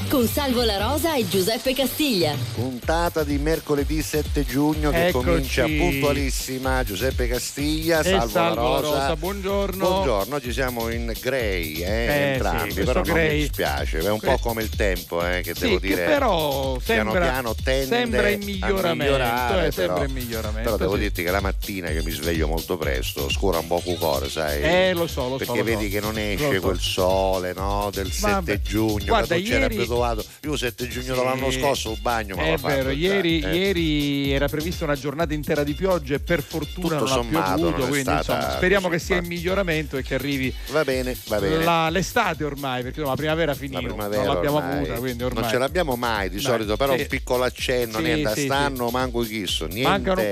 con Salvo La Rosa e Giuseppe Castiglia. Puntata di mercoledì 7 giugno che comincia puntualissima. Giuseppe Castiglia, Salvo La Rosa. Buongiorno. Buongiorno, oggi siamo in grey, entrambi, sì, però grey. non mi dispiace, è un po' come il tempo, che devo dire. Però piano tende sembra in miglioramento, sembra in miglioramento. Però devo dirti che la mattina che mi sveglio molto presto, scura un po' cuore, sai? Lo so. Perché vedi che non esce quel sole, no? Del 7 giugno. Guarda, che tu c'era abituato. Io 7 giugno dell'anno scorso il bagno me l'ho fatto. È vero, ieri era prevista una giornata intera di pioggia e per fortuna tutto non ha piovuto, quindi insomma, speriamo che sia in miglioramento e che arrivi va bene. l'estate ormai, perché la primavera finita, non l'abbiamo avuta, quindi ormai non ce l'abbiamo mai di solito, però un piccolo accenno, niente, stanno manco chisso, niente. Mancano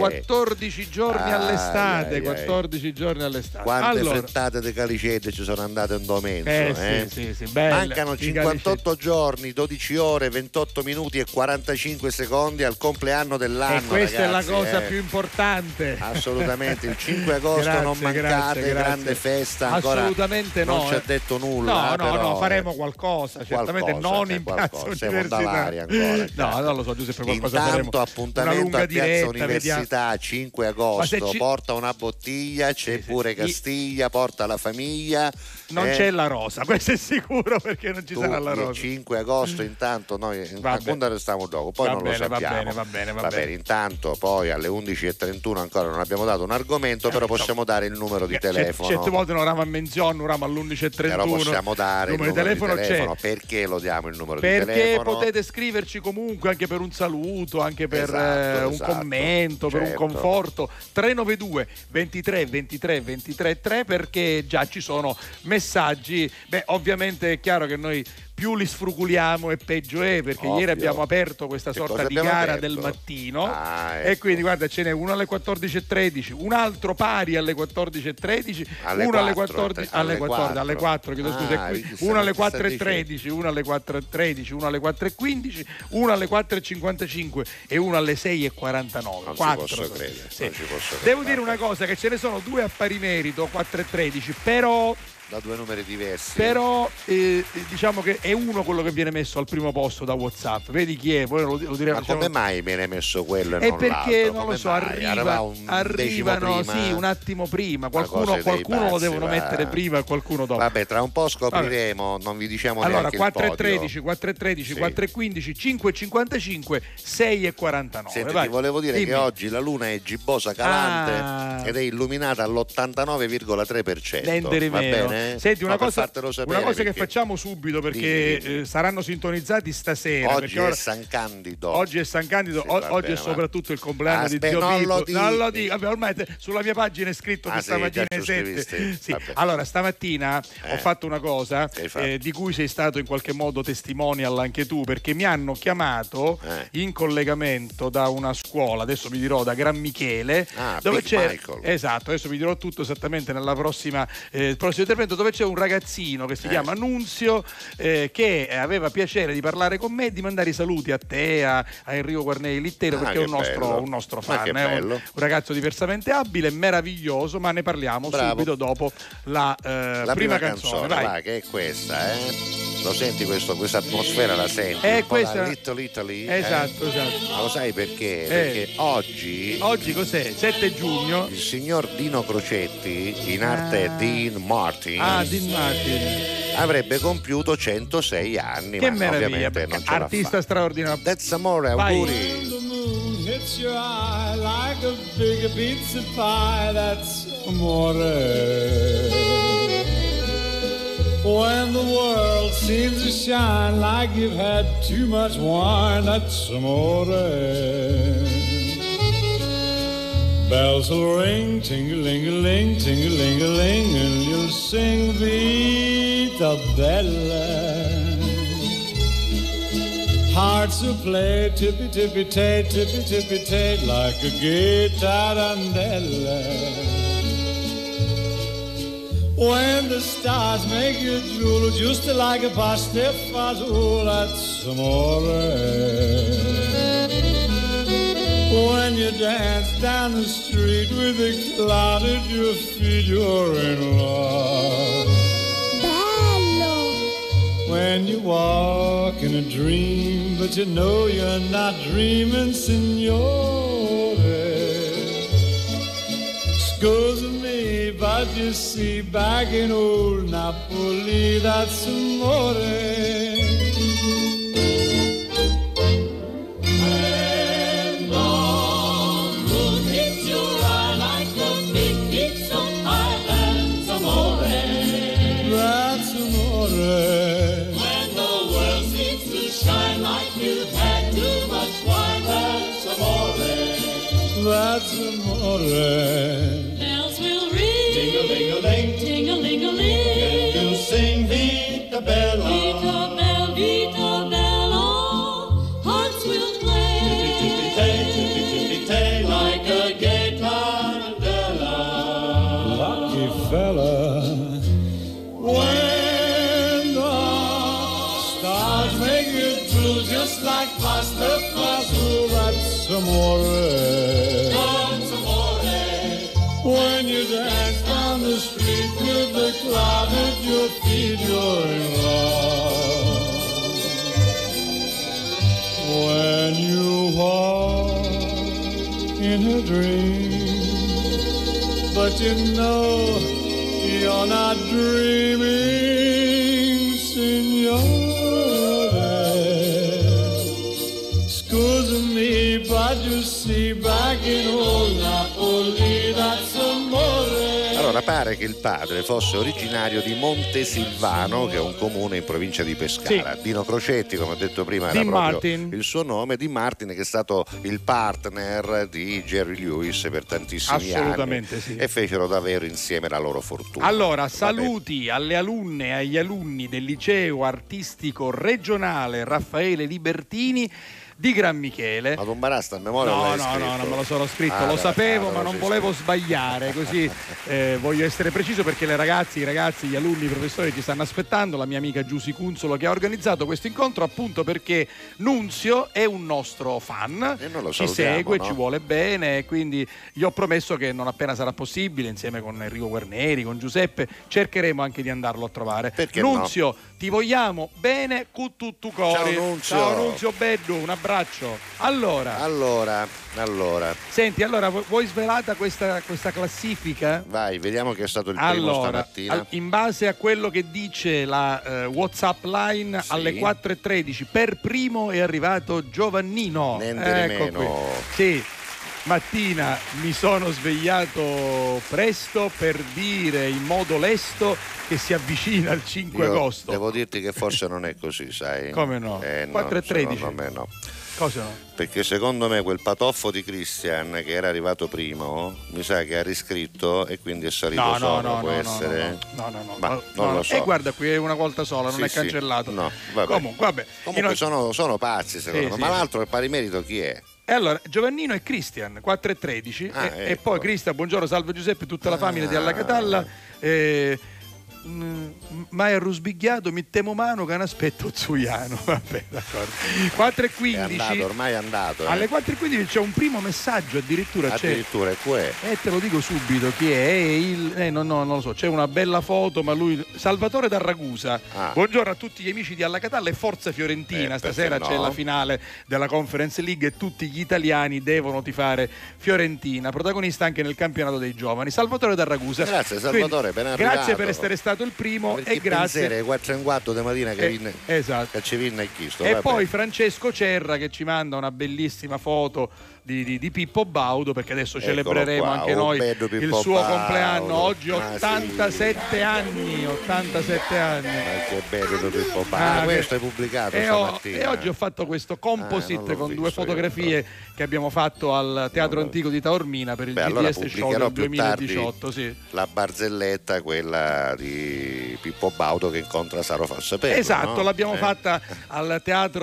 14 giorni all'estate, 14 giorni all'estate. Quante fettate di calicette ci sono andate in domenico, sì, belle. Mancano 58 giorni, 12 ore, 28 minuti e 45 secondi al compleanno dell'anno. E questa ragazzi, è la cosa più importante. Assolutamente, il 5 agosto non mancate, grazie. Grande festa ancora. Assolutamente no. Non ci ha detto nulla. No, faremo qualcosa, certamente non in piazza Università. Ancora. Non lo so, Giuseppe, qualcosa intanto faremo. Appuntamento a Piazza diretta, Università 5 agosto, porta una bottiglia, c'è pure Castiglia, porta la famiglia. Non c'è la rosa, questo è sicuro, perché non ci sarà la rosa. Il 5 agosto intanto noi appunto restiamo dopo, poi non lo sappiamo. Va bene. Intanto poi alle 11:31 ancora non abbiamo dato un argomento, però possiamo dare il numero di telefono. Certe volte non ramo a menzione, non ramo all'11:31. Però possiamo dare il numero di telefono. C'è. Perché lo diamo il numero di telefono? Perché potete scriverci comunque anche per un saluto, anche per un commento, per un conforto. 392 23 23 23 3, perché già ci sono messaggi. Ovviamente è chiaro che noi più li sfruculiamo e peggio è, perché ieri abbiamo aperto questa sorta di gara del mattino, e quindi guarda, ce n'è uno alle 14:13, un altro pari alle 14:13, uno alle 14 alle 4, chiedo scusa, uno alle 4:13, uno alle 4:13, uno alle 4:15, uno alle 4:55 e uno alle 6:49. Non ci posso credere. Devo dire una cosa, che ce ne sono due a pari merito, 4:13, però da due numeri diversi. Però diciamo che è uno quello che viene messo al primo posto da WhatsApp. Vedi chi è? Poi lo diremo. Ma come mai viene messo quello e è non perché l'altro? non come lo so, arrivano un attimo prima. Qualcuno lo devono mettere prima e qualcuno dopo. Vabbè, tra un po' scopriremo, non vi diciamo neanche il podio. Allora 4:13, 4:15, 5:55, 6:49. Senti, ti volevo dire che oggi la luna è gibbosa calante ed è illuminata all'89,3%. Va bene? Senti, una cosa che facciamo subito, perché saranno sintonizzati stasera. Oggi è San Candido. Oggi è soprattutto il compleanno di Zio Pippo. Non lo dico. Vabbè, ormai sulla mia pagina è scritto che stamattina è 7. Sì. Allora, stamattina ho fatto una cosa di cui sei stato in qualche modo testimonial anche tu, perché mi hanno chiamato in collegamento da una scuola, adesso vi dirò, da Gran Michele, dove c'è Michael. Esatto, adesso vi dirò tutto esattamente nella prossimo intervento, dove c'è un ragazzino che si chiama Nunzio, che aveva piacere di parlare con me e di mandare i saluti a te, a Enrico Guarneri Littero, perché è un nostro fan, un ragazzo diversamente abile, meraviglioso, ma ne parliamo subito dopo la prima canzone. Vai, che è questa, Lo senti questa atmosfera, la senti? Questa Little Italy. Esatto. Ma lo sai perché? Perché oggi cos'è? 7 giugno. Il signor Dino Crocetti, in arte Dean Martin. Dean Martin. Avrebbe compiuto 106 anni. Che ma meraviglia, ovviamente non ce artista straordinario. That's amore, auguri. Hits your eye like a big pizza pie, that's amore. When the world seems to shine like you've had too much wine, that's amore. Bells will ring, ting-a-ling-a-ling, ting-a-ling-a-ling, and you'll sing Vita Bella. Hearts will play tippy-tippy-tay, tippy-tippy-tay, like a gay tarantella. When the stars make you drool, just like a pasta fazool, that's amore. When you dance down the street with a cloud at your feet, you're in love. Bello! when you walk in a dream, but you know you're not dreaming, signore. Scusa me, but you see, back in old Napoli, that's amore. That's amore. Bells will ring, ting-a-ling-a-ling, ting-a-ling-a-ling, and you'll sing Vita Bella, Vita Bella, Vita Bella. Hearts will play, tippy-tippy-tay, like a gay tarantella. Lucky fella, when the stars make it blue, just like pasta fasul, that's amore. When you dance down the street with the cloud at your feet, you're in love. When you walk in a dream, but you know you're not dreaming, signore. Scusa me, but you see, back in old Napoli, that's amore. Allora, pare che il padre fosse originario di Montesilvano, che è un comune in provincia di Pescara. Sì. Dino Crocetti, come ho detto prima, era proprio Martin. Il suo nome, Dean Martin, che è stato il partner di Jerry Lewis per tantissimi anni. Sì. E fecero davvero insieme la loro fortuna. Allora, saluti alle alunne e agli alunni del liceo artistico regionale Raffaele Libertini di Gran Michele. Ma Don Barasta a memoria no, non me lo sono scritto, lo sapevo, ma non volevo sbagliare, così voglio essere preciso, perché le ragazze, i ragazzi, gli alunni, i professori ci stanno aspettando. La mia amica Giusy Cunzolo che ha organizzato questo incontro, appunto perché Nunzio è un nostro fan, ci segue, no? Ci vuole bene, quindi gli ho promesso che non appena sarà possibile, insieme con Enrico Guarneri, con Giuseppe, cercheremo anche di andarlo a trovare. Perché Nunzio, no? Ti vogliamo bene con tutto cori. Ciao Nunzio Beddu, un abbraccio. Allora. Senti, allora vuoi svelata questa classifica? Vai, vediamo che è stato il primo stamattina. In base a quello che dice la WhatsApp line, sì, alle 4:13 per primo è arrivato Giovannino. Meno. Sì. Mattina mi sono svegliato presto per dire in modo lesto che si avvicina il 5 agosto. Devo dirti che forse non è così, sai? Come no? 4:13. Secondo me no. Cosa no? Perché secondo me quel patoffo di Christian che era arrivato primo mi sa che ha riscritto e quindi è salito può essere? No. Non lo so. E guarda, qui è una volta sola, non è cancellato. No, vabbè. Comunque sono pazzi secondo me. Ma l'altro, il pari merito chi è? E allora Giovannino e Christian 4:13 e poi Cristian, buongiorno, salve Giuseppe, tutta la famiglia di Alla Catalla. Ma è rusbighiato, mi temo mano che non aspetto Zuiano. Vabbè, d'accordo. 4:15 ormai è andato. Alle 4:15 c'è un primo messaggio, addirittura è qua. Te lo dico subito chi è. Non lo so, c'è una bella foto, ma lui, Salvatore da Ragusa. Buongiorno a tutti gli amici di Alla Catalla e forza Fiorentina. Stasera c'è la finale della Conference League e tutti gli italiani devono tifare Fiorentina, protagonista anche nel campionato dei giovani. Salvatore da Ragusa. Grazie Salvatore, ben arrivato. Grazie per essere stato il primo e grazie 4 in 4 domattina che ci vinna il chisto. E poi Francesco Cerra che ci manda una bellissima foto di Pippo Baudo, perché adesso celebreremo anche noi il suo compleanno oggi, 87 anni. Ma che bello Pippo Baudo. Questo è pubblicato stamattina. E oggi ho fatto questo composite con 2 fotografie che abbiamo fatto al Teatro Antico di Taormina per il GDS Show del 2018. La barzelletta, quella di Pippo Baudo che incontra Saro Falsapello. Esatto, l'abbiamo fatta al Teatro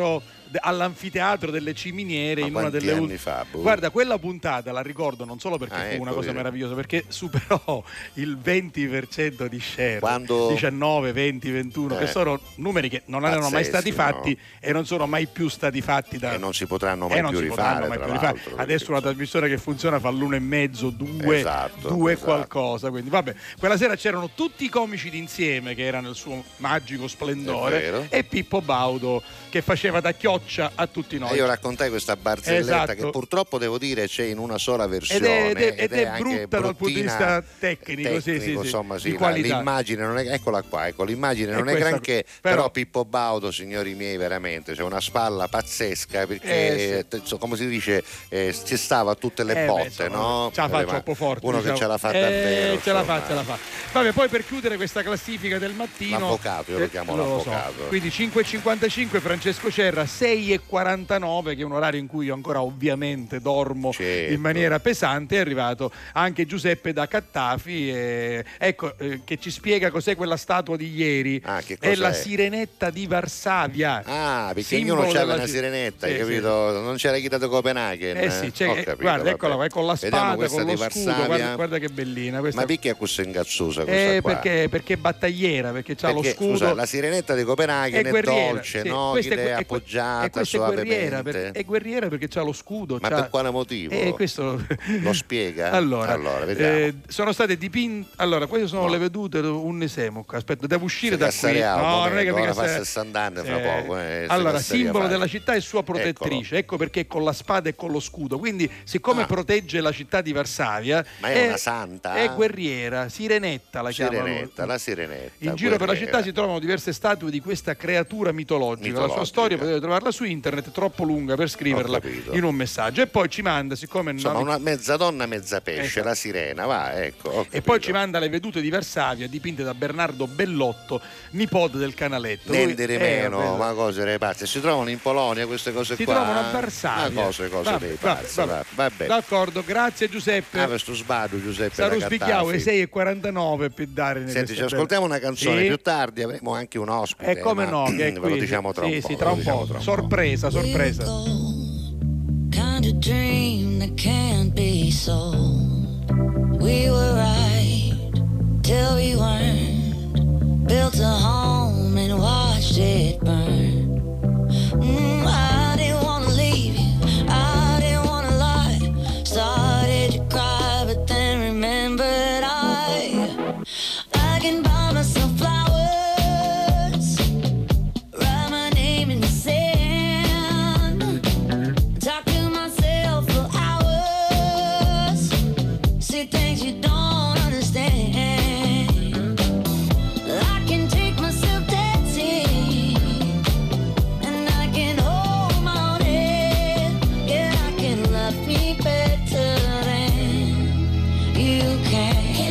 all'anfiteatro delle Ciminiere. Ma in una delle anni fa? Guarda, quella puntata la ricordo non solo perché fu una cosa meravigliosa, perché superò il 20% di share. Quando... 19, 20, 21, che sono numeri che non erano mai stati fatti e non sono mai più stati fatti e non si potranno mai più rifare. Adesso una trasmissione che funziona fa l'1,5, 2, esatto. qualcosa. Quindi vabbè, quella sera c'erano tutti i comici d'insieme che era nel suo magico splendore e Pippo Baudo che faceva da chioccia a tutti noi. E io raccontai questa barzelletta che purtroppo devo dire c'è in una sola versione ed è brutta dal punto di vista tecnico, sì, insomma, di qualità. L'immagine non è, eccola qua, l'immagine non è granché, però Pippo Baudo, signori miei, veramente c'è una spalla pazzesca perché come si dice ci stava a tutte le botte, no? Ce la fa troppo forte, uno che ce la fa davvero, ce la fa. Vabbè, poi per chiudere questa classifica del mattino, l'avvocato, io lo chiamo l'avvocato. Quindi 5,55 Francesco Cerra, 6,49 che è un orario in cui io ancora ovviamente dormo in maniera pesante. È arrivato anche Giuseppe da Cattafi che ci spiega cos'è quella statua di ieri. È la Sirenetta di Varsavia. Perché ognuno c'aveva una sirenetta, hai capito? Non c'era chi da Copenaghen. Guarda, eccola qua, con la spada, con lo scudo, guarda che bellina questa. Ma perché è così ingazzosa questa qua? Perché è battagliera, perché c'ha lo scudo. Scusa, la sirenetta di Copenaghen è dolce, no? Chi è appoggiata suavemente. È guerriera perché c'ha lo scudo. Ma per quale motivo? Questo lo spiega? Allora vediamo. sono state dipinte. Allora, queste sono le vedute un Nesemuc. Aspetta, devo uscire da qui. No, non è che mica fa 60 anni fra poco. Allora, simbolo della città e sua protettrice. Ecco perché è con la spada e con lo scudo. Quindi, siccome protegge la città di Varsavia, ma è una santa? È guerriera, Sirenetta la chiamano. La Sirenetta. In giro per la città si trovano diverse statue di questa creatura mitologica. La sua storia potete trovarla su internet, è troppo lunga per scriverla in un messaggio. E poi ci manda, siccome una mezza donna, mezza pesce, la sirena, va, ecco. E poi ci manda le vedute di Varsavia dipinte da Bernardo Bellotto, nipote del Canaletto. Niente meno, ma cose delle pazze. Si trovano in Polonia queste cose qua. Si trovano a Varsavia. Cose dei pazzi. Va bene. D'accordo, grazie Giuseppe. Questo sbado Giuseppe. Saruspichiamo le 6,49 per dare. Senti, ci ascoltiamo una canzone, più tardi avremo anche un ospite. E come no, che ve lo diciamo tra un po'. Sì, tra un po'. Sorpresa. Kind of dream that can't be sold. We were right till we weren't. Built a home and watched it burn. I didn't wanna leave you, I didn't wanna lie. Started to cry, but then remembered I can buy myself flowers, write my name in the sand, talk to myself for hours, see things you don't understand. I can take myself dancing, and I can hold my own head. Yeah, I can love me better than you can.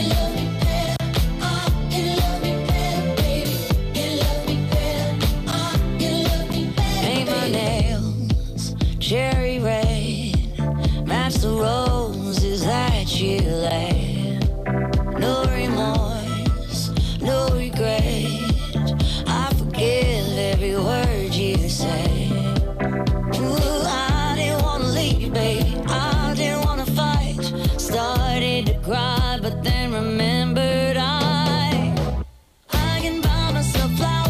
Cherry red, match the roses that you laid. No remorse, no regret. I forgive every word you say. Ooh, I didn't wanna leave, baby. I didn't wanna fight. Started to cry, but then remembered I can buy myself flowers.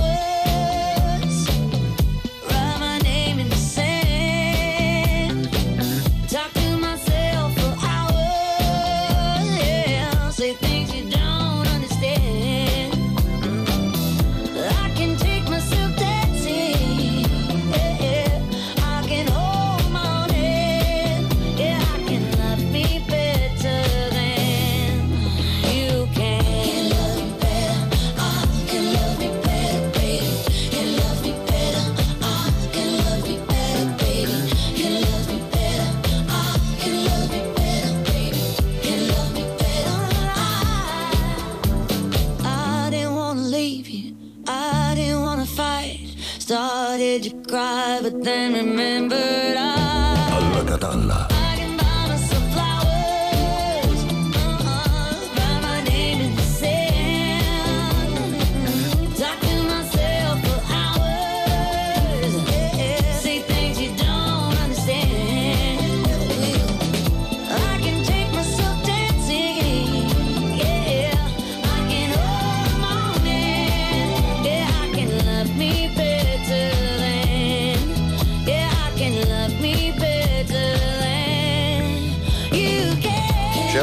Started to cry, but then remembered Alla Catalla. I can buy myself flowers, write my name in the sand, talk to myself for hours, say things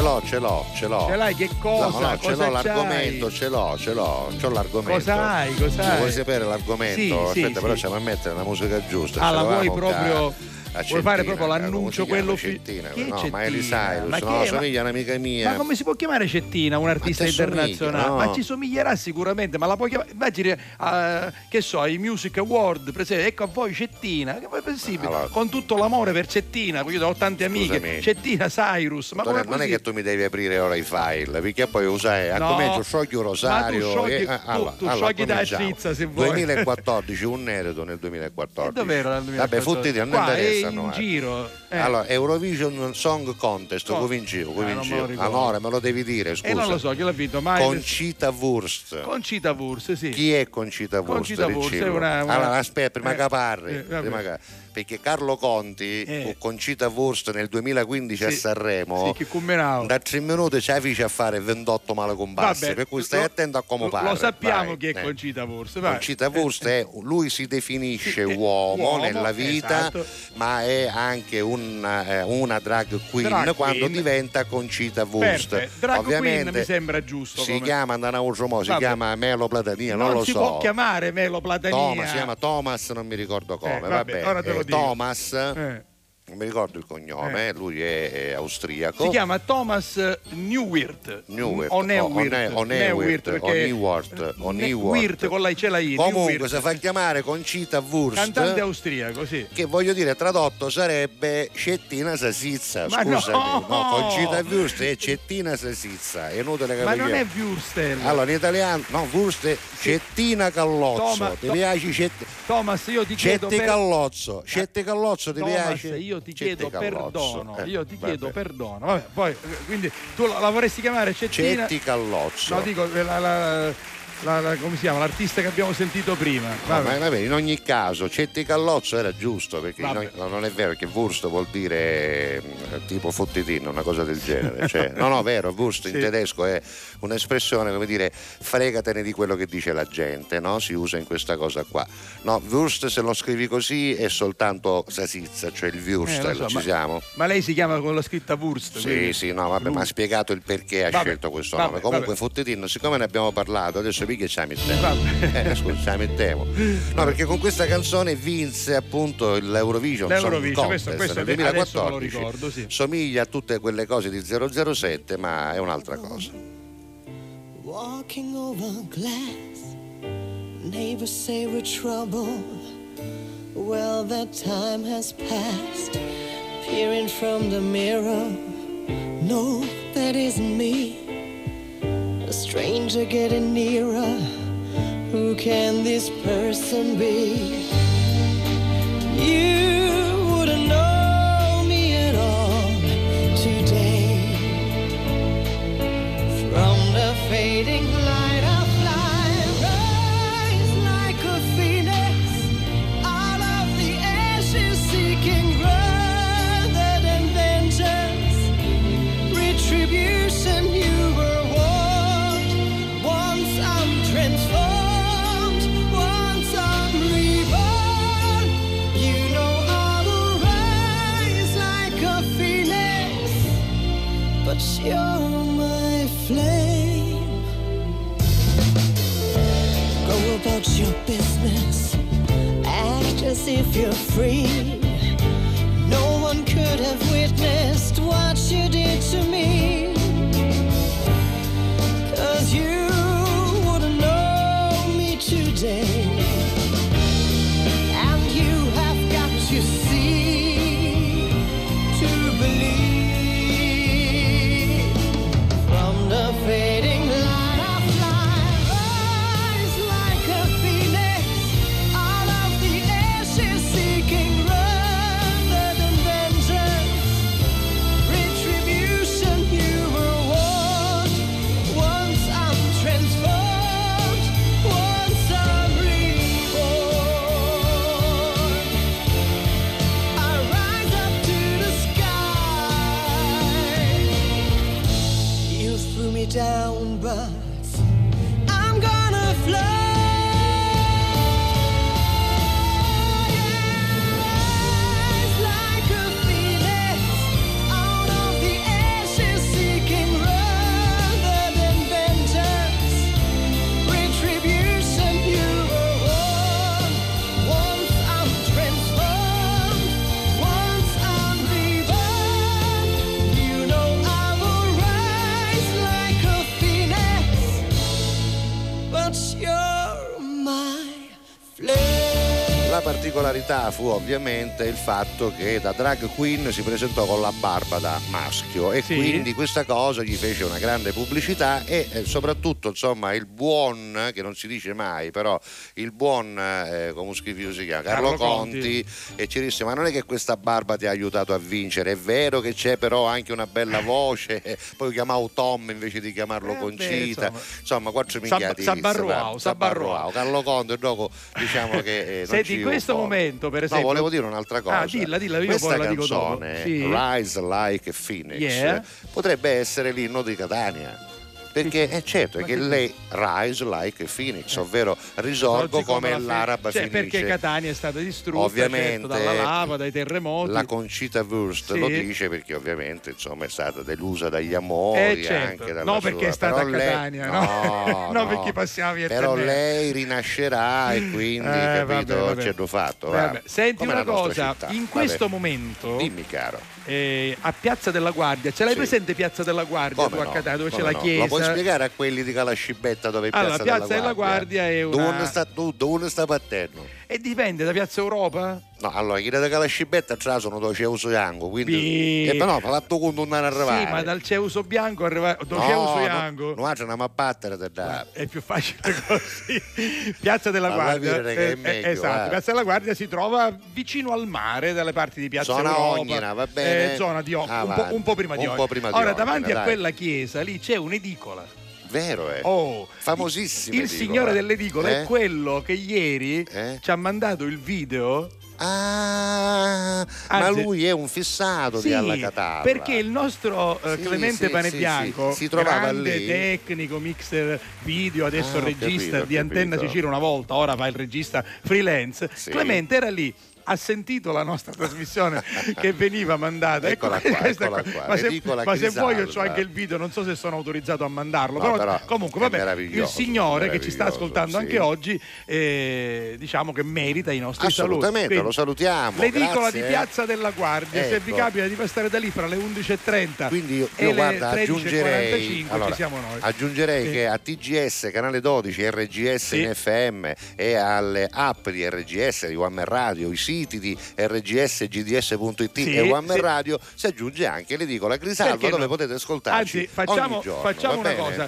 Ce l'ho. Ce l'hai che cosa? No, ce l'ho l'argomento, c'hai? ce l'ho l'argomento. Cosa hai? Vuoi sapere l'argomento? Sì, Aspetta, però sì. c'è da mettere la musica giusta. La vuoi proprio... Cettina, vuoi fare proprio l'annuncio quello Cettina, Che no, Cettina? Miley Cyrus, Ma no, che- somiglia a un'amica mia. Ma come si può chiamare Cettina, un artista Ma te somiglia, internazionale? no? Ma ci somiglierà sicuramente, ma la puoi chiamare. Immagini, che so, ai Music Award, per esempio, ecco a voi Cettina, che è possibile? Allora, con tutto l'amore per Cettina, io ho tante amiche, scusami. Cettina Cyrus, ma come non è che tu mi devi aprire ora i file, perché poi usai a comiencio sciogli un rosario. Tu sciogli da Cizza se vuoi. 2014, un Neredo nel 2014. E dov'era nel 2014? Vabbè, fottiti, non mi Qua, interessano. in giro. Allora, Eurovision Song Contest, Non me lo ricordo. Allora, me lo devi dire, scusa. Non lo so, chi l'ha vinto mai. Concita Wurst. Concita Wurst, sì. Chi è Concita Wurst? Concita Wurst è una... Allora, aspetta, prima che parli. vabbè. Perché Carlo Conti con Concita Wurst nel 2015 a Sanremo, sì, che combinavo. da 3 minuti ci fece a fare 28 male comparse, per cui stai attento a come parli. Lo sappiamo vai, chi è Concita Wurst. Concita Wurst è, lui si definisce uomo nella vita, esatto. ma è anche una drag queen quando diventa Concita Wurst. Drag Ovviamente queen mi sembra giusto. Si chiama da un altro modo, si chiama Melo Platania, non lo so. Si può chiamare Melo Platania. Si chiama Thomas, non mi ricordo come. vabbè, ora te lo dico. Thomas, non mi ricordo il cognome, lui è austriaco. Si chiama Thomas Neuwirth. O Neuwirth con la I. Comunque si fa chiamare Concita Wurst, cantante austriaco, sì. che voglio dire tradotto sarebbe Cettina Sasizza. Scusami, no, Concita Wurst è Cettina Sasizza. È inutile che ma non è Würstel. Allora in italiano, no, Wurst è Cettina Callozzo. Ti piace Thomas, io ti chiedo Callozzo. Cetti Callozzo ti piace? Io ti chiedo perdono. Perdono. Vabbè, poi quindi tu la vorresti chiamare Cettina? Cetti Callozzo. No, dico come si chiama? L'artista che abbiamo sentito prima. Vabbè, in ogni caso Cetti Callozzo era giusto, perché non è vero che Wurst vuol dire tipo fottitino, una cosa del genere. Cioè, no, vero, Wurst in tedesco è un'espressione, come dire, fregatene di quello che dice la gente, no? Si usa in questa cosa qua. No, Wurst se lo scrivi così è soltanto Sasizza, cioè il Würstel, ci siamo. Ma lei si chiama con la scritta Wurst? Sì, no, vabbè, ma ha spiegato il perché ha scelto questo nome. Comunque fottitino, siccome ne abbiamo parlato, adesso che ce la mettiamo? Scusa, ce la mettiamo. No, perché con questa canzone vinse appunto l'Eurovision Song Contest questo nel 2014. lo ricordo, sì. Somiglia a tutte quelle cose di 007, ma è un'altra cosa. Walking over glass, neighbors say we're trouble. Well, that time has passed. Peering from the mirror, no, that isn't me. A stranger getting nearer. Who can this person be? You wouldn't know me at all today. From the fading light I fly, rise like a phoenix out of the ashes, seeking rather than vengeance, retribution. You were warned. Once I'm transformed, once I'm reborn. You know I will rise like a phoenix, but you're my flame. Go about your business, act as if you're free. No one could have witnessed what you did to me. 'Cause you wouldn't know me today. And you have got to see to believe. From the fading light I fly, rise like a phoenix out of the ashes, seeking rest. particolarità fu ovviamente il fatto che da drag queen si presentò con la barba da maschio e quindi questa cosa gli fece una grande pubblicità e soprattutto insomma il buon, che non si dice mai, però il buon come si chiama, Carlo Conti, e ci disse: ma non è che questa barba ti ha aiutato a vincere, è vero che c'è però anche una bella voce, poi chiamavo Tom invece di chiamarlo Concita, insomma 4 minchiati. Sabbarroao, Carlo Conti, dopo diciamo che senti, in questo momento per esempio volevo dire un'altra cosa. Dilla, io questa poi la dico dopo. Rise Like a Phoenix potrebbe essere l'inno di Catania. Perché è certo è che lei rise like a phoenix, ovvero risorgo come l'araba fenice. Perché Catania è stata distrutta, ovviamente, dalla lava, dai terremoti. La Concita Wurst lo dice perché ovviamente insomma è stata delusa dagli amori, anche dalla perché è stata a Catania, no, perché passiamo via. Però lei rinascerà e quindi capito, ce l'ho fatto. Senti come una cosa, città. In questo momento, dimmi caro, a Piazza della Guardia, ce l'hai presente Piazza della Guardia tu a Catania, dove c'è la chiesa? Lo puoi spiegare a quelli di Calascibetta dove è Piazza della Guardia è una... Dove sta Patterno? E dipende, da Piazza Europa? No, allora, chi da Calascibetta tra sono do Ceuso Bianco, quindi però fatto conto non arrivare. Sì, ma dal Ceuso Bianco arriva do Ceuso Bianco. No, c'è una mappattera da. È più facile così. Piazza della Guardia. Esatto, Piazza della Guardia si trova vicino al mare, dalle parti di Piazza Zona Europa. Ognina, va bene. Zona di Ognina, un po' prima di Ognina. Ora, davanti a quella chiesa lì c'è un'edicola. Vero famosissimo. Il signore dell'edicola è quello che ieri ci ha mandato il video. Ma lui è un fissato di Alla Catalla, perché il nostro Clemente Panebianco, si trovava grande lì, tecnico, mixer video, adesso regista di Antenna Sicilia una volta, ora fa il regista freelance. Clemente era lì, ha sentito la nostra trasmissione che veniva mandata. Eccola qua. Ma se vuoi io c'ho anche il video, non so se sono autorizzato a mandarlo, però comunque vabbè, il signore che ci sta ascoltando anche oggi diciamo che merita i nostri saluti. Assolutamente, lo salutiamo. L'edicola di Piazza della Guardia, se vi capita di passare da lì fra le 11.30 quindi io e guarda, le 13.45 ci siamo noi. Aggiungerei che a TGS canale 12, RGS in FM e alle app di RGS, di One Man Radio, i siti di RGS, GDS.it e One Man Radio si aggiunge anche l'edicola Grisalvo, dove potete ascoltarci. Anzi, facciamo una bene? cosa,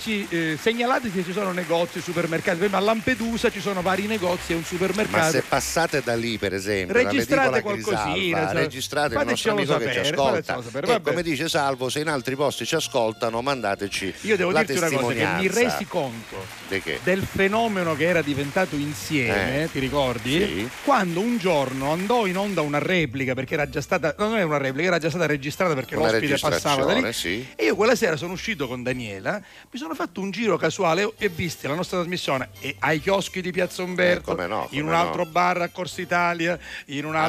segnalate se ci sono negozi, supermercati. A Lampedusa ci sono vari negozi e un supermercato. Ma se passate da lì, per esempio, registrate qualcosina, registrate il nostro amico che ci ascolta, e come dice Salvo, se in altri posti ci ascoltano, mandateci. Io devo la dirti una cosa, che mi resi conto del fenomeno che era diventato insieme, ti ricordi? Sì. Quando un giorno andò in onda una replica, perché era già stata, non era una replica, era già stata registrata perché l'ospite passava da lì, e io quella sera sono uscito con Daniela, mi sono fatto un giro casuale e visti la nostra trasmissione ai chioschi di Piazza Umberto, in un altro bar a Corsa Italia, in un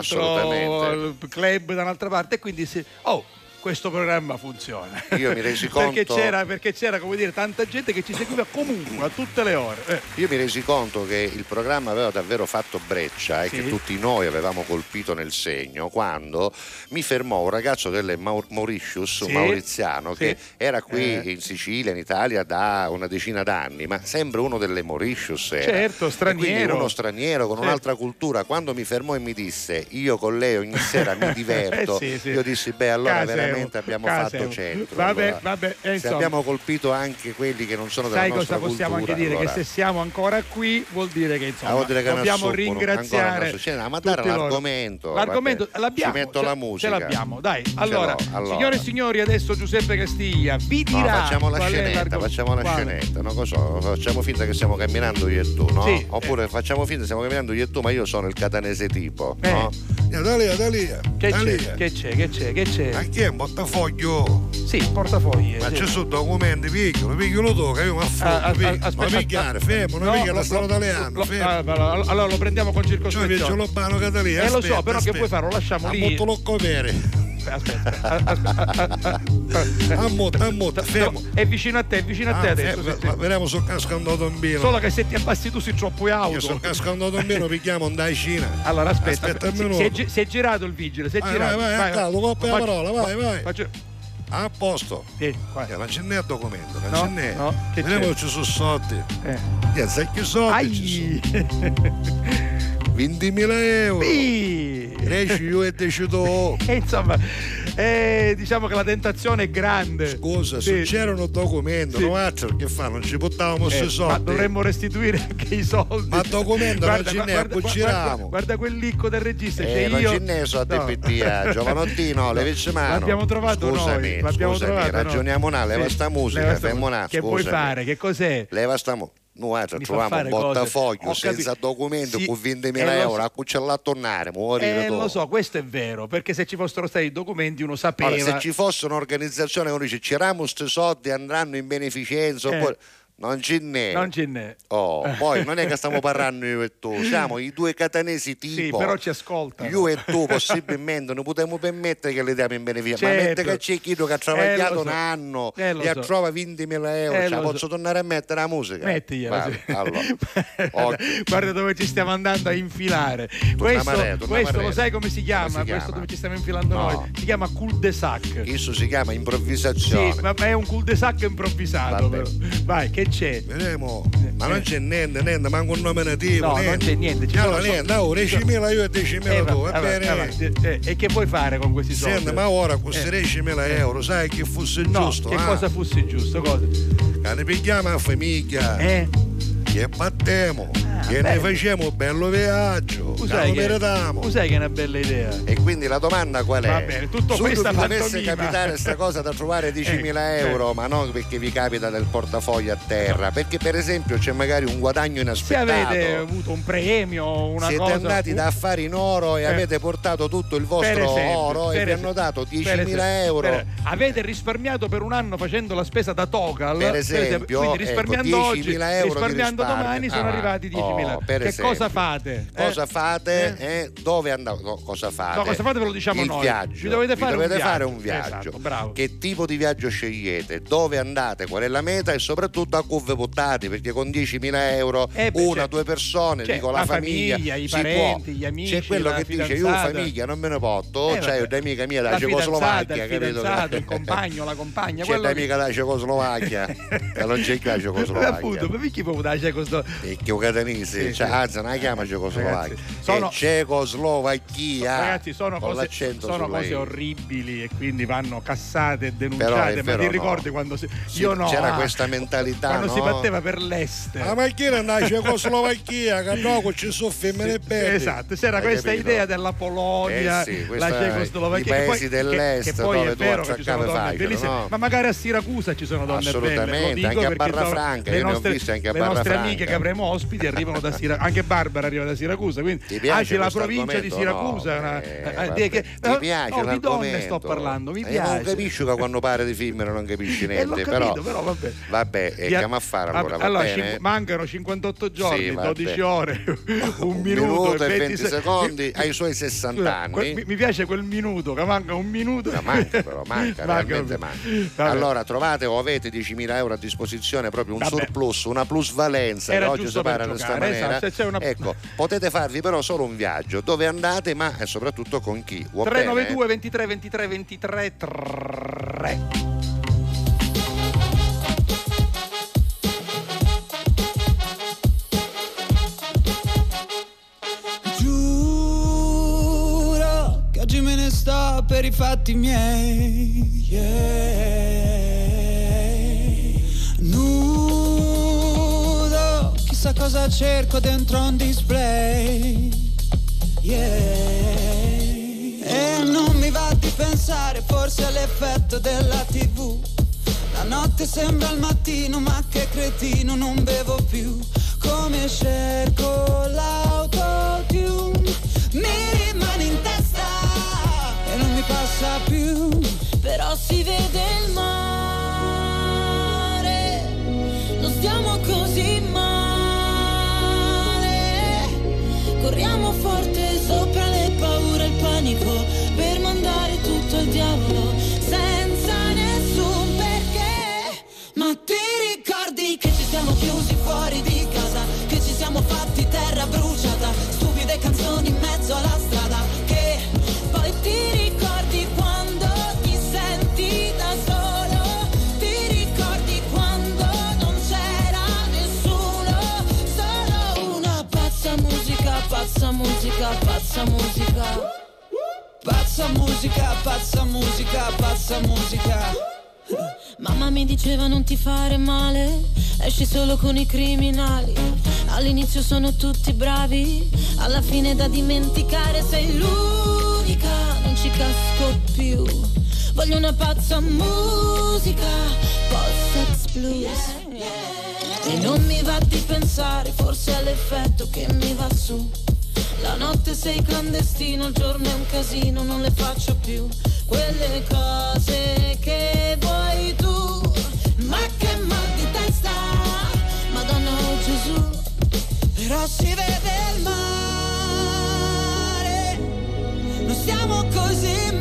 altro club da un'altra parte, e quindi questo programma funziona. Io mi resi conto perché c'era come dire tanta gente che ci seguiva comunque a tutte le ore. Io mi resi conto che il programma aveva davvero fatto breccia e che tutti noi avevamo colpito nel segno quando mi fermò un ragazzo delle Mauritius, un mauriziano che era qui in Sicilia, in Italia da una decina d'anni, ma sembra uno delle Mauritius, certo, straniero, uno straniero con un'altra cultura. Quando mi fermò e mi disse: io con lei ogni sera mi diverto, io dissi: beh, allora veramente abbiamo fatto centro. Vabbè, se abbiamo colpito anche quelli che non sono della nostra cultura. Sai cosa possiamo anche dire? Che se siamo ancora qui vuol dire che insomma dobbiamo ringraziare. Ma dare l'argomento l'abbiamo, ci metto la musica. Ce l'abbiamo, dai. Allora, signore e signori, adesso Giuseppe Castiglia vi dirà facciamo la scenetta, non lo so, facciamo finta che stiamo camminando io e tu, no? Oppure facciamo finta che stiamo camminando io e tu, ma io sono il catanese tipo, no? Dalia. Che c'è? Ma che è un portafoglio? Sì, portafogli. Ma ci sono documenti, piglialo tu, che io mi affronto. Ma picchiare, fermo, non piglia la strada italiana. Allora lo prendiamo con circospezione. Cioè, ce lo bano Catalina. Lo so, però che puoi fare? Lo lasciamo lì. Molto lo copere. Aspetta. Ammota, fermo. È vicino a te adesso. Vediamo sul casco andato in bino. Solo che se ti abbassi tu sei troppo auto. Io sul casco andato in bino picchiamo un dai Cina. Allora aspetta un minuto. Si è girato il vigile, Vai, lo copia la parola, vai. A posto. Ma ce n'è il documento, non ce n'è. Vediamo che ci sono soldi. Sai che soldi ci sono. 20.000 euro. Cresci io e decido. Insomma, diciamo che la tentazione è grande. Scusa, se c'era un documento, no altro che fa, non ci portavamo questi soldi. Ma dovremmo restituire anche i soldi. Ma documento non ce n'è, cuciriamo. Guarda quel licco del regista. Non ce n'è so a DPT, Giovanottino, levici mano. L'abbiamo trovato scusami, noi. Ragioniamo una, leva sta musica, fermo un attimo. Che vuoi fare? Che cos'è? Leva sta musica. Noi troviamo un portafoglio senza documento con 20.000 euro a cucciarla a tornare, lo so, questo è vero, perché se ci fossero stati i documenti uno sapeva. Allora, se ci fosse un'organizzazione che dice c'eramo questi soldi andranno in beneficenza oppure non ce n'è. Poi non è che stiamo parlando io e tu, siamo i due catanesi tipo. Sì, però ci ascoltano. Io e tu possibilmente non potremmo permettere che le diamo in beneficio. Ma mette che c'è chi che ha travagliato un anno e trova 20.000 euro, posso tornare a mettere la musica? Mettigliela. Allora. Guarda dove ci stiamo andando a infilare. Questo lo sai come si chiama? Questo dove ci stiamo infilando noi? Si chiama cul-de-sac. Questo si chiama improvvisazione. Sì, ma è un cul-de-sac improvvisato. Vai, che c'è? Vedremo, ma non c'è niente, manco un nome nativo. No, non c'è niente. Allora, niente, 10.000 io e 10.000 tu, va bene. E che puoi fare con questi soldi? Senti, ma ora con questi 10.000 euro, sai che fosse giusto? Che cosa fosse giusto? Cosa? Che ne pigliamo a famiglia. Che battiamo, che ne facciamo un bello viaggio, che lo meritiamo. Tu sai che è una bella idea. E quindi la domanda qual è? Va bene, tutto questo dovesse capitare questa cosa da trovare 10.000 euro, ma non perché vi capita del portafoglio a terra, perché per esempio c'è magari un guadagno inaspettato. Se avete avuto un premio, una siete cosa. Siete andati da affari in oro e avete portato tutto il vostro oro e vi hanno dato 10.000 euro. Avete risparmiato per un anno facendo la spesa da Togal. Per esempio, quindi risparmiando oggi, risparmiando domani sono arrivati 10.000. Che cosa fate? Cosa fate? Dove andate? Cosa fate? No, cosa fate ve lo diciamo noi. Viaggio. Vi dovete fare un viaggio. Esatto, bravo. Che tipo di viaggio scegliete? Dove andate? Qual è la meta? E soprattutto a cui vi portate? Perché con 10.000 euro due persone, dico la famiglia, i parenti, gli amici. C'è quello che dice io famiglia non me ne porto, c'è un'amica mia da Cecoslovacchia, capito? Il compagno, la compagna. C'è un'amica da Cecoslovacchia e non c'è la Cecoslovacchia. Appunto, ma perché può da Cecoslovacchia? Perché catanese, anzi non la chiama Cecoslovacchia, è Cecoslovacchia. Ragazzi, sono cose orribili e quindi vanno cassate e denunciate. Ma ti ricordi quando c'era questa mentalità, quando si batteva per l'Est? Ma chi era nella Cecoslovacchia? Che no, ci sono femmine belle. Esatto, c'era questa idea della Polonia, la Cecoslovacchia, i paesi dell'est che poi dove è vero che ci sono donne bellissime, ma magari a Siracusa ci sono donne belle. Anche a Barrafranca, le nostre amiche che avremo ospiti arrivano da Siracusa, anche Barbara arriva da Siracusa, quindi anche la provincia di Siracusa. Ti piace di donne sto parlando, mi piace. Non capisci che quando pare di film non capisci niente, però vabbè, e chiamo a fare allora mancano 58 giorni, 12 ore, un minuto e 20 secondi ai suoi 60 anni. Mi piace quel minuto, che manca un minuto. Manca, realmente manca. Allora trovate o avete 10.000 euro a disposizione, proprio un surplus, una plusvalenza che oggi si parla in questa maniera. Ecco, potete farvi però solo un viaggio, dove andate, ma soprattutto con chi. 392 23 23 23 3. Oggi me ne sto per i fatti miei, nudo, chissà cosa cerco dentro un display, e non mi va di pensare, forse è l'effetto della TV. La notte sembra il mattino, ma che cretino, non bevo più. Come cerco l'autotune, mi rimane in testa e non mi passa più. Però si vede il mare, non stiamo così male. Corriamo forte sopra le paure e il panico, per mandare tutto al diavolo senza nessun perché. Ma ti ricordi che ci siamo chiusi fuori di casa, che ci siamo fatti terra bruciata, stupide canzoni in mezzo alla strada, che poi ti ricordi quando ti senti da solo, ti ricordi quando non c'era nessuno, solo una pazza musica pazza musica. Pazza musica, pazza musica, pazza musica. Mamma mi diceva non ti fare male, esci solo con i criminali. All'inizio sono tutti bravi, alla fine da dimenticare sei l'unica, non ci casco più. Voglio una pazza musica, post-sex blues. E non mi va di pensare, forse è l'effetto che mi va su. La notte sei clandestino, il giorno è un casino, non le faccio più quelle cose che vuoi tu. Ma che mal di testa, Madonna o Gesù. Però si vede il mare, non stiamo così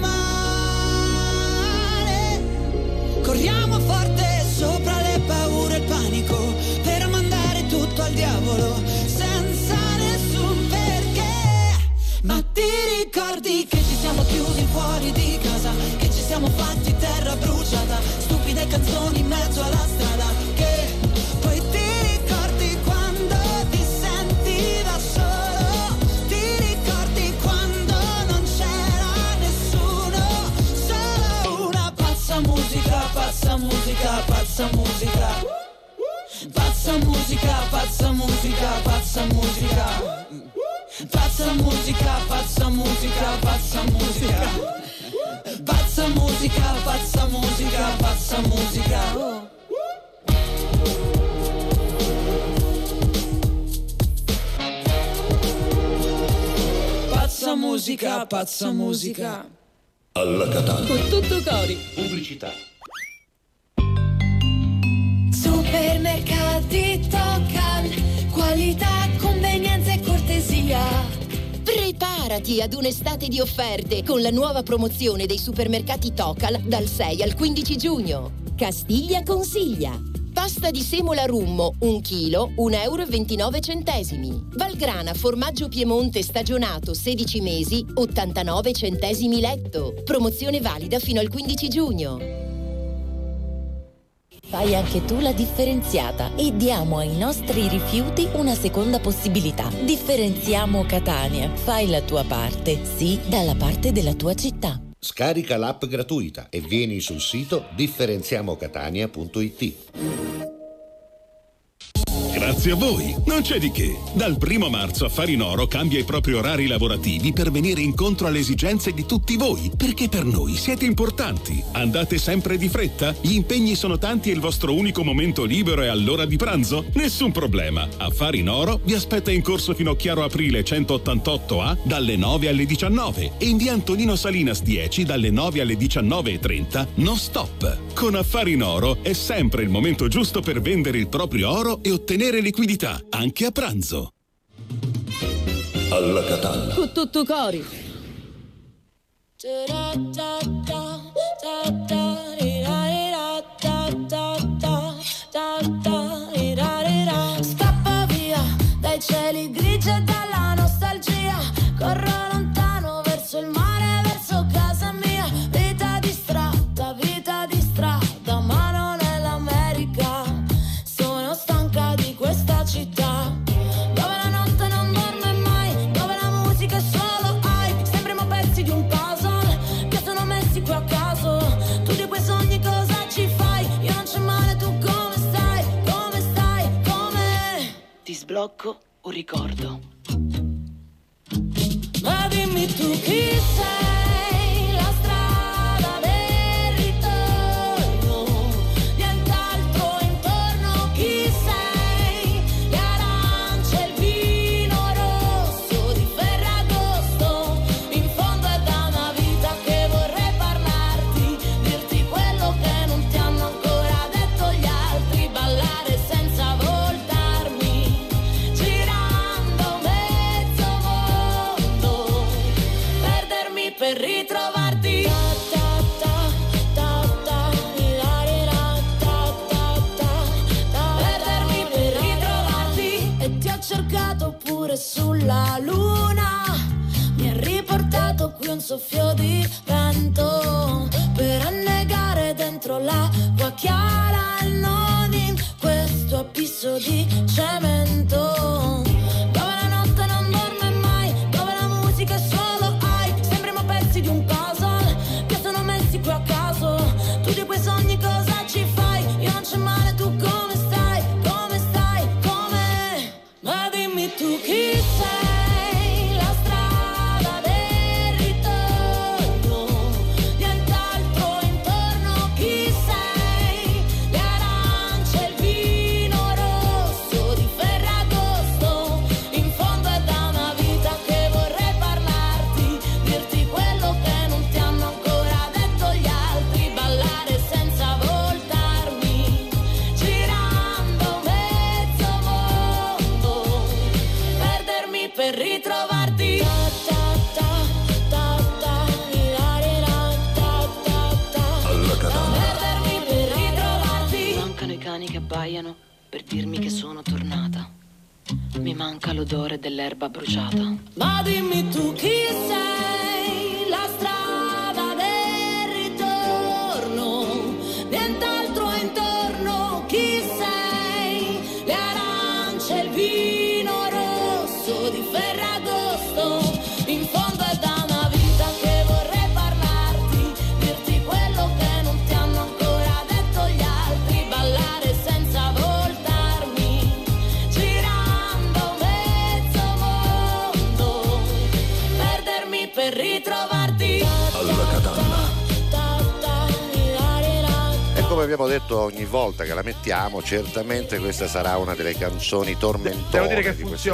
male. Corriamo forte sopra le paure e il panico, per mandare tutto al diavolo senza nessun perché. Ma ti ricordi che ci siamo chiusi fuori di casa, che ci siamo fatti terra bruciata, stupide canzoni in mezzo alla strada, che poi ti ricordi quando ti senti da solo, ti ricordi quando non c'era nessuno, solo una pazza musica, pazza musica, pazza musica. Pazza musica, pazza musica, pazza musica. Pazza musica, pazza musica, pazza musica. Pazza musica, pazza musica, pazza musica. Pazza musica, pazza musica. Alla Catalla. Con tutto cori. Pubblicità. Supermercati Tocan, qualità, convenienza e cortesia. Preparati ad un'estate di offerte con la nuova promozione dei supermercati Tocal dal 6 al 15 giugno. Castiglia consiglia. Pasta di semola Rummo, 1 chilo, 1,29 €. Valgrana formaggio Piemonte stagionato 16 mesi, 89 centesimi letto. Promozione valida fino al 15 giugno. Fai anche tu la differenziata e diamo ai nostri rifiuti una seconda possibilità. Differenziamo Catania. Fai la tua parte, sì, dalla parte della tua città. Scarica l'app gratuita e vieni sul sito differenziamocatania.it. Grazie a voi, non c'è di che. Dal 1 marzo Affari in Oro cambia i propri orari lavorativi per venire incontro alle esigenze di tutti voi, perché per noi siete importanti. Andate sempre di fretta? Gli impegni sono tanti e il vostro unico momento libero è all'ora di pranzo? Nessun problema. Affari in Oro vi aspetta in corso Finocchiaro Aprile 188A dalle 9 alle 19 e in via Antonino Salinas 10 dalle 9 alle 19:30 non stop. Con Affari in Oro è sempre il momento giusto per vendere il proprio oro e ottenere liquidità, anche a pranzo. Alla Catalla. Con tutto cori. Scappa via dai cieli grigi e dalla nostalgia. Corro lontano verso il mare, verso casa mia. Vita di strada, ma non è l'America. Sono stanca di questa città, dove la notte non dorme mai, dove la musica è solo hype. Sembriamo pezzi di un puzzle che sono messi qui a caso. Tu di quei sogni cosa ci fai? Io non c'è male, tu come stai? Come stai? Come? Ti sblocco un ricordo. Ma dimmi tu chi sei, la strada del ritorno, nient'altro intorno, chi sei, le arance, il vino rosso di Ferragosto, in fondo è da una vita che vorrei parlarti, dirti quello che non ti hanno ancora detto gli altri, ballare senza voltarmi, girando mezzo mondo, perdermi per ritrovarti. Perdermi per ritrovarti. E ti ho cercato pure sulla luna, mi ha riportato qui un soffio di vento per annegare dentro l'acqua chiara e non in questo abisso di cemento, dove la notte non dorme mai, dove la musica è per dirmi che sono tornata. Mi manca l'odore dell'erba bruciata. Ma dimmi tu chi sei, la strada del ritorno, nient'altro intorno, chi sei, le arance, il vino rosso di Ferragosto, in fondo è da una vita che vorrei parlarti, dirti quello che non ti hanno ancora detto gli altri, ballare senza voltarmi, girando mezzo mondo, perdermi per ritrovarti. Alla Catalla. Come abbiamo detto ogni volta che la mettiamo, certamente questa sarà una delle canzoni tormentose. Devo dire che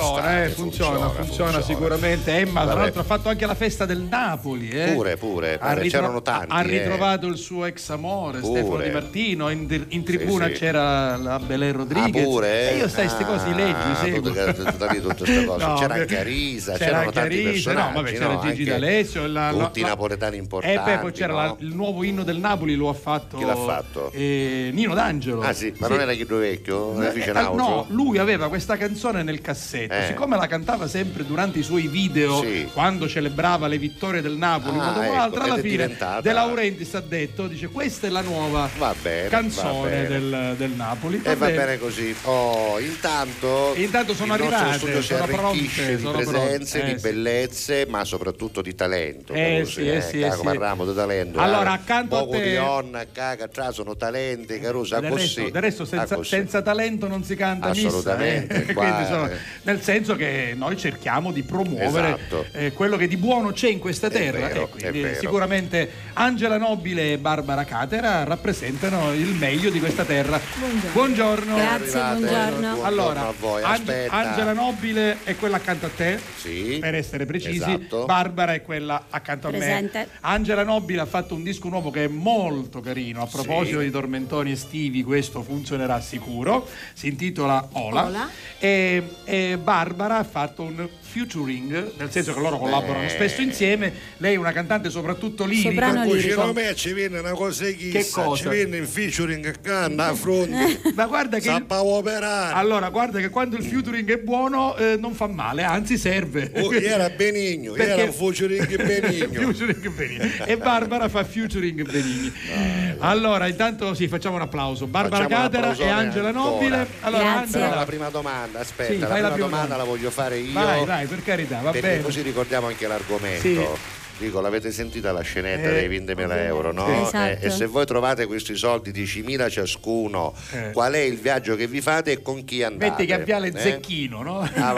funziona sicuramente. Emma tra l'altro ha fatto anche la festa del Napoli, pure c'erano tanti, ha ritrovato il suo ex amore Stefano Di Martino, in tribuna c'era la Belè Rodriguez, e io queste cose leggi, seguo tutte queste cose. C'era anche Arisa, c'erano tanti personaggi, c'era Gigi D'Alessio, tutti napoletani importanti, e poi c'era il nuovo inno del Napoli, lo ha fatto. Chi l'ha fatto? Nino D'Angelo. Ah sì, ma non era Chino Vecchio? No, lui aveva questa canzone nel cassetto, siccome la cantava sempre durante i suoi video, quando celebrava le vittorie del Napoli, alla fine De Laurentiis ha detto, dice, questa è la nuova canzone del Napoli. E va bene così. Intanto sono arrivate, studio si arricchisce di presenze, di bellezze, ma soprattutto di talento. Parliamo di talento. Allora, accanto a te di onna, caga, sono talenti, Caruso, così. Del resto senza talento non si canta assolutamente. Quindi nel senso che noi cerchiamo di promuovere quello che di buono c'è in questa terra. È vero. Sicuramente Angela Nobile e Barbara Catera rappresentano il meglio di questa terra. Buongiorno. Grazie, buongiorno. Allora, a voi. Angela Nobile è quella accanto a te, per essere precisi. Esatto. Barbara è quella accanto a me. Angela Nobile ha fatto un disco nuovo che è molto carino, a proposito di tormentoni estivi, questo funzionerà sicuro, si intitola Ola. E Barbara ha fatto un featuring, nel senso che loro collaborano spesso insieme. Lei è una cantante soprattutto lirica. Me ci viene una cosa che cosa? Ci viene in featuring canna a fronte. Ma guarda che operare. Allora, guarda che quando il featuring è buono non fa male, anzi serve. Era Benigno, era un featuring Benigno. E Barbara fa featuring Benigni. Allora, intanto facciamo un applauso. Barbara Catera e Angela Nobile. Allora, Angela, la prima domanda, aspetta, la prima domanda la voglio fare io. Vai, per carità, va bene. Così ricordiamo anche l'argomento. Dico, l'avete sentita la scenetta dei 20.000 euro, no? Esatto. E se voi trovate questi soldi, 10.000 ciascuno, qual è il viaggio che vi fate e con chi andate? Metti che a Viale Zecchino, no?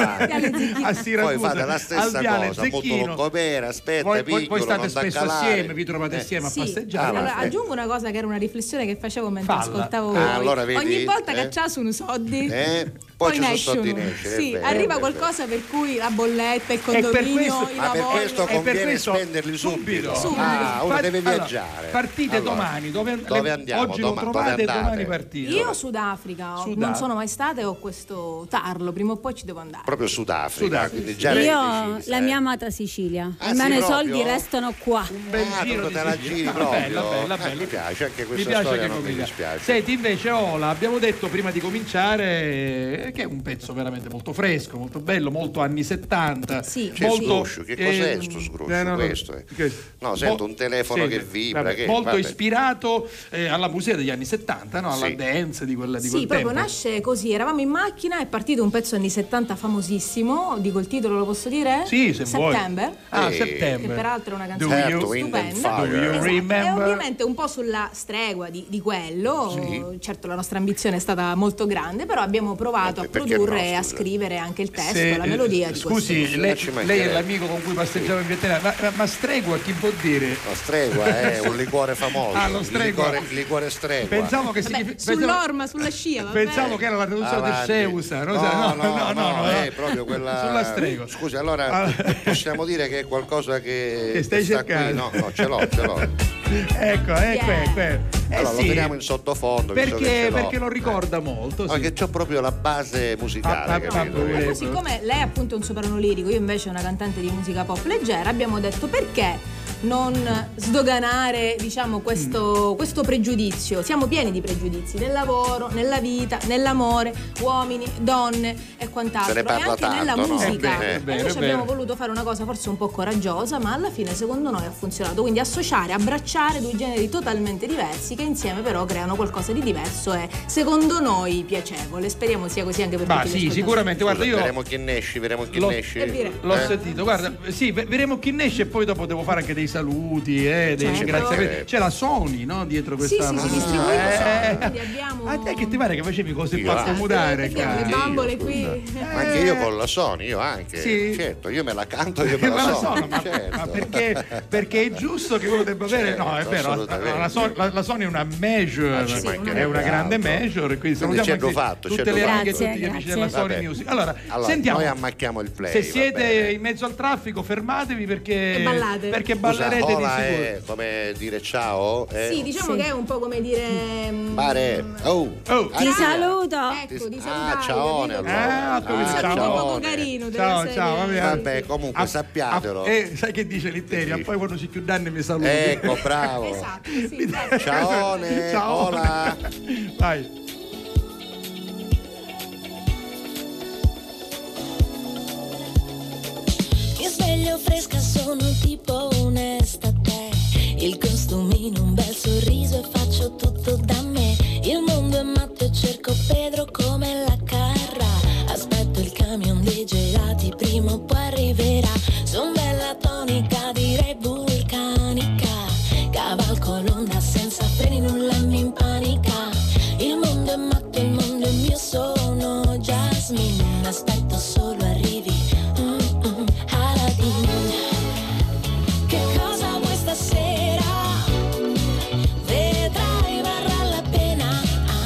A Siracusa. Poi fate la stessa cosa, molto copera, aspetta, voi state spesso assieme, vi trovate assieme a passeggiare. Allora, aggiungo una cosa che era una riflessione che facevo mentre ascoltavo voi. Allora, vedi, ogni volta che c'ha sono soldi, poi ci sono soldi in arriva qualcosa per cui la bolletta, il condominio, i lavori. Per questo conviene spenderli subito. Uno deve viaggiare. Partite domani, dove andiamo? Oggi lo trovate e domani partite. Io Sudafrica, non sono mai stata e ho questo tarlo, prima o poi ci devo andare. Proprio Sudafrica. Io la mia amata Sicilia, almeno i soldi restano qua. Un bel giro te la giri proprio. Bella. Mi piace anche questa storia, non mi dispiace. Senti, invece Ola, abbiamo detto prima di cominciare che è un pezzo veramente molto fresco, molto bello, molto anni 70. Molto che cos'è sto sgruscio questo? No, sento un telefono che vibra. Molto ispirato alla musica degli anni 70, no? Alla dance di quel tempo. Proprio nasce così. Eravamo in macchina, è partito un pezzo anni 70 famosissimo. Dico il titolo, lo posso dire? Sì, se September. Vuoi. September. Che peraltro è una canzone stupenda. E ovviamente un po' sulla stregua di quello. Certo, la nostra ambizione è stata molto grande, però abbiamo provato a produrre e a scrivere anche il testo, la melodia di questo. Scusi, lei è l'amico con cui passeggiava in Vietnam, ma stregua chi può dire? La stregua è un liquore famoso. Lo stregua. Liquore stregua. Pensavo che sull'orma, sulla scia. Pensavo che era la traduzione del Seusa. No, è proprio quella sulla stregua. Scusi, allora possiamo dire che è qualcosa che stai cercando? No, ce l'ho. Ecco. Allora lo teniamo in sottofondo perché lo ricorda molto. Che c'ho proprio la base musicale. Siccome lei appunto è un soprano lirico, io invece una cantante di musica pop leggera, abbiamo detto perché non sdoganare, diciamo, questo pregiudizio. Siamo pieni di pregiudizi nel lavoro, nella vita, nell'amore, uomini, donne e quant'altro, e anche tanto, nella musica. Noi abbiamo voluto fare una cosa forse un po' coraggiosa, ma alla fine secondo noi ha funzionato, quindi associare, abbracciare due generi totalmente diversi che insieme però creano qualcosa di diverso e secondo noi piacevole. Speriamo sia così anche per tutti. Sì, sicuramente. Guarda, io vedremo chi ne esce. L'ho sentito. Guarda, sì, vedremo chi ne esce e poi dopo devo fare anche dei saluti, dei ringraziamenti. C'è la Sony, no? Dietro questa. Sì, distribuiamo. Quindi abbiamo. A te che ti pare che facevi cose qua comodare? Le bambole qui. Ma anche io con la Sony, io anche. Sì. Certo, io me la canto, io me la sono. Certo. Ma perché è giusto che uno debba avere. Certo, no, è vero. La Sony è una major, è una grande major. Quindi salutiamo tutte le amiche e tutti gli amici della Sony Music. Allora, sentiamo. Noi ammacchiamo il play. Se siete in mezzo al traffico, fermatevi perché ballate. Perché ballerete di sicuro. È come dire ciao? Sì, diciamo che è un po' come dire. Pare. Ti saluto. Ecco, ti salutare. Ciaone allora. Ciao. Un po' carino. Ciao. Vabbè, comunque sappiatelo. Sai che dice l'Itteria? Poi quando si chiudanno mi saluti. Ecco, bravo. Esatto, sì. Ciaone. Ciao. Hola. Vai. Sveglio fresca, sono tipo un'estate. Il costumino, un bel sorriso e faccio tutto da me. Il mondo è matto e cerco Pedro come la carra. Aspetto il camion dei gelati, prima o poi arriverà. Son bella tonica, direi vulcanica. Cavalco l'onda senza freni, nulla mi impanica. Il mondo è matto, il mondo è mio, sono Jasmine. Aspetto solo arrivi. Che cosa vuoi stasera? Vedrai varrà la pena.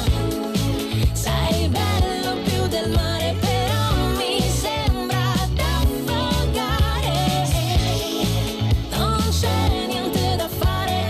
Sei bello più del mare, però mi sembra d'affogare. Non c'è niente da fare.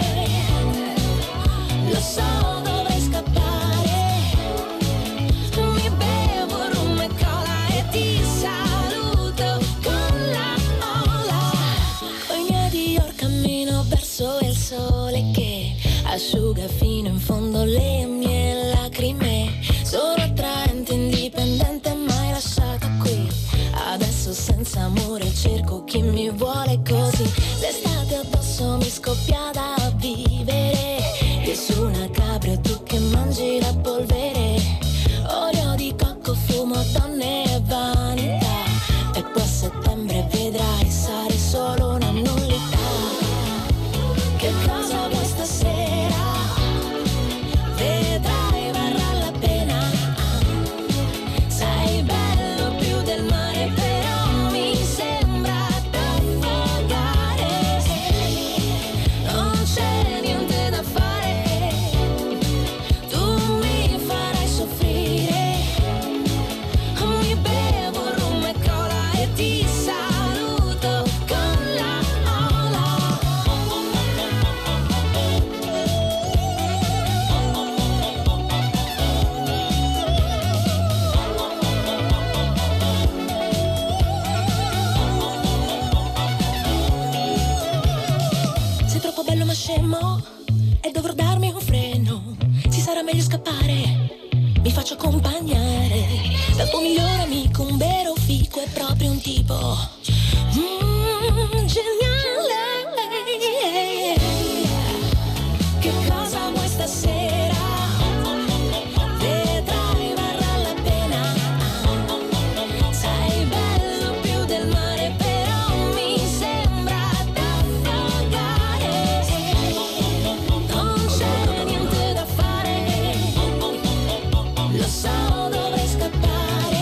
Lo so, dovrei scappare. Mi bevo rum e cola e ti saluto con la ola. Coi miei Dior cammino verso il sole che asciuga fino in fondo le mie lacrime. Sono attraente, indipendente, mai lasciata qui. Adesso senza amore cerco chi mi vuole così. L'estate addosso mi scoppia da vivere. Io su una cabrio, tu che mangi la polvere. Olio di cocco, fumo, donne e vanità. E poi a settembre vedrai, sarei solo una nullità. Che cosa vuoi stasera? Vedrai varrà la pena. Sei bello più del mare, però mi sembra d'affogare. Non c'è niente da fare. Tu mi farai soffrire. Mi bevo rum e cola e ti saluto con la ola. Sei troppo bello ma scemo e dovrò darmi un freno. Ci sarà meglio scappare. Mi faccio accompagnare dal tuo migliore amico, un vero fico, è proprio un tipo geniale. Che cosa vuoi stasera? Vedrai varrà la pena. Sei bello più del mare, però mi sembra d'affogare. Non c'è niente da fare. Lo so, dovrei scappare.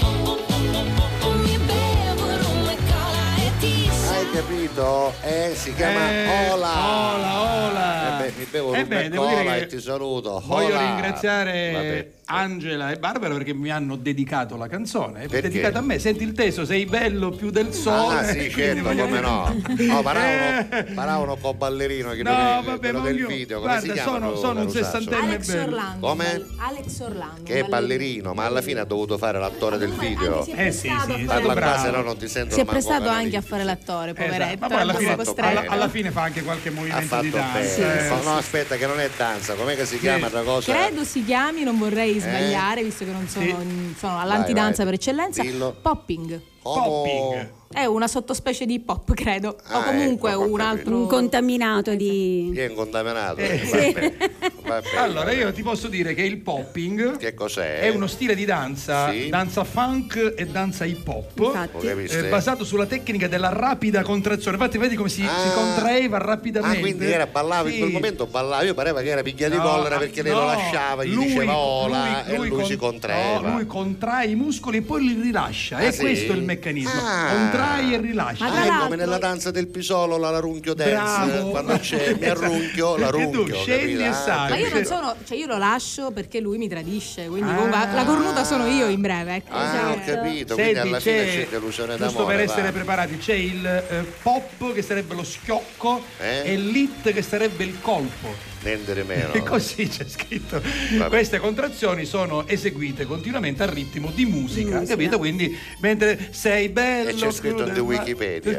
Mi bevo rum e cola e ti Hai capito? Si chiama Ola. Ola. Mi bevo bevo rum e cola e ti saluto. Voglio ringraziare Angela e Barbara perché mi hanno dedicato la canzone. È dedicata a me. Senti il testo, sei bello più del sole. Ah sì, certo, come no. No, paravano con ballerino che quello del video. Come guarda, si chiama? sono un sessantenne bello. Come? Alex Orlando. Che è ballerino, ma alla fine ha dovuto fare l'attore del video. Sì, se no non ti sentono. Si è prestato anche a fare l'attore, poveretto. Ma poi alla fine fa anche qualche movimento di danza. No, aspetta, che non è danza, com'è che si chiama la cosa? Credo si chiami, non vorrei sbagliare, visto che non sono all'antidanza per eccellenza. Dillo. Popping. Popping. È una sottospecie di hip hop, credo. O comunque un altro. Un contaminato di. Bien contaminato. Vabbè. Allora, io ti posso dire che il popping. Che cos'è? È uno stile di danza, danza funk e danza hip hop. Basato sulla tecnica della rapida contrazione. Infatti, vedi come si contraeva rapidamente. Quindi ballavi in quel momento, ballavi. Io pareva che era piglia di collera perché lei lo lasciava, gli diceva ola e lui si contraeva. No, lui contrae i muscoli e poi li rilascia. E questo è il meccanismo. Contrai e rilascia. Come nella danza del pisolo, la runchio dance. Quando c'è mi arrunchio, la runchio. E tu scendi e sali. Ma io non sono, cioè io lo lascio perché lui mi tradisce, quindi la cornuta sono io in breve, ecco. Ho capito, quindi alla fine c'è delusione d'amore. Giusto per essere preparati, c'è il pop che sarebbe lo schiocco e l'hit che sarebbe il colpo. Niente meno. E così c'è scritto. Queste contrazioni sono eseguite continuamente al ritmo di musica. Capito? Quindi mentre sei bello. E c'è scritto in Wikipedia.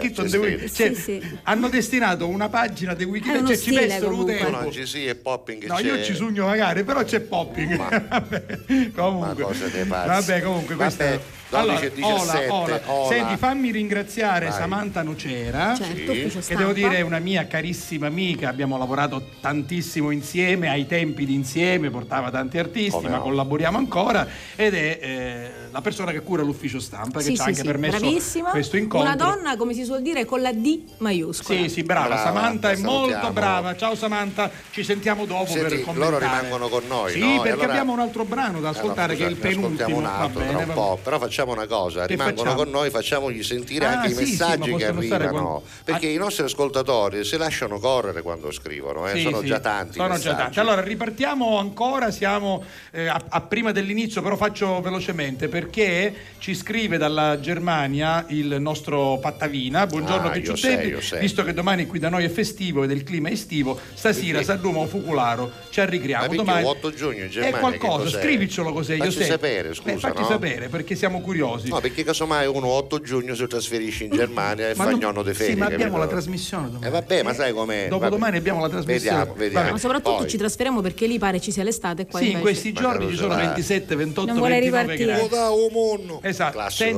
Hanno destinato una pagina di Wikipedia. Cioè, ci vestono un tempo. Non ci sia popping. No, io ci sogno magari, però c'è popping. Vabbè, comunque. Ma cosa te pare? Vabbè, comunque questo. Allora, 17, senti, fammi ringraziare Samantha Nocera, che devo dire è una mia carissima amica, abbiamo lavorato tantissimo insieme, ai tempi di Insieme, portava tanti artisti, ma collaboriamo ancora, ed è la persona che cura l'ufficio stampa, che ci ha anche permesso bravissima, questo incontro. Una donna, come si suol dire, con la D maiuscola. Sì, brava. Samantha è molto brava. Ciao Samantha, ci sentiamo dopo per commentare. Loro rimangono con noi, sì, perché allora abbiamo un altro brano da ascoltare che è il penultimo. Un altro, tra un po', però facciamo una cosa, rimangono con noi, facciamogli sentire anche i messaggi che arrivano, perché i nostri ascoltatori si lasciano correre quando scrivono, sono già tanti. Sono già tanti. Allora ripartiamo ancora, siamo a prima dell'inizio, però faccio velocemente perché ci scrive dalla Germania il nostro Pattavina. Buongiorno Picciutelli, visto che domani qui da noi è festivo ed il clima è estivo, stasera Sanremo Fucularo ci arricchiamo. Ma domani 8 giugno in Germania è qualcosa, scrivicelo così. Facci sapere, scusa, facci sapere perché siamo curiosi. No, perché casomai uno 8 giugno si trasferisce in Germania e fa gnonno de ferie. Sì, ma abbiamo la trasmissione domani. Vabbè, ma sai com'è? Dopodomani abbiamo la trasmissione. Vediamo. Ma soprattutto ci trasferiamo perché lì pare ci sia l'estate qua. Sì, in questi giorni ci sono 27, 28, non vuole 29 gradi. Esatto.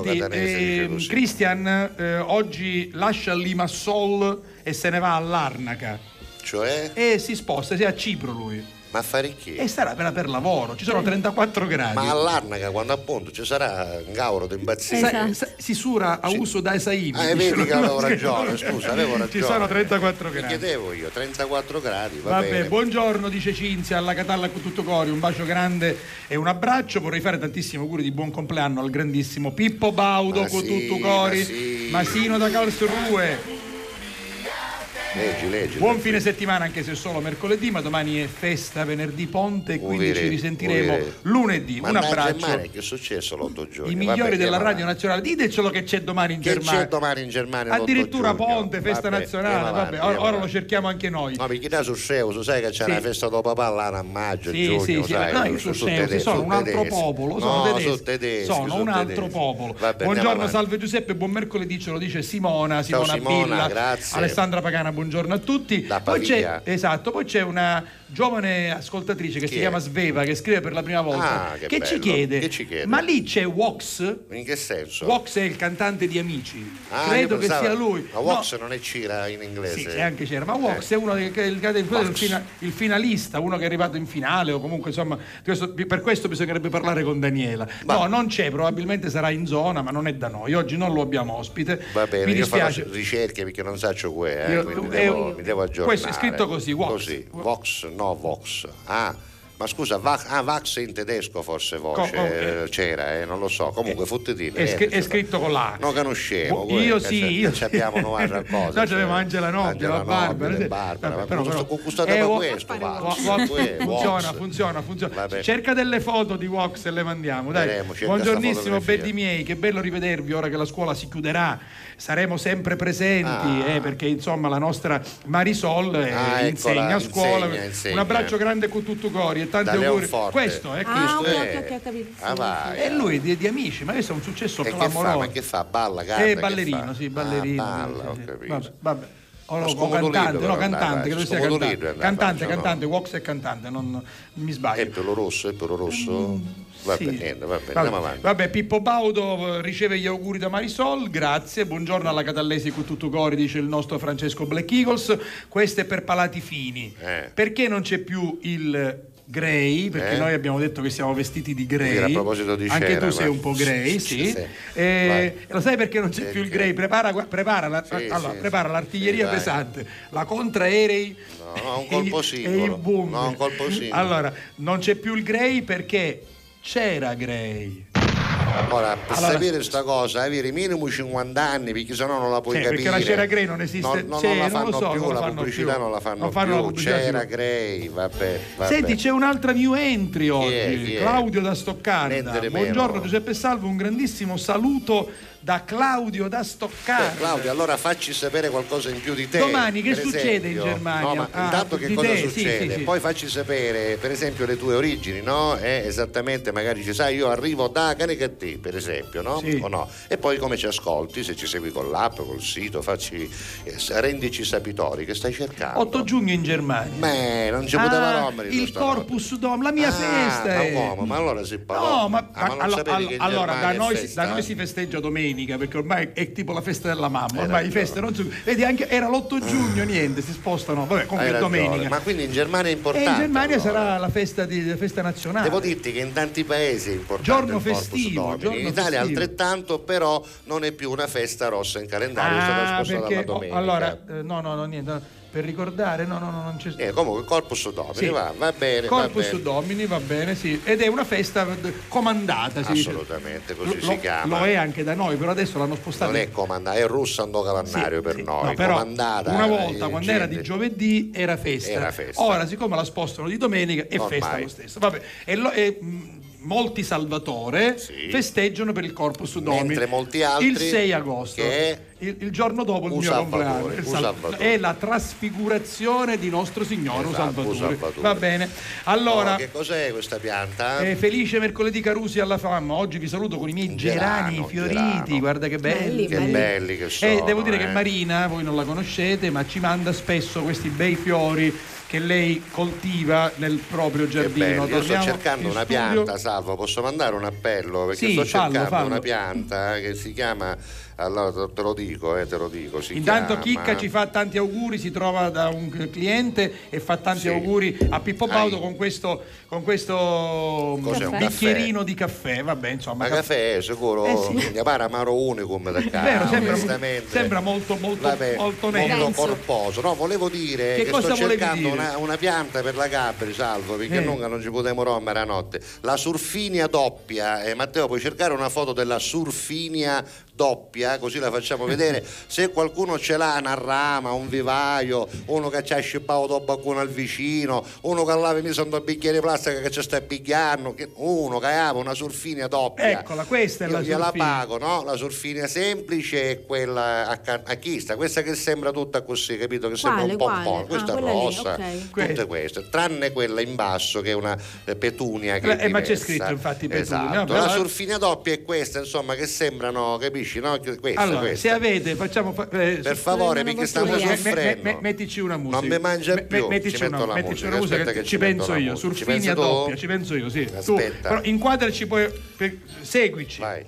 Senti, Christian oggi lascia Limassol e se ne va all'Arnaca. Cioè? E si sposta, a Cipro lui. Ma fare che? E sarà per lavoro, ci sono 34 gradi. Ma all'Arnaca, quando appunto ci sarà un gauro di impazzire. Si sura a uso da Esaimi. Vedi che avevo ragione, scusa, avevo ragione. Ci sono 34 gradi. Mi chiedevo io, 34 gradi, Vabbè, bene. Buongiorno, dice Cinzia, alla Catalla con tutto cori, un bacio grande e un abbraccio. Vorrei fare tantissimi auguri di buon compleanno al grandissimo Pippo Baudo con tutto cori, Masino da Karlsruhe. Leggi. Buon fine settimana, anche se è solo mercoledì, ma domani è festa, venerdì ponte, quindi ci risentiremo lunedì. Un abbraccio. Che è successo l'8 giugno? I migliori della Radio Nazionale. Ditecelo che c'è domani in Germania. C'è domani in Germania. Addirittura ponte, festa nazionale. Ora lo cerchiamo anche noi. No, perché da sul Seu, sai che c'è una festa dopo papà là a maggio, giugno, sai. No, sul Seu, sono un altro popolo, sono tedeschi. Sono un altro popolo. Buongiorno, salve Giuseppe, buon mercoledì, ce lo dice Simona Billa. Grazie. Alessandra Pagana, buongiorno a tutti. Poi c'è una giovane ascoltatrice che si chiama Sveva, che scrive per la prima volta, che ci chiede, ma lì c'è Wox? In che senso? Wox è il cantante di Amici, credo che sia lui. Ma Wox non è Cira in inglese? Sì, c'è anche Cira, ma Wox è uno il finalista, uno che è arrivato in finale, o comunque insomma per questo bisognerebbe parlare con Daniela. No, non c'è, probabilmente sarà in zona, ma non è da noi, oggi non lo abbiamo ospite. Va bene, mi dispiace. Io farò ricerche perché non saccio quindi mi devo aggiornare. Questo è scritto così, Wox. Vox, no Vox. Ma scusa, Vax in tedesco forse voce c'era, non lo so. Comunque fottitino. È scritto con l'H. Non conoscevo. Io sì. Io abbiamo un'altra cosa. Noi abbiamo Angela Nobile, la Barbara. Funziona. Cerca delle foto di Vox e le mandiamo. Dai. Buongiornissimo belli miei, che bello rivedervi ora che la scuola si chiuderà. Saremo sempre presenti perché insomma la nostra Marisol insegna a scuola. Un abbraccio grande con tutto cori e tanti auguri. Questo è capito. E lui di Amici, ma questo è un successo clamoroso. Ma che fa? Balla, canta? Ballerino, sì, ballerino. Balla, ho capito. Vabbè. Cantante, credo sia cantante, Vox è cantante, non mi sbaglio. È pelo rosso? Va bene, andiamo avanti. Vabbè, Pippo Baudo riceve gli auguri da Marisol, grazie. Buongiorno alla Catallesi con tutto cori, dice il nostro Francesco Black Eagles. Questo è per palati fini. Perché non c'è più il grey, perché noi abbiamo detto che siamo vestiti di grey. A proposito di anche cera, tu sei un po' grey, sì. Lo sai perché non c'è più il grey? Prepara l'artiglieria pesante, la contraerei un colpo singolo. E il boom. Un colpo singolo. Allora, non c'è più il grey perché c'era grey. Ora, per sapere questa cosa, avere minimo 50 anni, perché sennò non la puoi capire. Perché la Cera Grey non esiste. Non la fanno più, la pubblicità non la fanno più. Cera Grey, vabbè. Senti, c'è un'altra new entry oggi. Chi è? Claudio da Stoccarda. Buongiorno Giuseppe Salvo, un grandissimo saluto da Claudio da Stoccarda. Claudio, allora facci sapere qualcosa in più di te. Domani che succede in Germania? No, ma intanto che cosa succede? Sì. Poi facci sapere, per esempio, le tue origini, no? Esattamente, magari ci sai, io arrivo da Canicattì, per esempio, no? Sì. O no? E poi come ci ascolti, se ci segui con l'app, col sito, rendici sapitori, che stai cercando? 8 giugno in Germania. Non ci poteva rompere il Corpus Dom, la mia festa è... Ma allora si parla. Allora da noi si festeggia domenica, perché ormai è tipo la festa della mamma, ormai feste non si... Vedi, anche era l'8 giugno, niente, si spostano, vabbè, comunque domenica. Ma quindi in Germania è importante. In Germania sarà la festa nazionale. Devo dirti che in tanti paesi è importante giorno festivo, in Italia altrettanto, però non è più una festa rossa in calendario, è stata spostata alla domenica. Allora, no, niente. Per ricordare, no, non c'è. Comunque Corpus Domini, sì. va bene. Corpus Domini, va bene, sì. Ed è una festa comandata, sì. Assolutamente, così si chiama. Lo è anche da noi, però adesso l'hanno spostata. Non è comandata, è russando calendario per noi. No, però comandata. Una volta, quando era di giovedì, era festa. Ora, siccome la spostano di domenica, è festa lo stesso. Vabbè. Molti Salvatore festeggiano per il Corpus Domini, mentre molti altri il 6 agosto, che è il giorno dopo il mio compleanno, è la trasfigurazione di nostro Signore Salvatore. Va bene, allora che cos'è questa pianta? Felice mercoledì Carusi alla fama. Oggi vi saluto con i miei gerani fioriti, guarda che belli, belli che sono. Devo dire che Marina, voi non la conoscete, ma ci manda spesso questi bei fiori che lei coltiva nel proprio giardino. Io sto cercando una pianta, Salvo, posso mandare un appello? Perché sto cercando una pianta che si chiama, allora te lo dico, intanto Chicca ci fa tanti auguri, si trova da un cliente e fa tanti auguri a Pippo Baudo con questo bicchierino di caffè, vabbè, insomma. Ma caffè sicuro, mi pare amaro unicum da casa, sembra molto corposo. No, volevo dire che sto cercando una pianta per la Gabri, Salvo, perché non ci potremo rompere a notte. La surfinia doppia, Matteo, puoi cercare una foto della surfinia doppia, così la facciamo vedere. Se qualcuno ce l'ha, una rama, un vivaio, uno che ci ha scippato qualcuno al vicino, uno che l'ha messo un bicchiere di plastica che ci sta pigliando, uno che aveva una surfinia doppia. Eccola, questa è la surfinia. Io gliela pago, no? La surfinia semplice e quella a chista, questa che sembra tutta così, capito? Che sembra un pompone, questa è rossa, tutte queste, tranne quella in basso che è una petunia che è ma c'è scritto infatti petunia. Esatto. La surfinia doppia è questa, insomma, che sembrano, capisci? No? Questa. Se avete, facciamo per favore, perché stiamo soffrendo. Mettici una musica. Non mi mangia più. Mettici una musica che ci penso io. Surfinia doppia, ci penso io, sì. Aspetta. Però inquadraci poi, seguici. Vai.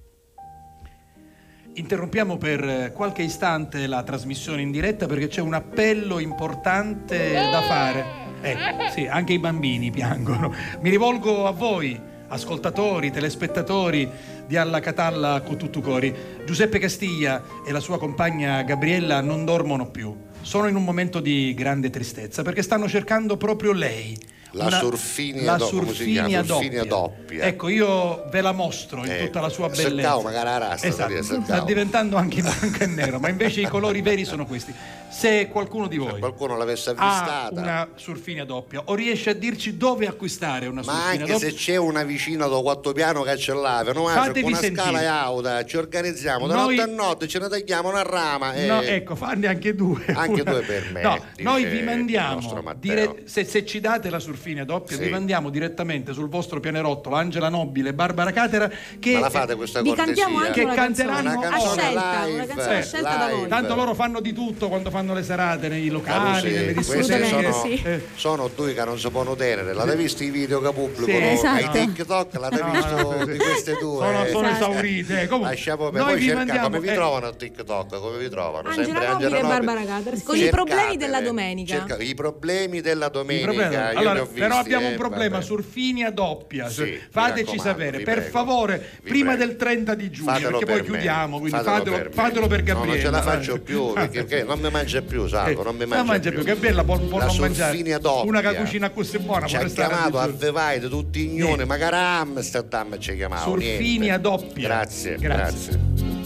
Interrompiamo per qualche istante la trasmissione in diretta perché c'è un appello importante da fare. Sì, anche i bambini piangono. Mi rivolgo a voi, ascoltatori, telespettatori di Alla Catalla con tutto cori. Giuseppe Castiglia e la sua compagna Gabriella non dormono più. Sono in un momento di grande tristezza perché stanno cercando proprio lei, La surfinia doppia. Ecco, io ve la mostro in tutta la sua bellezza. Esatto. Sta diventando anche in bianco e nero, ma invece i colori veri sono questi. Se qualcuno di voi l'avesse avvistata, ha una surfinia doppia o riesce a dirci dove acquistare una surfinia doppia, ma anche se c'è una vicina da 4 piano che ce l'ha, con una scala auta, ci organizziamo da notte a notte, ce ne tagliamo una rama. No, ecco, fanne anche 2. Anche 2 per me. No, noi vi mandiamo se ci date la surfinia doppia, vi mandiamo direttamente sul vostro pianerottolo Angela Nobile e Barbara Catera, che ma la fate questa cortesia? Vi cantiamo anche che canteranno una canzone scelta da voi. Tanto loro fanno di tutto quando fanno le serate nei locali, nelle discoteche. Sono 2 che non si possono tenere. L'avete visto i video che pubblicano ai TikTok? L'avete visto di queste 2? Sono esaurite. Lasciamo per voi cercare come vi trovano a TikTok, come vi trovano? Angela Nobile e Barbara Catera con i problemi della domenica. I problemi della domenica. Allora, però abbiamo un problema, surfinia doppia. Fateci sapere, per favore, prima del 30 di giugno, perché poi chiudiamo, quindi fatelo per Gabriella. Non ce la faccio più, perché non mi mangia più, Salvo, non mi mangia più. Gabriella può non mangiare doppia. Una che cucina così buona. Ci ha chiamato a Vevaide tutti ignoni, magari a Amsterdam ci ha chiamato. Surfinia doppia. Grazie.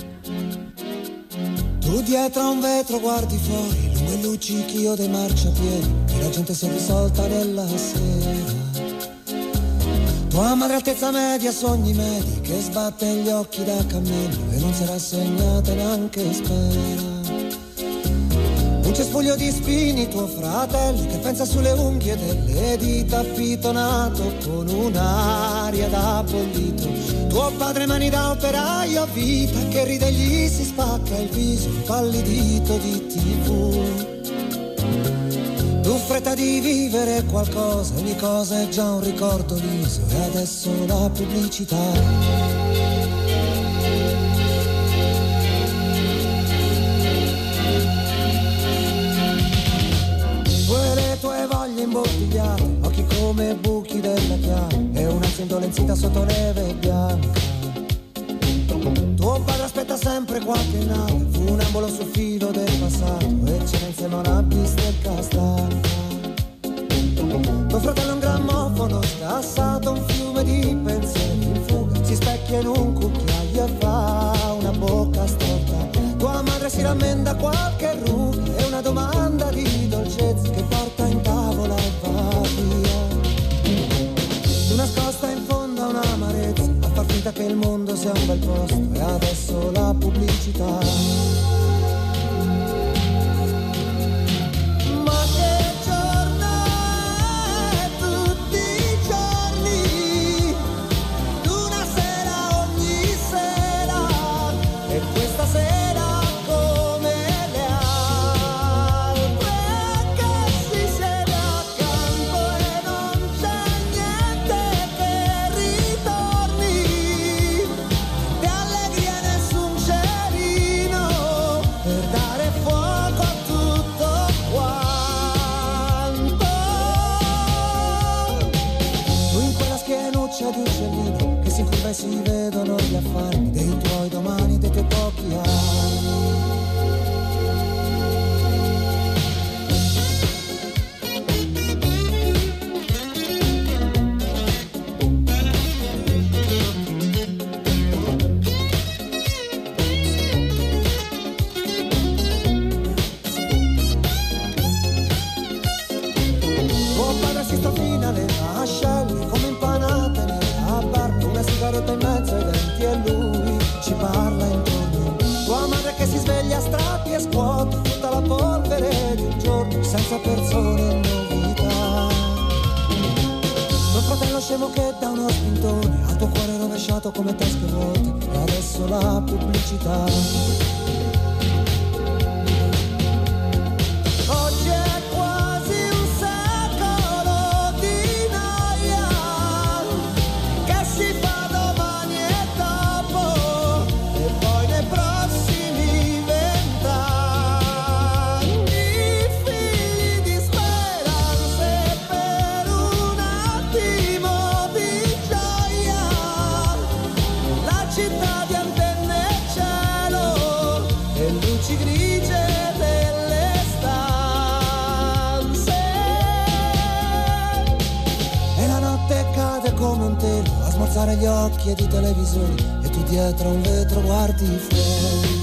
Tu dietro a un vetro guardi fuori, lungo e luccichio dei marciapiedi, e la gente si è risolta nella sera. Tua madre altezza media, sogni medi, che sbatte gli occhi da cammello e non si è rassegnata neanche spera. Un cespuglio di spini, tuo fratello, che pensa sulle unghie delle dita, fitonato con un'aria da bollito. Tuo padre mani da operaio a vita, che ride e gli si spacca il viso, impallidito di TV. Tu fretta di vivere qualcosa, ogni cosa è già un ricordo liso, e adesso la pubblicità. Tue voglie imbottigliate, occhi come buchi della chiave, e un'ansia indolenzita sotto neve bianca. Tuo padre aspetta sempre qualche nave, funambolo sul filo del passato, e ce n'è insieme a una bistecca stanca. Tuo fratello è un grammofono scassato, un fiume di pensieri in fuga, si specchia in un cucchiaio e fa una bocca storta. Tua madre si rammenda qualche ruga, e una domanda di dolcezza che porta in tavola e va via. Tu nascosta in fondo a un'amarezza, a far finta che il mondo sia un bel posto, e adesso la pubblicità. Si vedono gli affari dei tuoi domani, dei tuoi pochi anni. Tuo padre si strofina le mascelle come impanate nella barba, una sigaretta in mezzo ai denti e lui ci parla intorno. Tua madre che si sveglia a strappi e scuote tutta la polvere di un giorno senza persone e novità. Tuo fratello scemo che dà uno spintone al tuo cuore rovesciato come tasche vuote, e adesso la pubblicità. Città di antenne e cielo, alzare gli occhi e di televisioni e tu dietro a un vetro guardi fuori.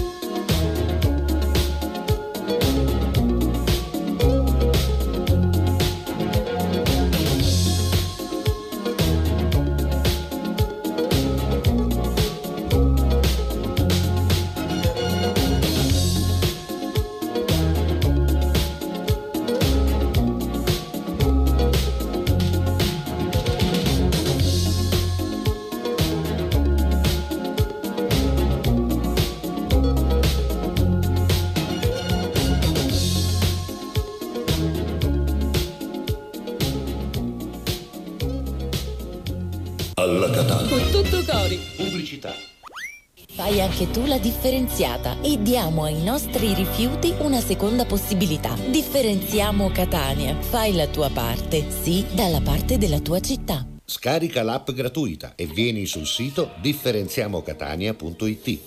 Alla Catalla. Con tutto cori. Pubblicità. Fai anche tu la differenziata e diamo ai nostri rifiuti una seconda possibilità. Differenziamo Catania. Fai la tua parte, sì, dalla parte della tua città. Scarica l'app gratuita e vieni sul sito differenziamocatania.it.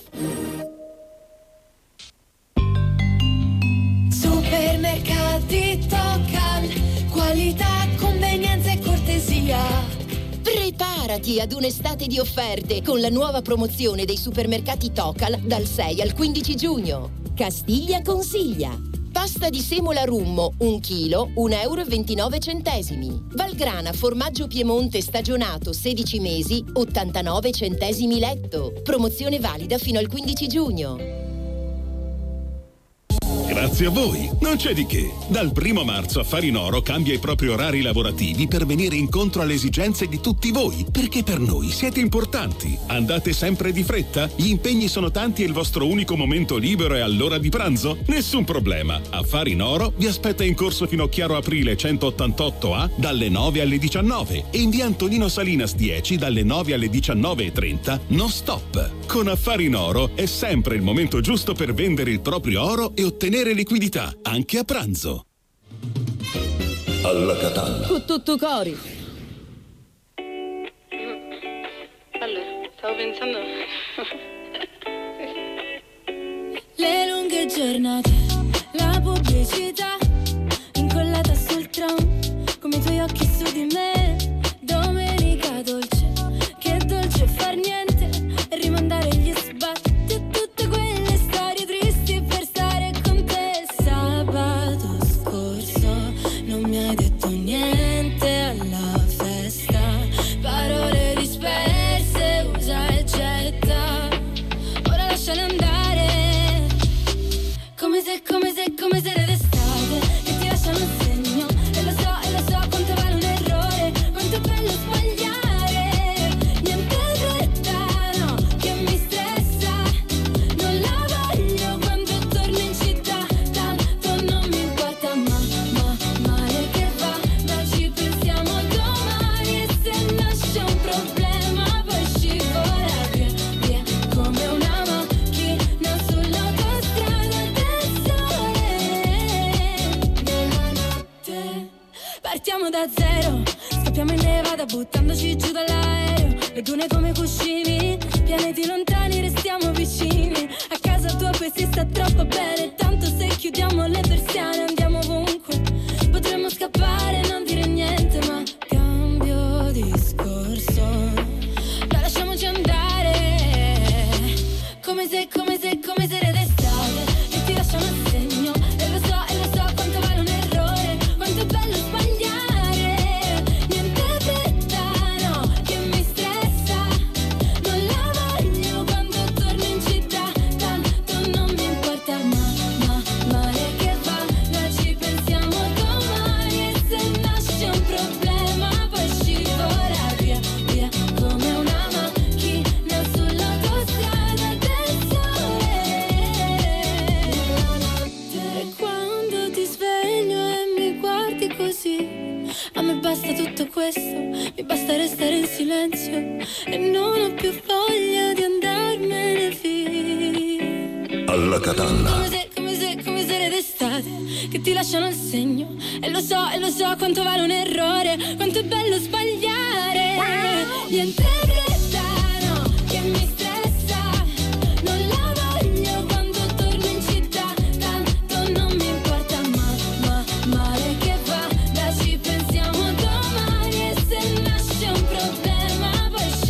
Supermercati Tocal, qualità, convenienza e cortesia. Preparati ad un'estate di offerte con la nuova promozione dei supermercati Tocal dal 6 al 15 giugno. Castiglia consiglia. Pasta di semola Rummo, 1 chilo, 1,29 euro. Valgrana formaggio Piemonte stagionato 16 mesi, 89 centesimi letto. Promozione valida fino al 15 giugno. Grazie a voi, non c'è di che. Dal 1 marzo Affari in Oro cambia i propri orari lavorativi per venire incontro alle esigenze di tutti voi, perché per noi siete importanti. Andate sempre di fretta? Gli impegni sono tanti e il vostro unico momento libero è all'ora di pranzo? Nessun problema. Affari in Oro vi aspetta in corso Finocchiaro Aprile 188A dalle 9 alle 19 e in via Antonino Salinas 10 dalle 9 alle 19:30 non stop. Con Affari in Oro è sempre il momento giusto per vendere il proprio oro e ottenere liquidità, anche a pranzo. Alla Catalla. Con tutto cori. Allora, stavo pensando. Le lunghe giornate, la pubblicità incollata sul tram, come i tuoi occhi su di me. Domenica dolce, che dolce far niente e rimandare gli sbatti a tutte quelle storie tristi per stare con te. Sabato scorso non mi hai detto niente alla festa, parole disperse, usa e getta. Ora lasciale andare, come se era d'estate, che ti lasciano un segno. E lo so quanto vale un errore, quanto è bello sbagliare. Niente fretta, no, che mi stressa. Non la voglio quando torno in città, tanto non mi importa, male che va. Dai, ci pensiamo domani e se nasce un problema poi scivola via, come una macchina sull'autostrada del sole. Nella notte partiamo da zero, scappiamo in Nevada buttandoci giù dall'aereo. Le dune come cuscini, pianeti lontani restiamo vicini. A casa tua poi si sta troppo bene, tanto se chiudiamo le persiane andiamo ovunque. Potremmo scappare e non dire niente, ma cambio discorso. Dai, lasciamoci andare, come se era d'estate, che ti lasciano il segno. E lo so quanto vale un errore, quanto è bello sbagliare. Niente fretta, no, che mi stressa. Non la voglio quando torno in città, tanto non mi importa, male che va. Noi ci pensiamo domani e se nasce un problema poi scivola via, come una macchina sull'autostrada del sole. Nella notte, e quando ti sveglio e mi guardi così, a me basta tutto questo, mi basta restare in silenzio e non ho più voglia di andarmene via. Alla Catalla. Come se era d'estate, che ti lasciano il segno. E lo so quanto vale un errore, quanto è bello sbagliare. Niente fretta, no, che mi stressa. Non la voglio quando torno in città, tanto non mi importa, male che va. Dai, ci pensiamo domani e se nasce un problema poi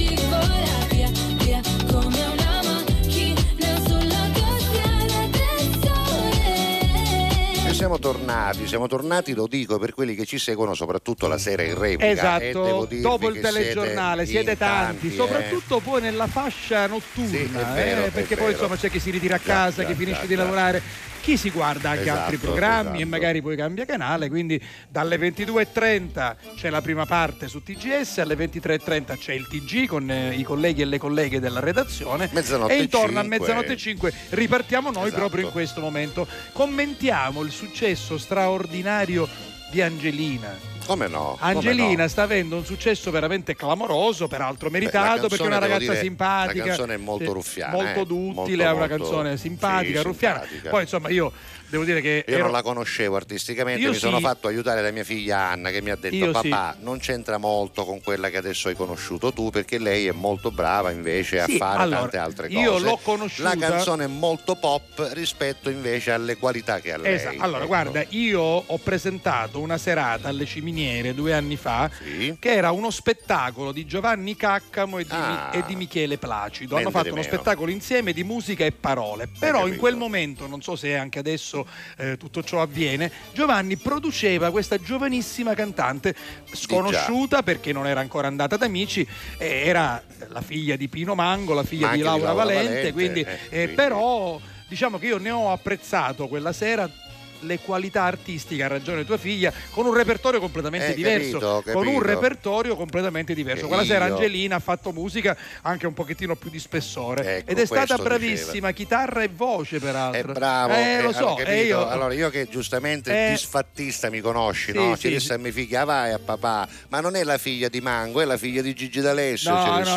bentornati. Siamo tornati, lo dico per quelli che ci seguono soprattutto la sera in replica. Esatto, dopo il telegiornale siete tanti, soprattutto poi nella fascia notturna, perché poi insomma c'è chi si ritira a casa, chi finisce di lavorare, chi si guarda anche altri programmi e magari poi cambia canale, quindi dalle 22:30 c'è la prima parte su TGS, alle 23:30 c'è il TG con i colleghi e le colleghe della redazione e intorno a mezzanotte e 5 ripartiamo noi proprio in questo momento. Commentiamo il successo straordinario di Angelina. Come no? Angelina sta avendo un successo veramente clamoroso, peraltro meritato, perché è una ragazza simpatica. La canzone è molto ruffiana, molto duttile, è una canzone simpatica, ruffiana. Simpatica. Poi insomma io devo dire che io non la conoscevo artisticamente, mi sono fatto aiutare da mia figlia Anna, che mi ha detto papà non c'entra molto con quella che adesso hai conosciuto tu, perché lei è molto brava invece a fare tante altre cose. Io l'ho conosciuta, la canzone è molto pop rispetto invece alle qualità che ha lei. Esatto. Allora guarda, io ho presentato una serata alle Ciminiere 2 anni fa, che era uno spettacolo di Giovanni Caccamo e di Michele Placido. Hanno fatto uno spettacolo insieme di musica e parole, però in quel momento, non so se anche adesso tutto ciò avviene, Giovanni produceva questa giovanissima cantante sconosciuta perché non era ancora andata ad Amici, era la figlia di Pino Mango, la figlia di Laura Valente, quindi però diciamo che io ne ho apprezzato quella sera le qualità artistiche, ha ragione tua figlia, con un repertorio completamente diverso, capito. Con un repertorio completamente diverso. Quella sera Angelina ha fatto musica anche un pochettino più di spessore, ed è stata bravissima, chitarra e voce peraltro. È bravo, lo so. Allora io che giustamente disfattista mi conosci, no? Ci disse a mia figlia vai a papà, ma non è la figlia di Mango, è la figlia di Gigi D'Alessio.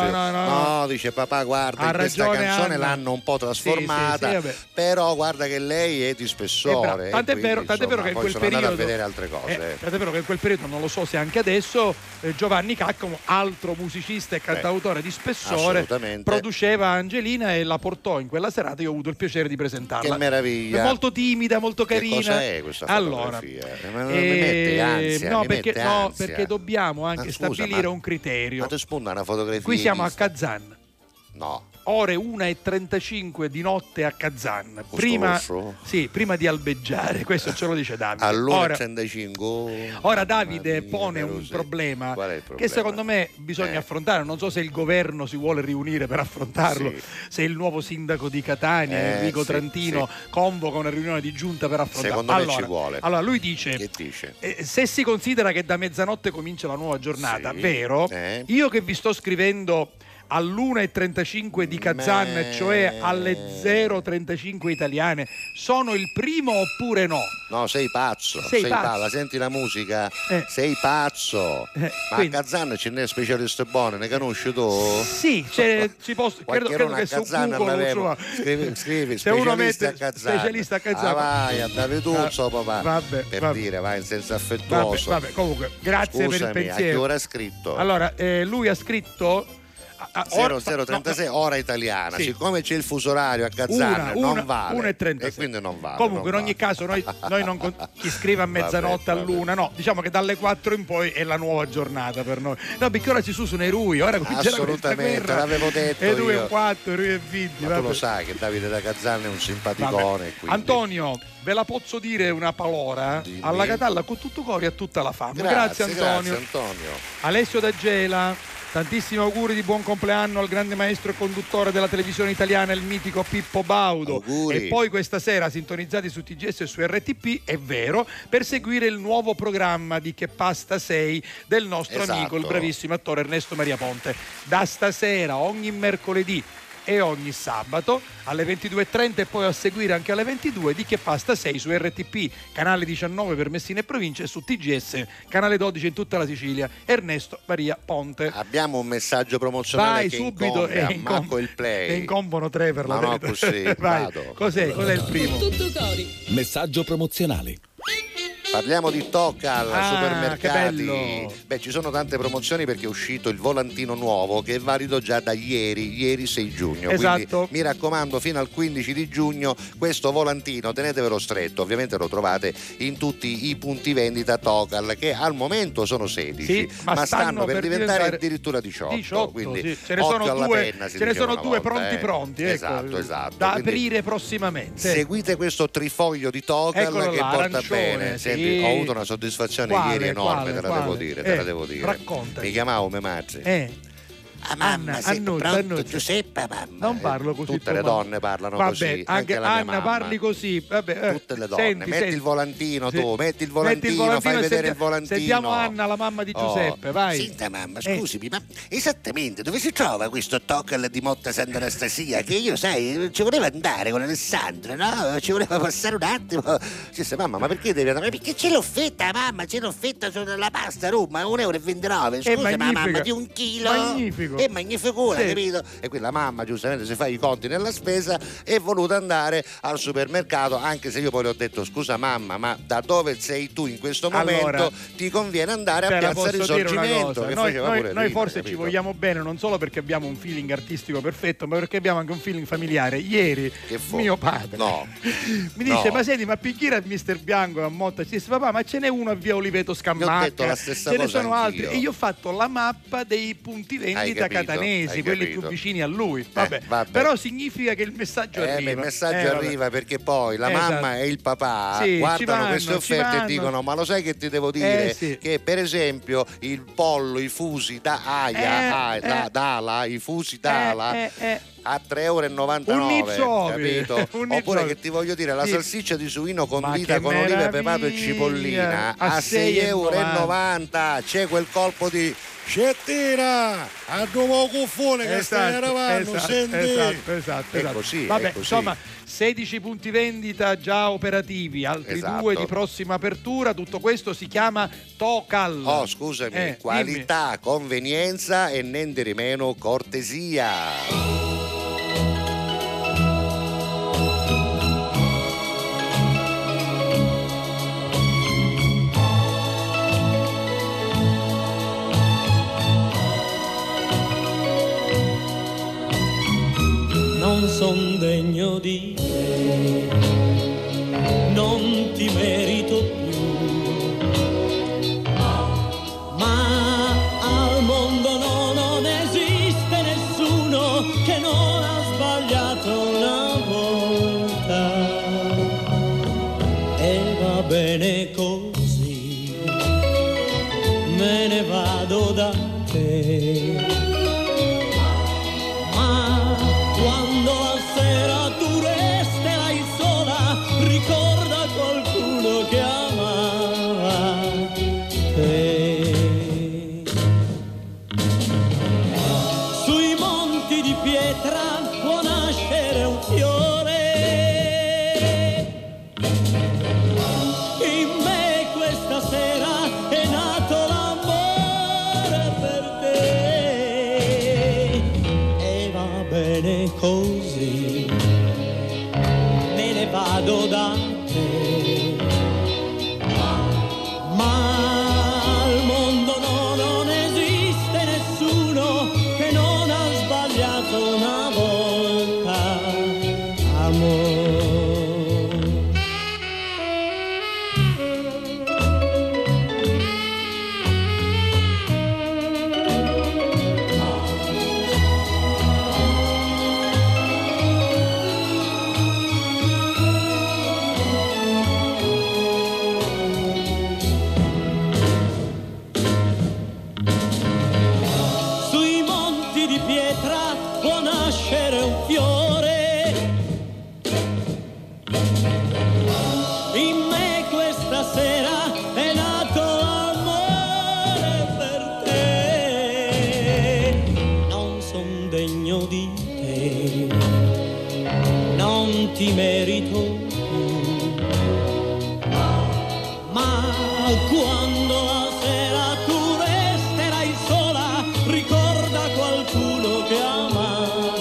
No, dice papà guarda, questa canzone l'hanno un po' trasformata, però guarda che lei è di spessore. Tant'è vero che in quel periodo a vedere altre cose. Tant'è vero che in quel periodo, non lo so se anche adesso, Giovanni Caccamo, altro musicista e cantautore di spessore, produceva Angelina e la portò in quella serata. Io ho avuto il piacere di presentarla. Che meraviglia! È molto timida, molto carina. Che cosa è questa fotografia? Mi mette ansia, perché dobbiamo anche stabilire un criterio. Ma ti spunta una fotografia? Qui siamo a Kazan. No. Ore 1:35 di notte a Kazan, prima di albeggiare, questo ce lo dice Davide. All'1:35. Ora Davide pone un problema che secondo me bisogna affrontare. Non so se il governo si vuole riunire per affrontarlo, se il nuovo sindaco di Catania, Enrico Trantino, convoca una riunione di giunta per affrontarlo. Secondo me ci vuole. Allora lui dice, se si considera che da mezzanotte comincia la nuova giornata, vero? Io che vi sto scrivendo all'1:35 di Kazan, cioè alle 0:35 italiane, sono il primo oppure no? No, sei pazzo. Senti la musica, sei pazzo. Ma quindi, a Kazan ce n'è specialista buono, ne conosci tu? Sì, credo che su Google scrivi specialista a Kazan. Vai a Daviduzzo, papà. Per dire, vai in senso affettuoso. Vabbè, comunque, grazie per il pensiero. A che ora ha scritto? Allora, lui ha scritto 0036 ora italiana, siccome c'è il fuso orario a Kazan non vale 1:36. E quindi non vale. Comunque in ogni caso noi non chi scrive a mezzanotte all'1, no, diciamo che dalle 4 in poi è la nuova giornata per noi. No, perché ora si usano i Rui, ora assolutamente, l'avevo detto e 2:04, Rui e 20. Ma tu lo sai che Davide da Kazan è un simpaticone. Antonio, ve la posso dire una palora? Dimmi. Alla Catalla con tutto cori a tutta la fama. Grazie Antonio. Alessio D'Agela, tantissimi auguri di buon compleanno al grande maestro e conduttore della televisione italiana, il mitico Pippo Baudo. Auguri. E poi questa sera sintonizzati su TGS e su RTP, è vero, per seguire il nuovo programma di Che Pasta Sei del nostro amico, il bravissimo attore Ernesto Maria Ponte. Da stasera, ogni mercoledì e ogni sabato alle 22:30 e poi a seguire anche alle 22 di Che Pasta 6 su RTP, canale 19 per Messina e provincia, e su TGS, canale 12 in tutta la Sicilia. Ernesto Maria Ponte. Abbiamo un messaggio promozionale. Vai subito, il play. E incombono 3 per la verità. Così, vado. Cos'è il primo? Tutto cori. Messaggio promozionale. Parliamo di Tocal, supermercati. Che bello. Beh, ci sono tante promozioni perché è uscito il volantino nuovo che è valido già da ieri 6 giugno. Esatto. Quindi mi raccomando, fino al 15 di giugno questo volantino tenetevelo stretto. Ovviamente lo trovate in tutti i punti vendita Tocal, che al momento sono 16, ma stanno per diventare addirittura 18. Quindi ce ne sono due pronti. Esatto. Da aprire prossimamente. Seguite questo trifoglio di Tocal che porta bene. Senti, ho avuto una soddisfazione ieri enorme, te la devo dire. Racconta. Mi chiamavo mia madre. Mamma, sei pronto, Giuseppe, mamma? Non parlo così. Tutte le donne parlano così. Anche la Anna mia parli così. Vabbè, tutte le donne. Metti il volantino tu, metti il volantino, fai vedere il volantino. Sentiamo Anna, la mamma di Giuseppe, vai. Senta mamma, scusami, ma esattamente dove si trova questo Tocal di Motta Sant'Anastasia? Che io, sai, ci voleva andare con Alessandro, no? Ci voleva passare un attimo. Disse, mamma, ma perché devi andare? Ma perché c'è l'offetta, mamma, c'è l'offetta sulla pasta Roma, 1,29 €. Scusa, ma mamma, di 1 chilo. Magnifico. È magnifico, capito? E quindi la mamma giustamente si fa i conti nella spesa, è voluta andare al supermercato, anche se io poi le ho detto scusa mamma, ma da dove sei tu in questo momento? Ti conviene andare a Piazza Risorgimento. Che noi forse ci vogliamo bene non solo perché abbiamo un feeling artistico perfetto, ma perché abbiamo anche un feeling familiare. Ieri mio padre mi dice ma senti, ma picchiera il Mister Bianco a Motta, ci dice papà, ma ce n'è uno a via Oliveto Scamacca, ho detto la stessa ce cosa, ne sono anch'io. altri, e io ho fatto la mappa dei punti vendita catanesi, quelli più vicini a lui. Vabbè. Però significa che il messaggio arriva. Il messaggio arriva perché poi la mamma e il papà guardano queste offerte e dicono ma lo sai che ti devo dire? Che per esempio il pollo, i fusi da Dala, i fusi Dala a 3,99 €, capito? Oppure che ti voglio dire, la salsiccia di suino condita con olive, pepato e cipollina a 6,90 €. C'è quel colpo di Cettina a nuovo cuffone che stai eravamo, esatto. È così, vabbè, è così. Insomma, 16 punti vendita già operativi, altri 2 di prossima apertura. Tutto questo si chiama Tocal. Oh, scusami, qualità, convenienza e niente di meno cortesia. Non son degno di te, non ti merito più, ma al mondo non esiste nessuno che non ha sbagliato una volta, e va bene così, me ne vado da te. Quando a sera tu resterai sola, ricorda qualcuno che amava te. Sui monti di pietra può nascere un fiore, in me questa sera è nato l'amore per te, e va bene così, me ne vado da te, ma al mondo non esiste nessuno che non ha sbagliato una volta, amore. Può nascere un fiore, in me questa sera è nato l'amore per te. Non son degno di te, non ti merito più, ma quando la sera tu resterai sola, ricorda qualcuno che amava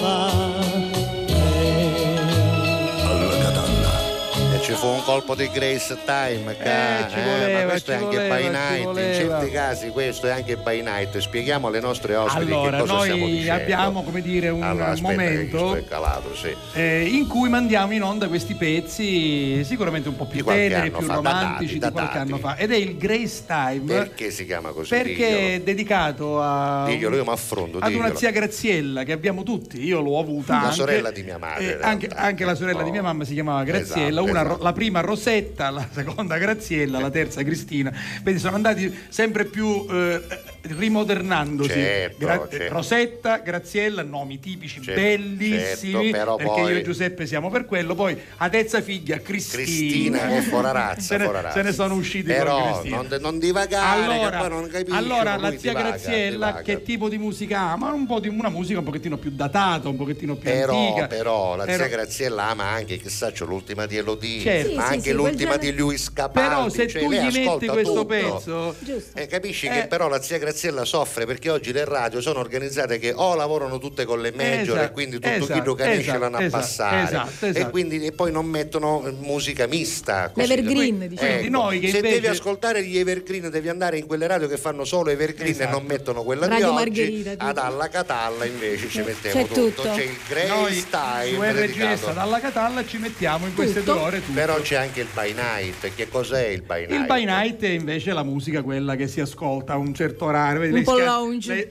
te. Alla Catalla. E ci fu un colpo di Grace Time, ma questo è anche by night, in certi casi questo è anche by night. Spieghiamo alle nostre ospiti che cosa stiamo dicendo. Noi abbiamo, come dire, un momento in cui mandiamo in onda questi pezzi sicuramente un po' più teneri, più romantici di qualche anno fa, ed è il Grace Time. Perché si chiama così? Perché è dedicato a io mi affronto, ad una zia Graziella che abbiamo tutti, io l'ho avuta la anche, sorella di mia madre, anche la sorella di mia mamma si chiamava Graziella, esatto. la prima Rosetta, la seconda Graziella, la terza Cristina. Vedi, sono andati sempre più rimodernandosi. Certo. Rosetta, Graziella, nomi tipici, bellissimi, certo, perché poi... io e Giuseppe siamo per quello. Poi a terza figlia Cristina che forarazza, se ne sono usciti. Però non divagare, che poi non capisci. Allora la zia Graziella che tipo di musica ama? Una musica un pochettino più datata, un pochettino più antica. Però la zia Graziella ama anche, chissà, c'è l'ultima di Elodie, certo. ma anche l'ultima di Luis Capaldi. Però se tu gli metti questo tutto. Pezzo, capisci che però la zia Graziella soffre, perché oggi le radio sono organizzate che o lavorano tutte con le major e quindi tutto chi lo capisce l'hanno a passare e quindi poi non mettono musica mista, l'evergreen, diciamo. Noi che se invece... devi ascoltare gli evergreen devi andare in quelle radio che fanno solo evergreen e non mettono quella Radio di oggi. Margherita, ad Alla Catalla invece ci mettiamo c'è tutto. c'è il Grace Time su RGS ad Alla Catalla ci mettiamo in queste 2 ore tutto. Però c'è anche il by night. Che cos'è il by night? Il by night è invece la musica quella che si ascolta a un certo orario, un po' lounge.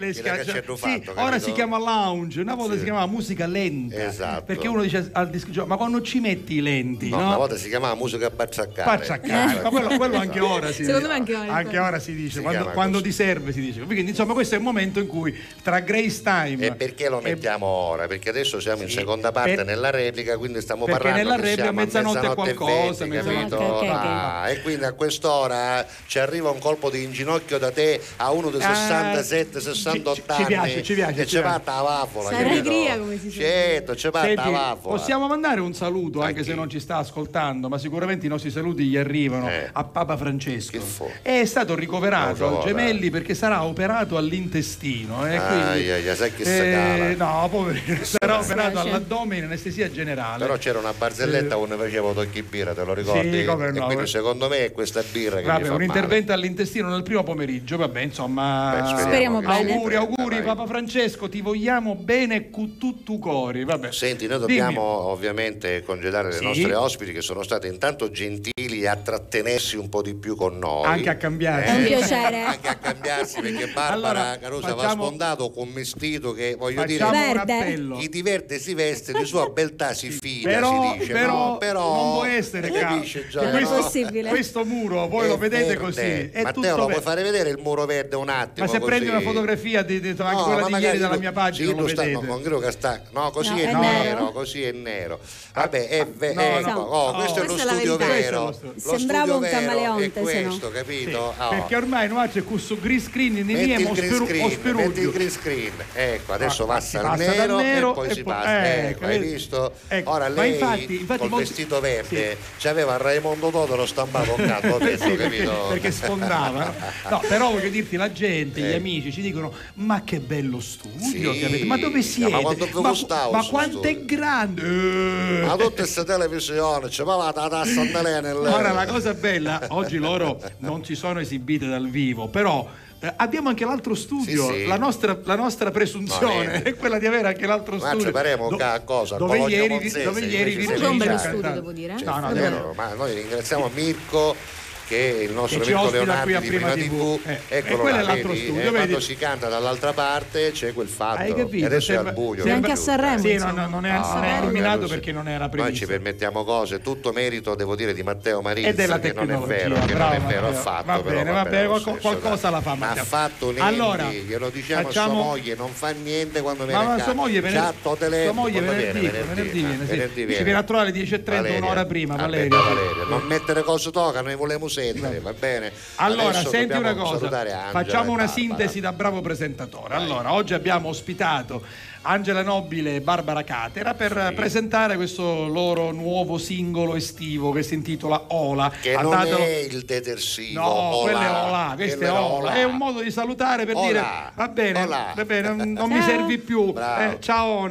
Ora si chiama lounge, una volta si chiamava musica lenta, esatto. Perché uno dice al disco, ma quando ci metti i lenti, no? Una volta si chiamava musica pacciaccare. Ma quello anche ora si secondo dice. Me anche ora si dice, quando ti serve si dice. Quindi insomma questo è il momento in cui tra Grace Time e perché lo mettiamo ora? Perché adesso siamo in seconda parte nella replica, quindi stiamo parlando nella replica a mezzanotte qualcosa, 20, capito? E quindi a quest'ora ci arriva un colpo di inginocchio da te a uno di 67-68 anni ci piace e ci fatta la vaffola, allegria, come si dice. Certo, ci fatta la vaffola. Possiamo mandare un saluto anche se non ci sta ascoltando, ma sicuramente i nostri saluti gli arrivano a Papa Francesco. È stato ricoverato al Gemelli perché sarà operato all'intestino, quindi, sai che si cala. No, poverino, sarà operato all'addome in anestesia generale. Però c'era una barzelletta dove facevo tocchi birra, te lo ricordi? Sì, come no, quindi secondo me è questa birra che mi fa un intervento all'intestino nel primo pomeriggio, vabbè, insomma, speriamo bene. Auguri Papa Francesco, ti vogliamo bene con tutto cori, vabbè. Senti, noi dobbiamo ovviamente congedare le nostre ospiti che sono state intanto gentili a trattenersi un po' di più con noi, anche a cambiare, è un piacere, anche a cambiarsi, perché Barbara Carusa va sfondato con vestito che voglio dire un appello. Chi di verde si veste, di sua beltà si fida, però, si dice, però non può essere possibile. Questo muro voi lo vedete verde. Così è Matteo, lo puoi fare vedere il muro verde un attimo? Ma se così. prendi una fotografia anche quella di ieri dalla mia pagina, lo vedete. Non credo che sta. No, così è nero, così è nero. Vabbè, questo è lo studio vero. Sembrava un camaleonte, è questo, capito? Perché ormai non c'è questo green screen di metti il green screen. Ecco, adesso passa al nero e poi si passa. Hai visto? Ora lei infatti col vestito verde c'aveva Raimondo Totoro stampato a capo, capito? Perché sfondava. No, però voglio dirti, la gente, gli amici ci dicono: ma che bello studio che avete, ma dove siete? Ma quanto è grande! Ma tutte queste televisioni, c'è la tassa Ora la cosa bella, oggi loro non si sono esibite dal vivo, però abbiamo anche l'altro studio, sì. La nostra presunzione è quella di avere anche l'altro studio. Dove ieri Virginia un bello studio, devo dire. Ma noi ringraziamo Mirko, che è il nostro Mirko Leonardi di Prima TV. Eccolo quello là, è l'altro studio. Quando si canta dall'altra parte c'è quel fatto. Hai capito? E adesso è al buio. Sì, anche a Sanremo. Sì, non è illuminato perché non era previsto. Noi ci permettiamo cose, tutto merito, devo dire, di Matteo Marizza, e della che non è vero, affatto. Va bene, qualcosa la fa Matteo. Ma ha fatto niente, allora, glielo diciamo a sua moglie, non fa niente quando viene a casa. Ma sua moglie venerdì ci viene a trovare alle 10:30, un'ora prima, Valeria. Non mettere cose toca, noi volevamo sentire, va bene? Allora, adesso senti una cosa, Angela, facciamo una sintesi da bravo presentatore. Allora, oggi abbiamo ospitato Angela Nobile e Barbara Catera per presentare questo loro nuovo singolo estivo che si intitola Ola. Che non è il detersivo. No, quello è Ola, questo è Ola. È un modo di salutare per dire va bene, non mi servi più. Ciao.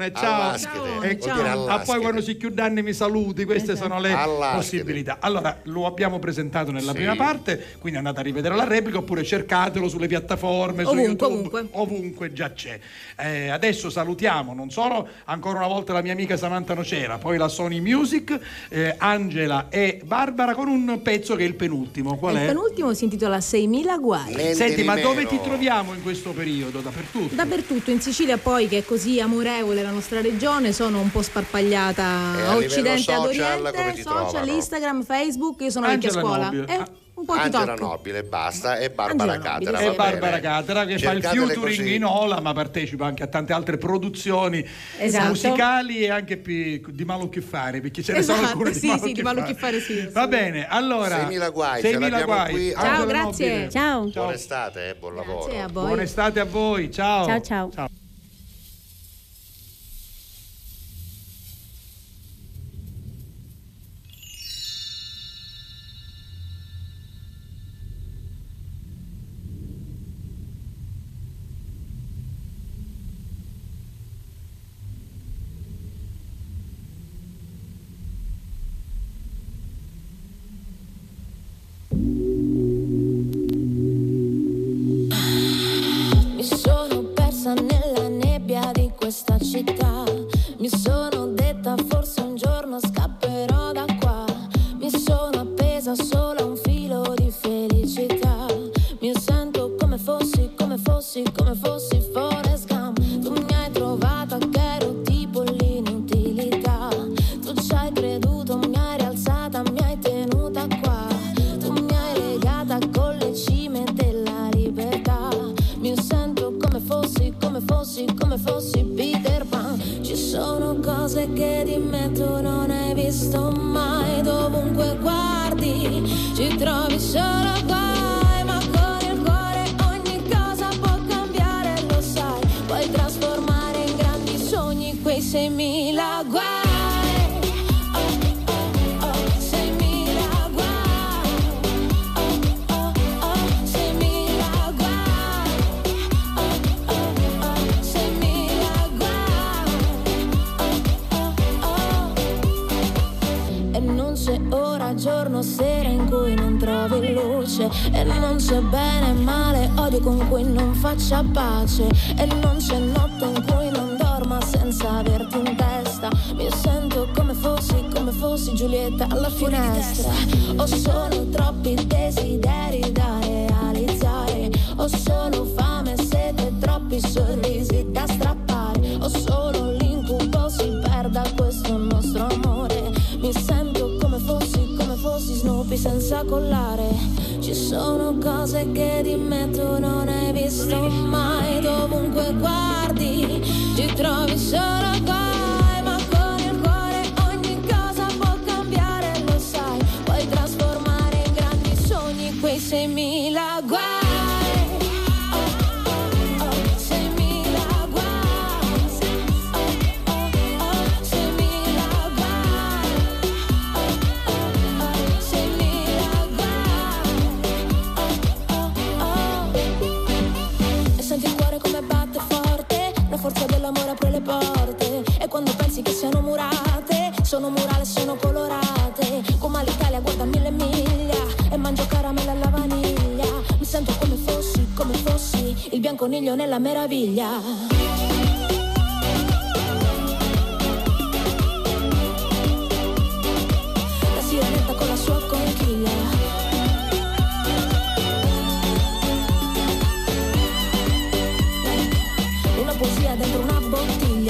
Poi quando si chiudono mi saluti, queste sono le possibilità. Allora, lo abbiamo presentato nella prima parte, quindi andate a rivedere la replica oppure cercatelo sulle piattaforme, su YouTube, ovunque già c'è. Adesso salutiamo non solo ancora una volta la mia amica Samantha Nocera, poi la Sony Music, Angela e Barbara con un pezzo che è il penultimo. Qual è? Il penultimo si intitola 6.000 guai. Senti, ma dove ti troviamo in questo periodo? Dappertutto? Dappertutto, in Sicilia poi, che è così amorevole la nostra regione, sono un po' sparpagliata a occidente ad oriente, social, Instagram, Facebook, io sono vecchia scuola. Un po' Angela Nobile, basta, e Barbara Catera. E Barbara Catera che fa il featuring in Ola, ma partecipa anche a tante altre produzioni musicali e anche di Malo che fare, perché ce ne sono alcune di Malo che fare. Va bene, allora 6.000 guai, ce l'abbiamo qui. Ciao, grazie. Ciao. Buona estate, buon lavoro. A voi. Buona estate a voi. Ciao. Ciao. Nella nebbia di questa città mi sono detta forse un giorno scapperò da qua, mi sono appesa solo a un filo di felicità, mi sento come fossi Forrest Gump. Tu mi hai trovata che ero tipo l'inutilità, tu ci hai creduto, mi hai rialzata, mi hai tenuta qua, tu mi hai legata con le cime della libertà, mi sento come fossi Peter Pan. Ci sono cose che di me tu non hai visto mai, dovunque guardi ci trovi solo guai, ma con il cuore ogni cosa può cambiare, lo sai, puoi trasformare in grandi sogni quei 6.000 guai. Giorno, sera in cui non trovi luce, e non c'è bene e male, odio con cui non faccia pace, e non c'è notte in cui non dorma senza averti in testa. Mi sento come fossi Giulietta alla finestra. Ho solo troppi desideri da realizzare, ho solo fame e sete, troppi sorrisi da strappare, ho solo l'incubo si perda questo nostro amore. Mi sento come fossi Snoopy senza collare. Ci sono cose che di me tu non hai visto mai, dovunque guardi ci trovi solo guai, ma con il cuore ogni cosa può cambiare, lo sai, puoi trasformare in grandi sogni quei 6.000 guai. Forza dell'amore apre le porte, e quando pensi che siano murate, sono murale, sono colorate, come all'Italia guarda 1000 miglia, e mangio caramella alla vaniglia. Mi sento come fossi il bianconiglio nella meraviglia. La sirenetta con la sua conchiglia. Poesia dentro una bottiglia.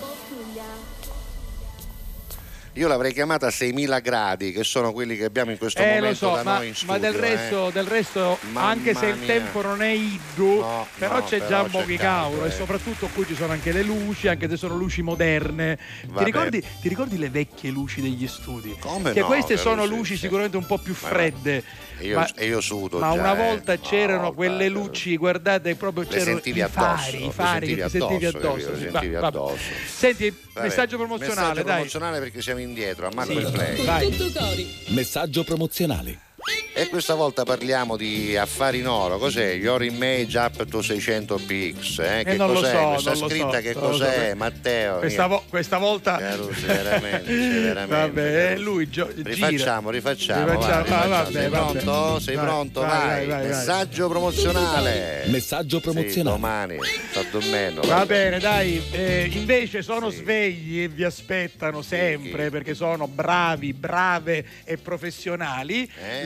Io l'avrei chiamata 6.000 gradi, che sono quelli che abbiamo in questo momento lo so, da noi in studio. Ma del resto anche se il tempo non è iddu, però c'è già un po' di cavolo, e soprattutto qui ci sono anche le luci, anche se sono luci moderne. Ti ricordi le vecchie luci degli studi? Come che no, queste sono luci sicuramente un po' più fredde. Io sudo ma già, una volta c'erano quelle luci, guardate, proprio c'erano i fari che ti sentivi addosso. Senti, messaggio promozionale, dai. Perché siamo indietro, a Marco il Play. Tutto cori. Messaggio promozionale. E questa volta parliamo di affari in oro. Cos'è? Your Image Up to 600px? Che non cos'è? Lo so, questa non scritta lo so, che cos'è, Matteo? Questa volta veramente. Vabbè, lui rifacciamo. Sei pronto? Sei pronto? Vai. Messaggio promozionale. Messaggio promozionale. Sì, domani sto dormendo. Va bene, dai. Invece sono svegli e vi aspettano sempre perché sono bravi, brave e professionali. Le amiche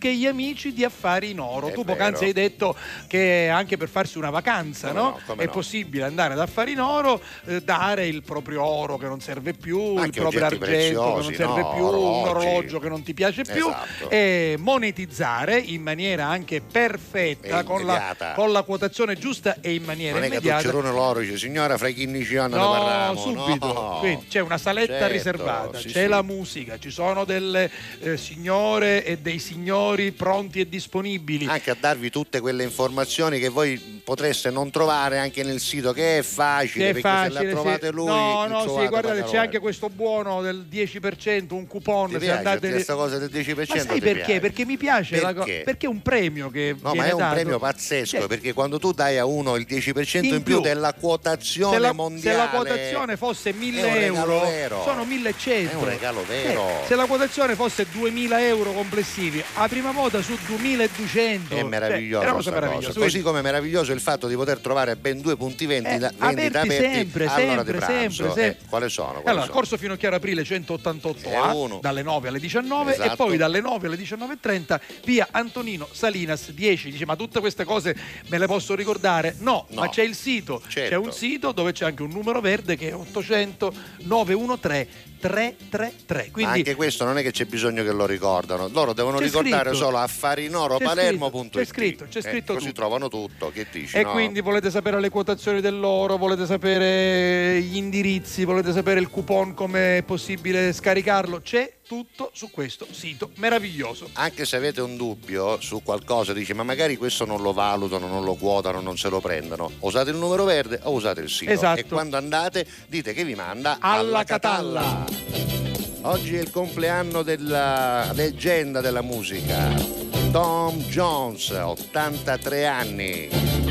anche gli amici di Affari in Oro. Tu poc'anzi hai detto che anche per farsi una vacanza, è possibile andare ad Affari in Oro, dare il proprio oro che non serve più, anche il proprio argento che non serve più, un orologio che non ti piace più, e monetizzare in maniera anche perfetta, con la quotazione giusta e in maniera immediata. Non è che tu c'è l'oro, dice signora fra 15 anni ne parliamo, subito. Quindi c'è una saletta riservata, c'è la musica, ci sono delle signore e dei signori pronti e disponibili anche a darvi tutte quelle informazioni che voi potreste non trovare anche nel sito, che è facile, perché se la trovate lui guardate, c'è anche questo buono del 10%, un coupon. Ti piace questa cosa del 10%? Ma sai perché? Perché mi piace perché è un premio che ma è un premio pazzesco, perché quando tu dai a uno il 10% in più della quotazione mondiale, se la quotazione fosse 1.000 euro sono 1.100, è un regalo vero. Se la quotazione fosse 2.000 euro complessivi a prima quota su 2.200 è meraviglioso, così come è meraviglioso il fatto di poter trovare ben 2 punti vendita aperti all'ora di pranzo. Quali sono? Allora, Corso Finocchiaro Aprile 188A, dalle 9 alle 19 e poi dalle 9 alle 19.30 via Antonino Salinas 10. Dice, ma tutte queste cose me le posso ricordare? No, ma c'è il sito, c'è un sito dove c'è anche un numero verde che è 800 913 333. Quindi anche questo non è che c'è bisogno che lo ricordano, loro devono ricordare solo affarinoropalermo.it. C'è scritto così tutto. Trovano tutto. Che dici? E quindi volete sapere le quotazioni dell'oro, volete sapere gli indirizzi, volete sapere il coupon, come è possibile scaricarlo, c'è tutto su questo sito meraviglioso. Anche se avete un dubbio su qualcosa, dice ma magari questo non lo valutano, non lo quotano, non se lo prendono, usate il numero verde o usate il sito. E quando andate dite che vi manda alla Catalla. Oggi è il compleanno della leggenda della musica, Tom Jones, 83 anni.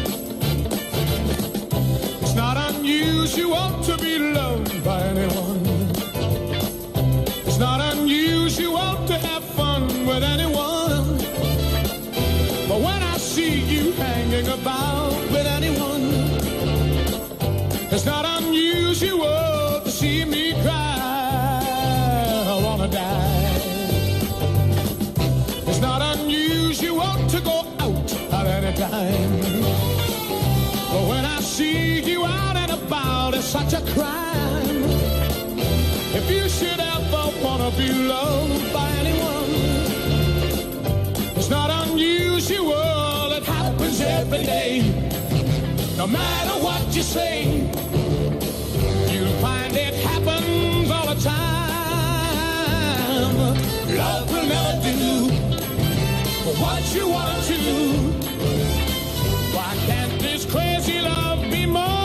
It's not unusual to be loved by anyone. It's not unusual to have fun with anyone. But when I see you hanging about with anyone, it's not unusual to see me cry. I wanna die. It's not unusual to go out at any time. But when I see you out and about, it's such a crime. If you should ever wanna be loved by anyone, it's not unusual, it happens every day. No matter what you say, you'll find it happens all the time. Love will never do what you want to do. Why can't this crazy love be more?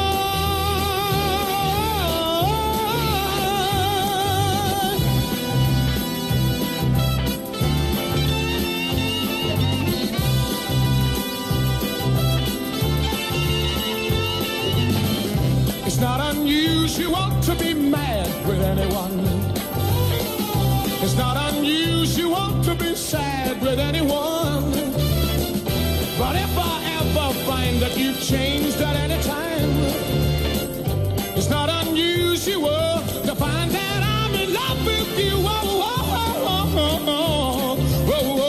It's not unusual to be mad with anyone. It's not unusual to be sad with anyone. But if I ever find that you've changed at any time, it's not unusual to find that I'm in love with you. Oh, oh, oh, oh, oh, oh,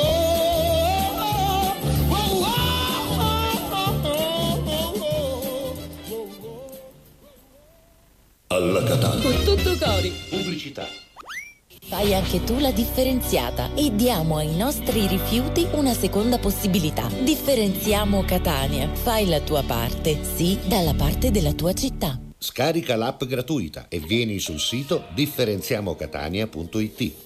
Alla Catalla. Con tutto cori. Pubblicità. Fai anche tu la differenziata e diamo ai nostri rifiuti una seconda possibilità. Differenziamo Catania. Fai la tua parte, sì, dalla parte della tua città. Scarica l'app gratuita e vieni sul sito differenziamocatania.it.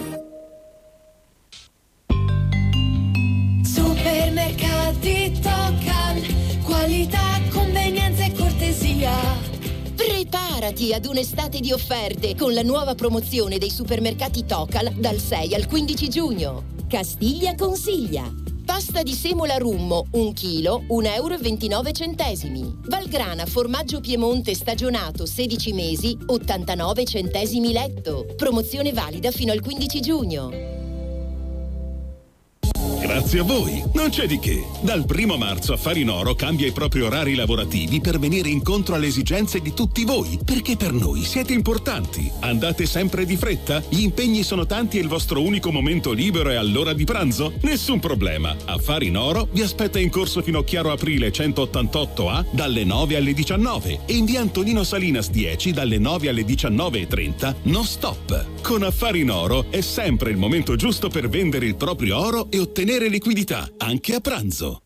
Supermercati Tocal, qualità, convenienza e cortesia. Preparati ad un'estate di offerte con la nuova promozione dei supermercati Tocal dal 6 al 15 giugno. Castiglia consiglia. Pasta di semola Rummo, 1 chilo, 1,29 euro. Valgrana formaggio Piemonte stagionato 16 mesi, 89 centesimi letto. Promozione valida fino al 15 giugno. Grazie a voi, non c'è di che. Dal 1 marzo Affari in Oro cambia i propri orari lavorativi per venire incontro alle esigenze di tutti voi, perché per noi siete importanti. Andate sempre di fretta? Gli impegni sono tanti e il vostro unico momento libero è all'ora di pranzo? Nessun problema. Affari in Oro vi aspetta in corso Finocchiaro Aprile 188A dalle 9 alle 19 e in via Antonino Salinas 10 dalle 9 alle 19:30 non stop. Con Affari in Oro è sempre il momento giusto per vendere il proprio oro e ottenere liquidità, anche a pranzo.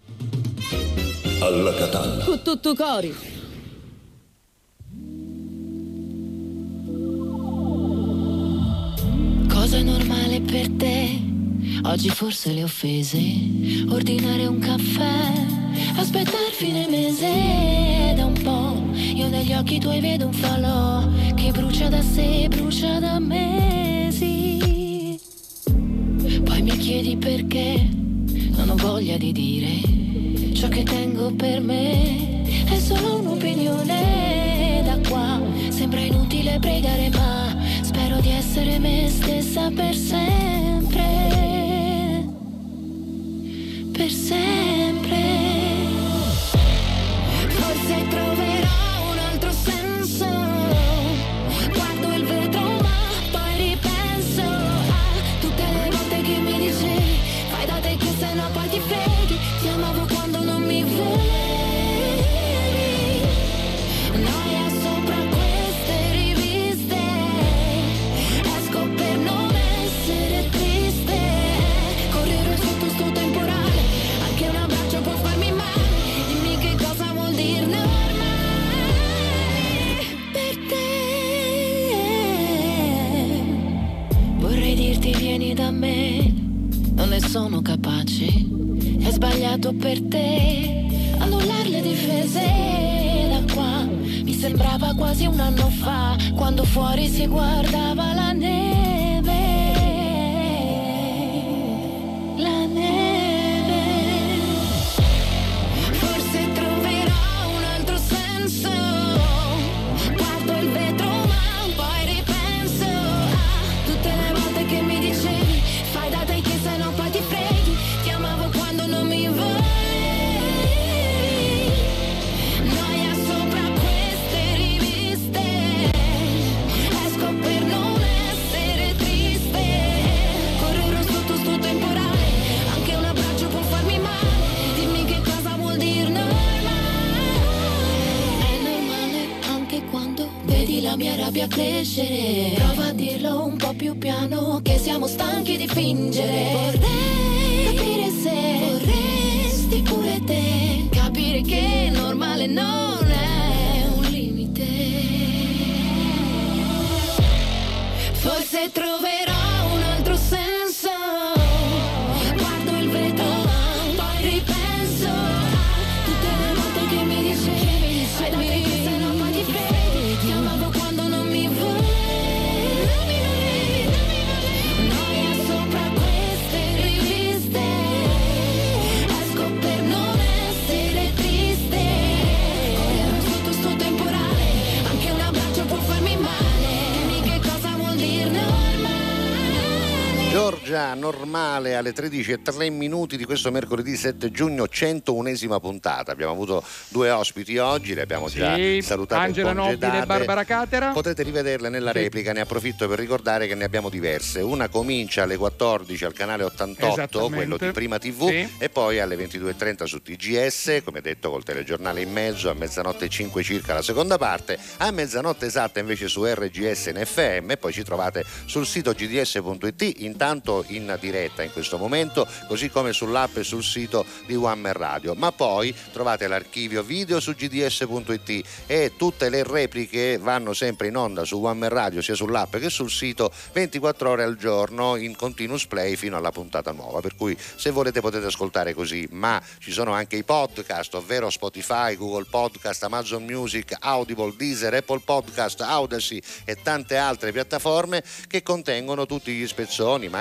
Alla Catalla. Tutto cori. Cosa è normale per te? Oggi forse le offese. Ordinare un caffè, aspettare fine mese. Da un po' io negli occhi tuoi vedo un falò che brucia da sé, brucia da mesi. Poi mi chiedi perché non ho voglia di dire ciò che tengo per me. È solo un'opinione. Da qua sembra inutile pregare, ma spero di essere me stessa per sempre. Per sempre. Forse troverò un altro senso. Guardo il vetro ma poi ripenso a tutte le volte che mi dicevi fai da te che se no poi ti freghi. Ti amavo quando non mi volevi. Noia sopra queste riviste. Esco per non essere triste. Correre sotto sto temporale. Anche un abbraccio può farmi male. Dimmi che cosa vuol dire normale per te. Vorrei dirti vieni da me, non ne sono capace. È sbagliato per te annullare le difese. Da qua mi sembrava quasi un anno fa, quando fuori si guardava la neve. La neve. Forse troverò un altro senso. Guardo il vetro ma poi ripenso a tutte le volte che mi dicevi fai da te che se no poi ti freghi. Ti amavo quando non mi volevi. Noia sopra queste riviste. Esco per non essere triste. Correrò sotto sto temporale. Anche un abbraccio può farmi male. Dimmi che cosa vuol dire normale. È normale anche quando vedi la mia rabbia crescere. Prova a dirlo un po' più piano, che siamo stanchi di fingere. Vorrei capire se vorresti pure te. Capire che normale non è un limite. Forse troverò un altro senso. Guardo il vetro poi ripenso a tutte le volte che mi dicevi fai da te che se no poi ti freghi. Ti amavo quando non mi volevi. Noia sopra queste riviste. Esco per non essere triste. Correrò sotto sto temporale. Anche un abbraccio può farmi male. Dimmi che cosa vuol dire normale. Giorgia Normale alle 13:03 di questo mercoledì 7 giugno, 101esima puntata. Abbiamo avuto due ospiti oggi, le abbiamo già salutate, Angela Nobile e Barbara Catera. Potete rivederle nella replica, ne approfitto per ricordare che ne abbiamo diverse. Una comincia alle 14 al canale 88, quello di Prima TV, e poi alle 22:30 su TGS, come detto col telegiornale in mezzo, a 00:05 circa la seconda parte, a mezzanotte esatta invece su RGS in FM, e poi ci trovate sul sito gds.it, intanto in diretta in questo momento, così come sull'app e sul sito di One Man Radio, ma poi trovate l'archivio video su gds.it e tutte le repliche vanno sempre in onda su One Man Radio, sia sull'app che sul sito, 24 ore al giorno in continuous play fino alla puntata nuova, per cui se volete potete ascoltare così, ma ci sono anche i podcast, ovvero Spotify, Google Podcast, Amazon Music, Audible, Deezer, Apple Podcast, Audacy e tante altre piattaforme che contengono tutti gli spezzoni, ma anche le puntate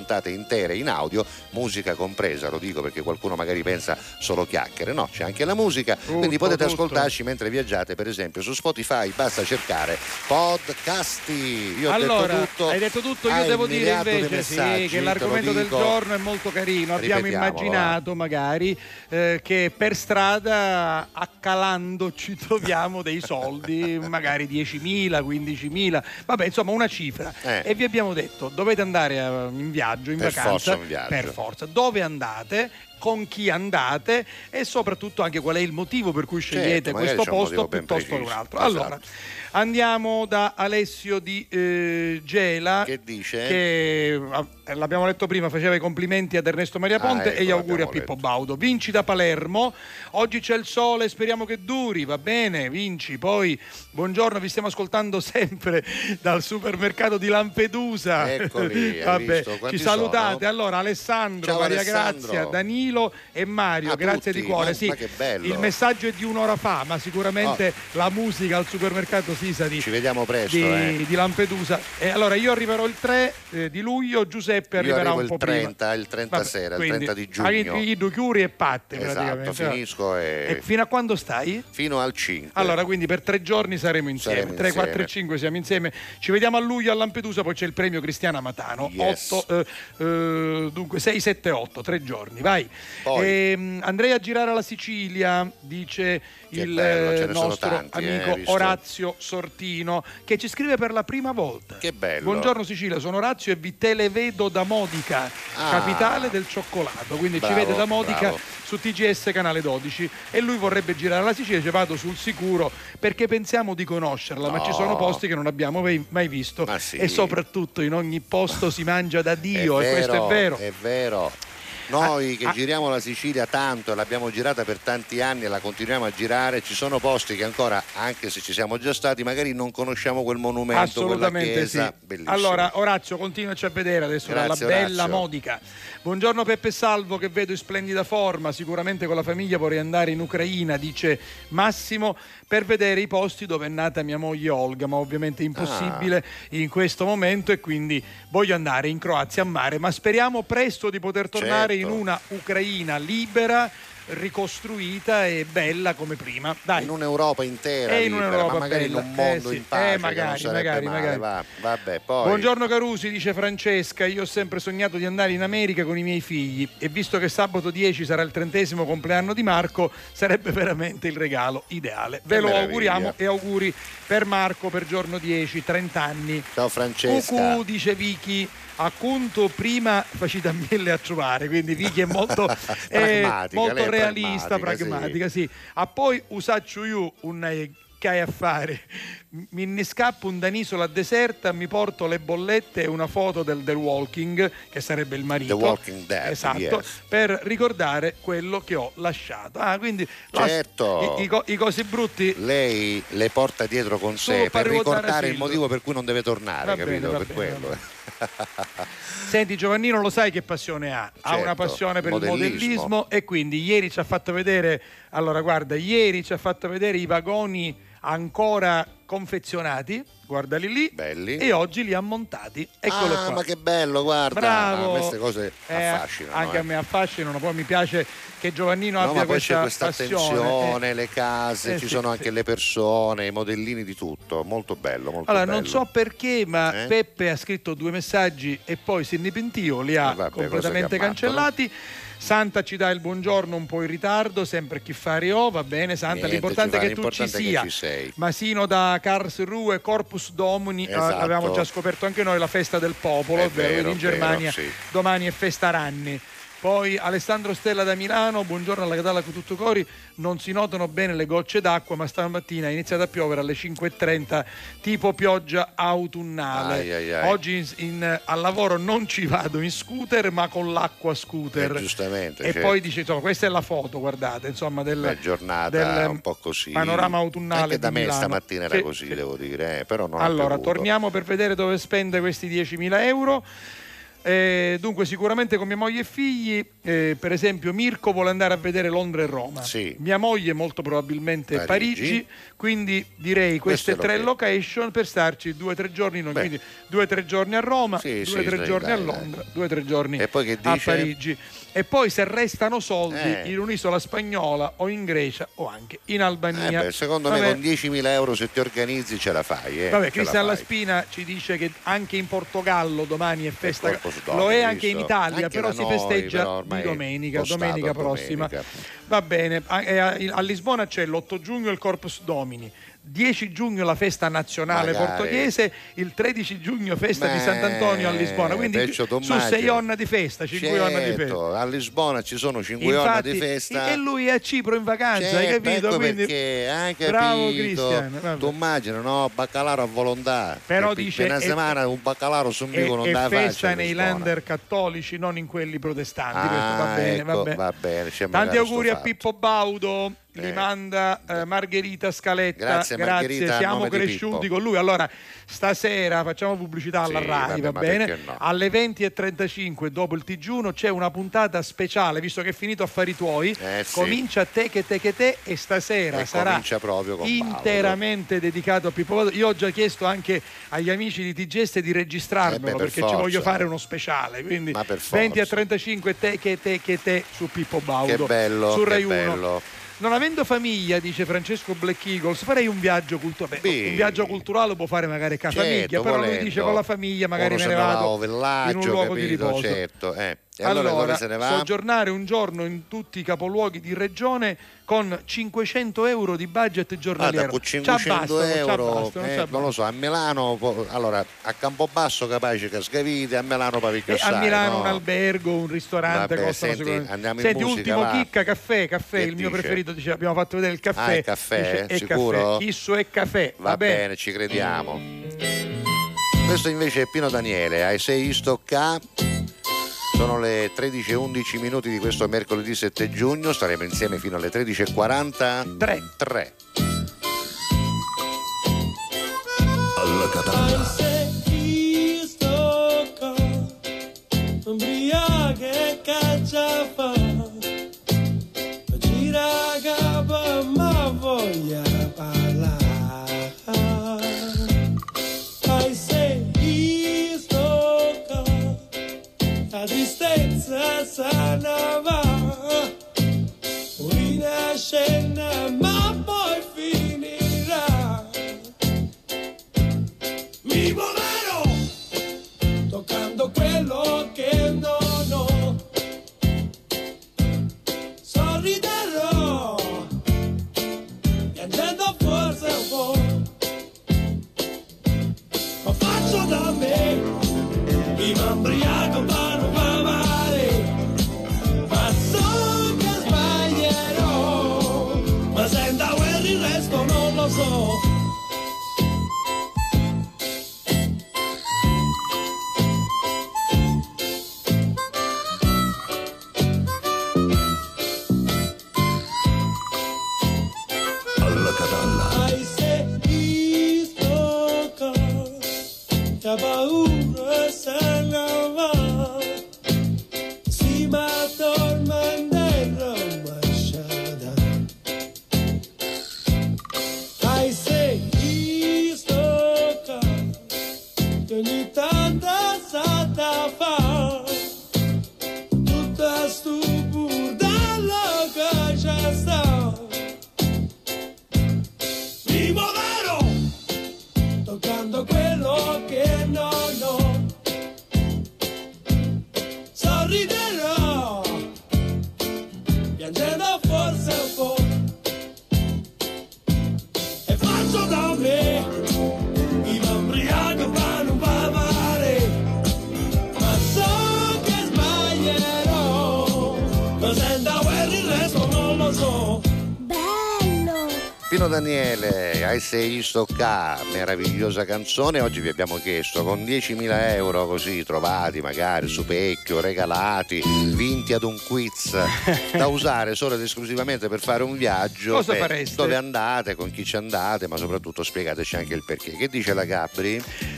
montate intere in audio, musica compresa, lo dico perché qualcuno magari pensa solo chiacchiere, no, c'è anche la musica, quindi potete ascoltarci mentre viaggiate, per esempio su Spotify, basta cercare Podcasti. Io hai detto tutto, io devo dire invece che l'argomento del giorno è molto carino. Abbiamo immaginato magari che per strada accalandoci troviamo dei soldi, magari 10.000, 15.000, vabbè, insomma una cifra, e vi abbiamo detto dovete andare in viaggio, in vacanza, per forza, dove andate, con chi andate e soprattutto anche qual è il motivo per cui scegliete questo posto piuttosto che un altro. Allora, andiamo da Alessio di Gela, che dice che l'abbiamo letto prima, faceva i complimenti ad Ernesto Maria Ponte e gli auguri a Pippo Baudo. Vinci da Palermo, oggi c'è il sole, speriamo che duri, va bene, Vinci. Poi buongiorno, vi stiamo ascoltando sempre dal supermercato di Lampedusa. Eccoli, vabbè, ci salutate. Sono? Allora Alessandro, ciao, Maria Alessandro. Grazia, Danilo e Mario, grazie tutti. di cuore. Ma che bello. Il messaggio è di un'ora fa, ma sicuramente la musica al supermercato Sisari, ci vediamo presto, di Lampedusa. E allora io arriverò il 3 di luglio, Giuseppe arriverà un po' prima. Il 30 sera, il 30 di giugno. I Chiuri e Patte, esatto, finisco e fino a quando stai? Fino al 5. Allora, quindi per 3 giorni saremo insieme. 3, 4 e 5 siamo insieme. Ci vediamo a luglio a Lampedusa, poi c'è il premio Cristiana Matano. 6, 7, 8, 3 giorni, vai. Andrei a girare alla Sicilia, dice il nostro amico Orazio Sortino, che ci scrive per la prima volta. Che bello. Buongiorno Sicilia, sono Orazio e vi televedo da Modica, capitale del cioccolato, quindi ci vede da Modica su TGS canale 12, e lui vorrebbe girare alla Sicilia, ci vado sul sicuro perché pensiamo di conoscerla, ma ci sono posti che non abbiamo mai visto, e soprattutto in ogni posto si mangia da Dio, e questo è vero. È vero. Noi che giriamo la Sicilia tanto e l'abbiamo girata per tanti anni e la continuiamo a girare, ci sono posti che ancora, anche se ci siamo già stati, magari non conosciamo quel monumento, assolutamente quella chiesa, sì. Bellissimo. Allora Orazio, continuaci a vedere adesso. Grazie, dalla bella Orazio. Modica. Buongiorno Peppe Salvo, che vedo in splendida forma, sicuramente con la famiglia vorrei andare in Ucraina, dice Massimo, per vedere i posti dove è nata mia moglie Olga, ma ovviamente impossibile in questo momento, e quindi voglio andare in Croazia a mare, ma speriamo presto di poter tornare in una Ucraina libera, ricostruita e bella come prima. Dai. In un'Europa intera, in un'Europa ma magari bella. in un mondo in pace, magari. Vabbè, poi. Buongiorno Carusi, dice Francesca, io ho sempre sognato di andare in America con i miei figli, e visto che sabato 10 sarà il 30° compleanno di Marco, sarebbe veramente il regalo ideale. Ve lo auguriamo, e auguri per Marco per giorno 10, 30 anni. Ciao Francesca. Dice Vicky, appunto prima facita mille a trovare, quindi Vicky è molto molto realista, pragmatica, sì. A poi usaccio io un che hai a fare, mi ne scappo un'isola deserta, mi porto le bollette e una foto del Walking, che sarebbe il marito, The Walking Dead, esatto, per ricordare quello che ho lasciato. Quindi certo, i cosi brutti lei le porta dietro con sé per ricordare il motivo per cui non deve tornare, capito? Per quello. Senti Giovannino, lo sai che passione ha? Certo, ha una passione per il modellismo, e quindi ieri ci ha fatto vedere, i vagoni ancora confezionati, guardali lì, belli, e oggi li ha montati. Eccolo qua. Ma che bello, guarda. Bravo. Queste cose affascinano. Anche a me affascinano, poi mi piace che Giovannino abbia questa attenzione, le case, ci sono anche le persone, i modellini di tutto, molto bello, molto allora, bello. Non so perché, ma Peppe ha scritto 2 messaggi e poi si innipentio, li ha completamente cancellati. Santa ci dà il buongiorno un po' in ritardo, sempre chi fare va bene Santa, l'importante è che tu ci sia. Masino da Karlsruhe, Corpus Domini, avevamo già scoperto anche noi la festa del popolo, è vero, in Germania domani è festa Ranni. Poi Alessandro Stella da Milano, buongiorno alla Catalla con tutto cori, non si notano bene le gocce d'acqua, ma stamattina è iniziato a piovere alle 5:30, tipo pioggia autunnale. Oggi al lavoro non ci vado in scooter, ma con l'acqua scooter. Giustamente. E poi dice, insomma, questa è la foto, guardate, insomma, del giornata un po' così. Panorama autunnale. Anche da me Milano. Stamattina era così, devo dire, però non allora, torniamo per vedere dove spende questi 10.000 euro. Dunque sicuramente con mia moglie e figli, per esempio Mirko vuole andare a vedere Londra e Roma, mia moglie molto probabilmente Parigi, quindi direi queste tre location per starci 2 o 3 giorni, quindi 2 o 3 giorni a Roma, 2 o 3 giorni a Londra, 2 o 3 giorni e poi che dice? A Parigi. E poi se restano soldi in un'isola spagnola o in Grecia o anche in Albania. Secondo me con 10.000 euro se ti organizzi ce la fai. Cristian Laspina ci dice che anche in Portogallo domani è festa, lo è anche in Italia, anche però si festeggia di domenica prossima. Va bene, a Lisbona c'è l'8 giugno il Corpus Domini, 10 giugno la festa nazionale portoghese, il 13 giugno festa di Sant'Antonio a Lisbona, quindi su 6 giorni di festa, 5 giorni di festa. A Lisbona ci sono 5 giorni di festa e lui è a Cipro in vacanza, hai capito? Ecco quindi perché anche bravo Cristian, tu immagini, no? Baccalaro a volontà, però dice una settimana un baccalaro su Mico non dà festa nei lander cattolici, non in quelli protestanti. Va bene. Tanti auguri a Pippo Baudo. Li manda Margherita Scaletta. Grazie Margherita, siamo cresciuti con lui. Allora stasera facciamo pubblicità alla Rai, va bene? No. Alle 20:35 dopo il TG1 c'è una puntata speciale, visto che è finito Affari Tuoi, comincia Te che e stasera sarà interamente dedicato a Pippo Baudo. Io ho già chiesto anche agli amici di TGS di registrarmelo perché ci voglio fare uno speciale, quindi 20:35 Te che su Pippo Baudo, che bello, su Rai 1. Bello. Non avendo famiglia, dice Francesco Black Eagles, farei un viaggio culturale. Un viaggio culturale lo può fare magari a famiglia, però lui dice con la famiglia magari me ne vado in un luogo di riposo. E allora dove se ne va? Soggiornare un giorno in tutti i capoluoghi di regione con 500 euro di budget giornaliero. Con 500 euro, non lo so, a Milano, allora a Campobasso capace che sgavite, a Milano parecchio assai. A Milano un albergo, un ristorante costano sicuramente. Andiamo in musica, ultimo chicca, caffè, il mio preferito, dice, abbiamo fatto vedere il caffè. Il caffè, dice, sicuro? Caffè. Isso è caffè. Va bene, ci crediamo. Questo invece è Pino Daniele, ai sei stocca. Sono le 13:11 di questo mercoledì 7 giugno, staremo insieme fino alle 13:43. Alla Catalla. Ubriache caccia fa, gira capa ma voglia parlare. Ai sei stocca, la tristezza sana va, una scena ma poi finirà. Mi muoverò toccando quello che non ho, sorriderò piangendo forse un po', ma faccio da me, mi m'ambriaco ma non va male, ma so che sbaglierò, ma senta per il resto non lo so. La paura se ne va, si ma tormenterò masciata. Ai sei stocca, che ogni tanto sa fa, tutta stupidello che c'è sta. Mi muoverò toccando quello che non ho, sorriderò piangendo forse un po', e faccio da me, mi m'ambriaco ma non va male, ma so che sbaglierò, ma senta per il resto non lo so. Pino Daniele, ai sei stocca, meravigliosa canzone. Oggi vi abbiamo chiesto con 10.000 euro così trovati magari su Pecchio, regalati, vinti ad un quiz da usare solo ed esclusivamente per fare un viaggio. Cosa fareste? Dove andate, con chi ci andate, ma soprattutto spiegateci anche il perché. Che dice la Gabri?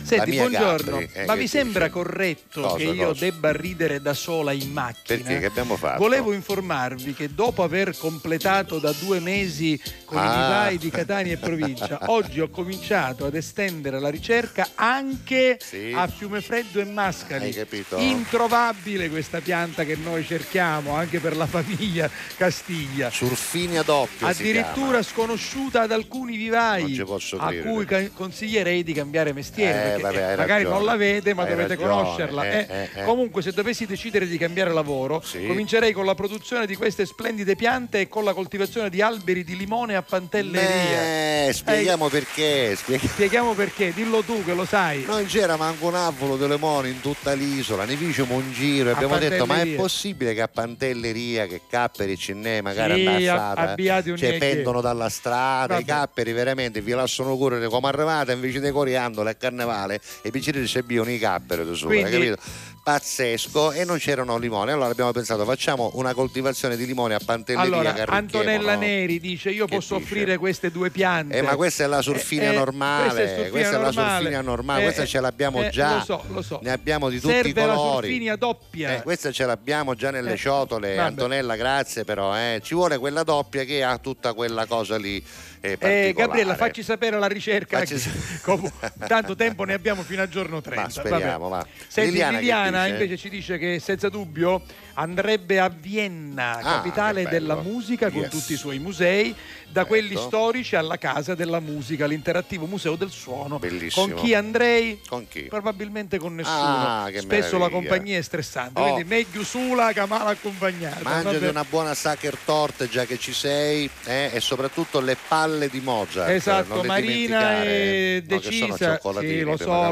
Senti, buongiorno, Gabri, ma vi sembra dice? corretto che io debba ridere da sola in macchina? Perché? Che abbiamo fatto? Volevo informarvi che dopo aver completato da 2 mesi con i vivai di Catania e provincia, oggi ho cominciato ad estendere la ricerca anche a Fiumefreddo e Mascali. Hai capito? Introvabile questa pianta che noi cerchiamo anche per la famiglia Castiglia. Surfinia doppia addirittura sconosciuta ad alcuni vivai, non ci posso a credere. cui consiglierei di cambiare mestiere, perché vabbè, hai magari ragione. non la vede, ma Hai dovete ragione. conoscerla. Comunque, se dovessi decidere di cambiare lavoro, comincerei con la produzione di queste splendide piante e con la coltivazione di alberi di limone a pantelleria. Spieghiamo perché. Spieghiamo perché, dillo tu che lo sai. Non c'era manco un avolo di limone in tutta l'isola, ne facciamo un giro e abbiamo detto: ma è possibile che a Pantelleria, che capperi ce n'è magari abbiate un pendono dalla strada, i capperi veramente vi lasciano correre come arrivate invece di coriandolo a carnevale e piccini ci abbiano i capperi da sopra, capito? Pazzesco, e non c'erano limoni, allora abbiamo pensato facciamo una coltivazione di limoni a Pantelleria. Allora Antonella Neri dice: io posso offrire queste 2 piante, ma questa è la surfinia normale, questa è la surfinia normale, questa ce l'abbiamo già, lo so. Ne abbiamo di tutti i colori. Serve la surfinia doppia, questa ce l'abbiamo già nelle ciotole. Vabbè. Antonella, grazie, però ci vuole quella doppia che ha tutta quella cosa lì particolare. Gabriella, facci sapere la ricerca. Tanto tempo ne abbiamo fino a giorno 30. Ma speriamo, va. Senti, Liliana invece ci dice che senza dubbio andrebbe a Vienna, capitale della musica, con tutti i suoi musei, da quelli storici alla Casa della Musica, l'interattivo museo del suono. Bellissimo. Con chi andrei? Con chi? Probabilmente con nessuno. Che spesso meraviglia. La compagnia è stressante, quindi meglio sola che male accompagnata. Mangiati una buona Sacher Torte già che ci sei, e soprattutto le palle di Mozart. Esatto, non Marina è decisa. Che sono cioccolatini, sì, lo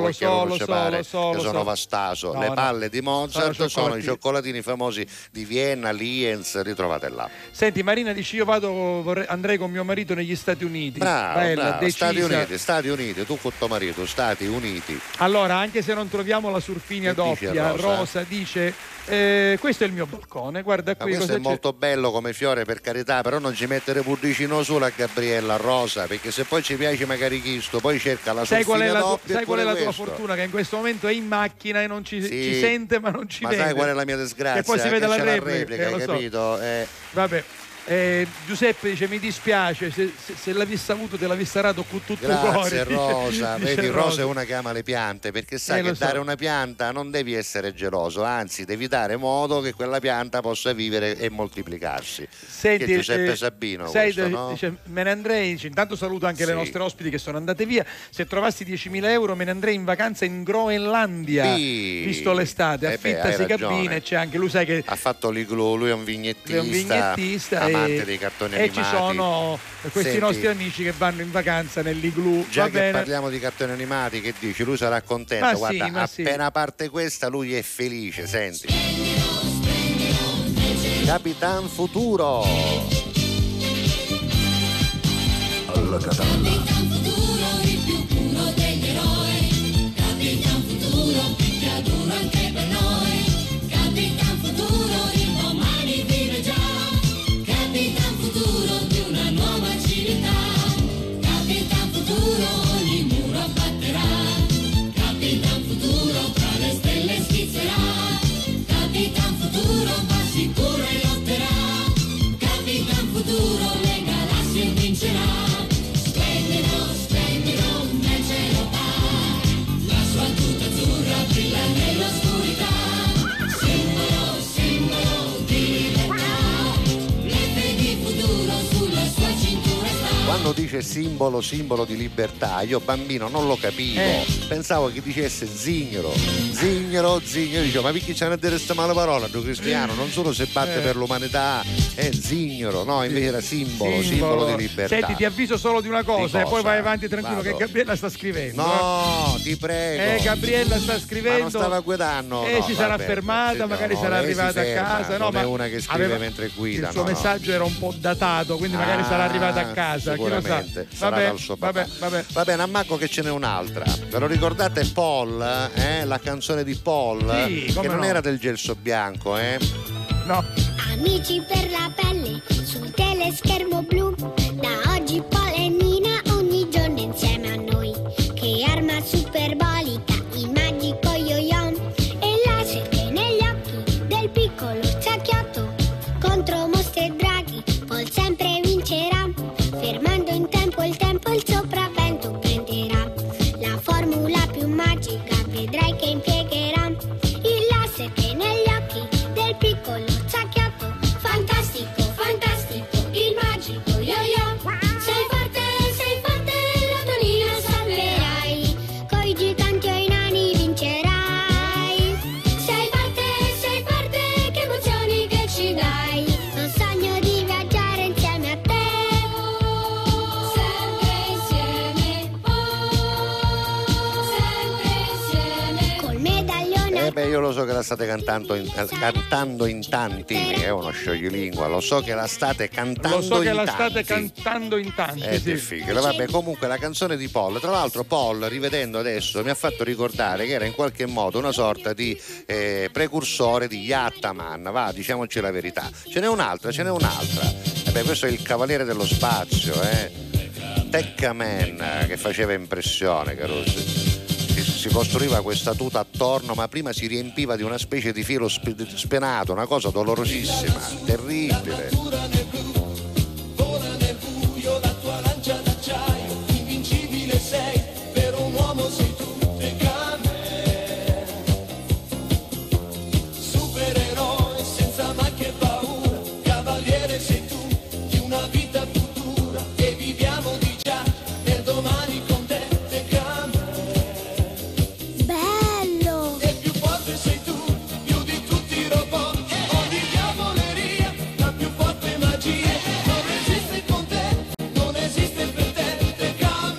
so. Che sono vastaso. Le palle di Mozart sono i cioccolatini famosi di Vienna, Lienz, ritrovate là. Senti, Marina dice: io andrei con mio marito negli Stati Uniti. Bravo, Stati Uniti, tu con tuo marito, Stati Uniti. Allora, anche se non troviamo la surfinia doppia, Rosa dice: questo è il mio balcone, guarda qui. Questo è molto bello come fiore, per carità, però non ci mettere pudicino solo a Gabriella, Rosa, perché se poi ci piace magari chisto, poi cerca la surfinia doppia. Sai qual è la tua fortuna? Che in questo momento è in macchina e non ci sente, ma non ci vede. Ma sai qual è la mia disgrazia? E poi si vede la replica, hai capito? Vabbè. Giuseppe dice: mi dispiace, se l'avessi avuto te l'avessi dato con tutto il cuore. Grazie Rosa. Vedi, Rosa è una che ama le piante, perché sa che dare una pianta non devi essere geloso, anzi devi dare modo che quella pianta possa vivere e moltiplicarsi. Senti, che Giuseppe Sabino questo, no? Dice, me ne andrei, intanto saluto anche le nostre ospiti che sono andate via. Se trovassi 10.000 euro me ne andrei in vacanza in Groenlandia, visto l'estate, affittasi cabine, c'è anche lui, sai che ha fatto l'igloo, lui è un vignettista dei cartoni animati. E ci sono questi nostri amici che vanno in vacanza nell'igloo. Già che parliamo di cartoni animati, che dici? Lui sarà contento. Guarda, appena parte questa lui è felice. Senti, Capitan Futuro alla Catalla. Capitan Futuro, il più puro degli eroi. Capitan Futuro, creatura anche per noi. Capitan Futuro, il domani vive già. Capitan Futuro di una nuova civiltà. Capitan Futuro ogni muro abbatterà. Capitan Futuro tra le stelle schizzerà. Capitan Futuro va sicuro e lotterà. Capitan Futuro le galassie vincerà. Splendido, splendido nel cielo va. La sua tuta azzurra brilla nell'oscurità. Simbolo, simbolo di libertà. Quando dice simbolo di libertà, io bambino non lo capivo, pensavo che dicesse zignero, dicevo, ma perché c'è a dire questa male parola, tu cristiano, non solo se batte per l'umanità, è zignero, no, invece era simbolo di libertà. Senti, ti avviso solo di una cosa, e poi vai avanti tranquillo. Che Gabriella sta scrivendo. No, ti prego. Gabriella sta scrivendo. Ma non stava guidando. Si sarà fermata, magari sarà arrivata a casa. Non è una che scrive mentre guida. Il suo messaggio era un po' datato, quindi magari sarà arrivata a casa. Sicuramente sarà dal suo papà. Va bene, ammacco che ce n'è un'altra. Ve lo ricordate Paul? La canzone di Paul? Sì, che non era del gelso bianco, No. Amici per la pelle sul teleschermo blu. Da oggi Paul e Nina ogni giorno insieme a noi. Che arma superbolica io lo so che la state cantando in tanti, è uno scioglilingua, lo so che la state cantando in tanti. È difficile, vabbè, comunque la canzone di Paul, tra l'altro Paul, rivedendo adesso, mi ha fatto ricordare che era in qualche modo una sorta di precursore di Yattaman, va, diciamoci la verità. Ce n'è un'altra. Questo è il Cavaliere dello Spazio, Tekkaman, che faceva impressione, Caruso. Si costruiva questa tuta attorno, ma prima si riempiva di una specie di filo spenato, una cosa dolorosissima, terribile. Vola nel buio la tua lancia d'acciaio, invincibile sei, per un uomo sei tu, Tekkaman. Supereroe senza mai che paura, cavaliere sei tu, di una vita futura, e viviamo di già nel domani con te, Tekkaman. Bello! E più forte sei tu, più di tutti i robot, ogni diavoleria, la più forte magia, non esiste con te, non esiste per te, Tekkaman.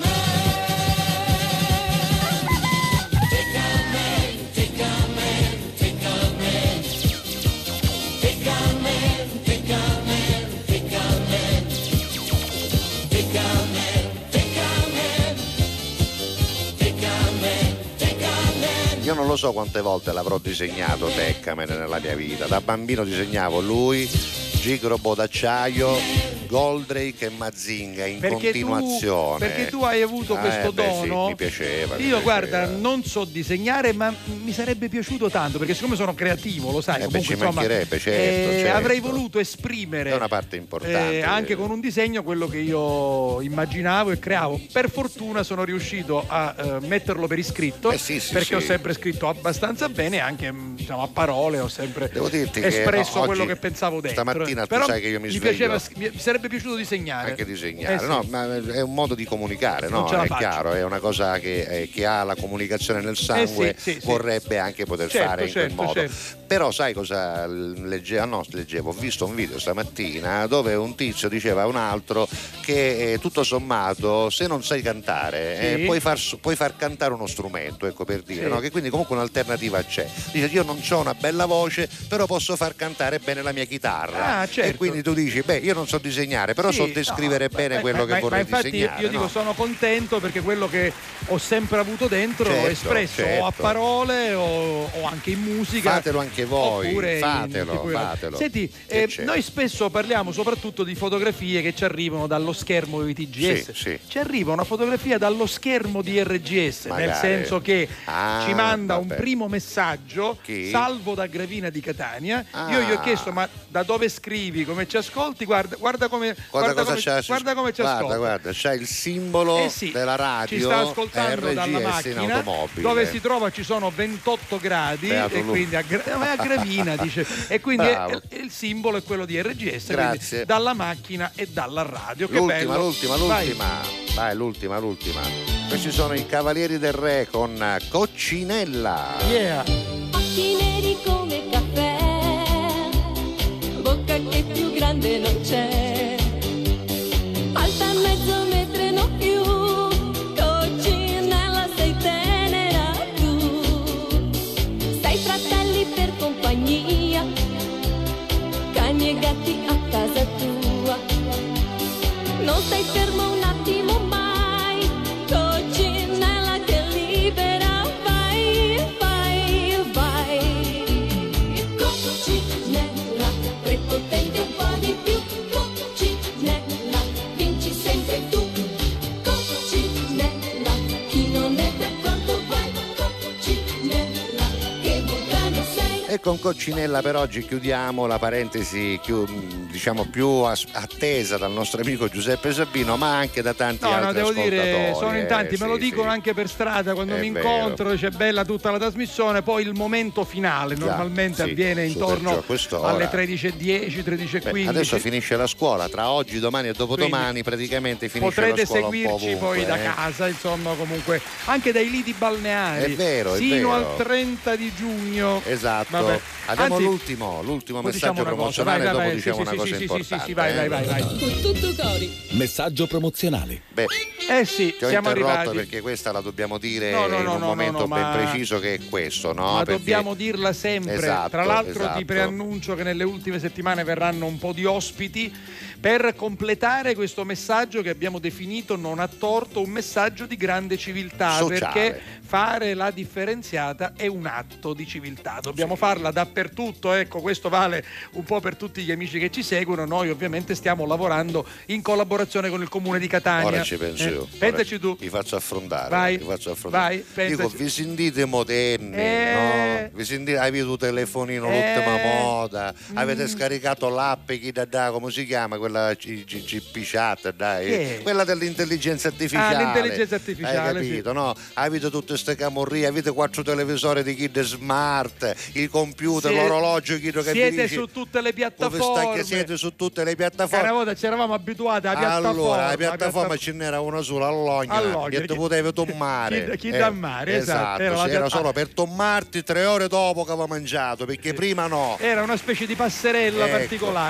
Tekkaman, Tekkaman, Tekkaman. Tekkaman, Tekkaman, Tekkaman. Tekkaman, Tekkaman, Tekkaman. Io non lo so quante volte l'avrò disegnato Tekkaman nella mia vita. Da bambino disegnavo lui, Gigrobo d'acciaio, Goldrake e Mazinga in continuazione. Perché tu hai avuto questo dono. Sì, mi piaceva. Guarda, non so disegnare, ma mi sarebbe piaciuto tanto, perché siccome sono creativo, lo sai, comunque, ci insomma, mancherebbe, certo. avrei voluto esprimere, è una parte importante, anche con un disegno, quello che io immaginavo e creavo. Per fortuna sono riuscito a metterlo per iscritto, perché ho sempre scritto abbastanza bene, anche diciamo, a parole ho sempre espresso quello che pensavo dentro. Stamattina però tu sai che io mi sveglio, mi sarebbe piaciuto disegnare. Anche disegnare, sì. No, ma è un modo di comunicare, no? È chiaro, è una cosa che ha la comunicazione nel sangue, vorrebbe anche poter fare in quel modo. Però sai cosa leggevo? Ho visto un video stamattina dove un tizio diceva a un altro che tutto sommato, se non sai cantare, puoi far cantare uno strumento, ecco, per dire, no? Che quindi comunque un'alternativa c'è. Dice, io non ho una bella voce, però posso far cantare bene la mia chitarra. E quindi tu dici, io non so disegnare, però so descrivere bene quello che vorrei disegnare. Io dico, sono contento perché quello che ho sempre avuto dentro ho espresso o a parole o anche in musica. Fatelo anche voi, fatelo. Senti, noi spesso parliamo soprattutto di fotografie che ci arrivano dallo schermo di TGS. Ci arriva una fotografia dallo schermo di RGS, nel senso che ci manda un primo messaggio. Salvo da Gravina di Catania. Io gli ho chiesto, ma da dove scrivi, come ci ascolti? Guarda come ci ascolta. Guarda, c'è il simbolo della radio. Ci sta ascoltando RGS dalla macchina, dove si trova ci sono 28 gradi e quindi a Gravina dice, e quindi il simbolo è quello di RGS. Grazie. Dalla macchina e dalla radio. Che l'ultima. Vai, l'ultima. Questi sono i Cavalieri del Re con Coccinella. Occhi neri come caffè, bocca che più grande non c'è, alta mezzo metro e non più, Coccinella sei tenera tu, sei fratelli per compagnia, cani e gatti a casa tua, non stai fermo un attimo mai, Coccinella che libera. Prepotente un po' di più, Coccinella, vinci sempre tu, Coccinella, chi non è d'accordo vai, Coccinella, che vulcano sei. E con Coccinella per oggi chiudiamo la parentesi più attesa dal nostro amico Giuseppe Sabino, ma anche da tanti altri ascoltatori. Devo dire, sono in tanti, me lo dicono anche per strada quando mi incontro, c'è bella tutta la trasmissione, poi il momento finale normalmente avviene intorno alle 13:10, 13:15. Adesso finisce la scuola, tra oggi, domani e dopodomani praticamente finisce la scuola. Potrete seguirci poi da casa, insomma, comunque anche dai liti balneari. È vero, sino al 30 di giugno. Esatto. Abbiamo l'ultimo messaggio promozionale, dopo diciamo una cosa importante. Vai. Con tutto cori. Messaggio promozionale. sì, ti ho siamo arrivati perché questa la dobbiamo dire in un momento ben preciso, che è questo, no? Ma perché... dobbiamo dirla sempre. Esatto, tra l'altro ti preannuncio che nelle ultime settimane verranno un po' di ospiti per completare questo messaggio che abbiamo definito, non a torto, un messaggio di grande civiltà, sociale. Perché fare la differenziata è un atto di civiltà, dobbiamo farla dappertutto, ecco, questo vale un po' per tutti gli amici che ci seguono. Noi ovviamente stiamo lavorando in collaborazione con il comune di Catania. Ora ci penso io. Pensaci tu. Vi faccio affrontare. Vai, vai, dico, vi sentite moderni, no? Vi sentite, avete il telefonino, l'ultima moda, avete scaricato l'app, come si chiama? Quella GP Chat, dai, quella dell'intelligenza artificiale. L'intelligenza artificiale, hai capito, sì. No? Avete tutte queste camorrie, avete 4 televisori di Kid Smart, il computer, l'orologio, che siete su tutte le piattaforme. Siete su tutte le piattaforme. Una volta ci eravamo abituati alla piattaforma. Allora, la piattaforma ce n'era una sola, all'ogna, che ti potevi tommare. Chi da mare, esatto. Era solo per tommarti 3 ore dopo che aveva mangiato, perché prima no. Era una specie di passerella particolare.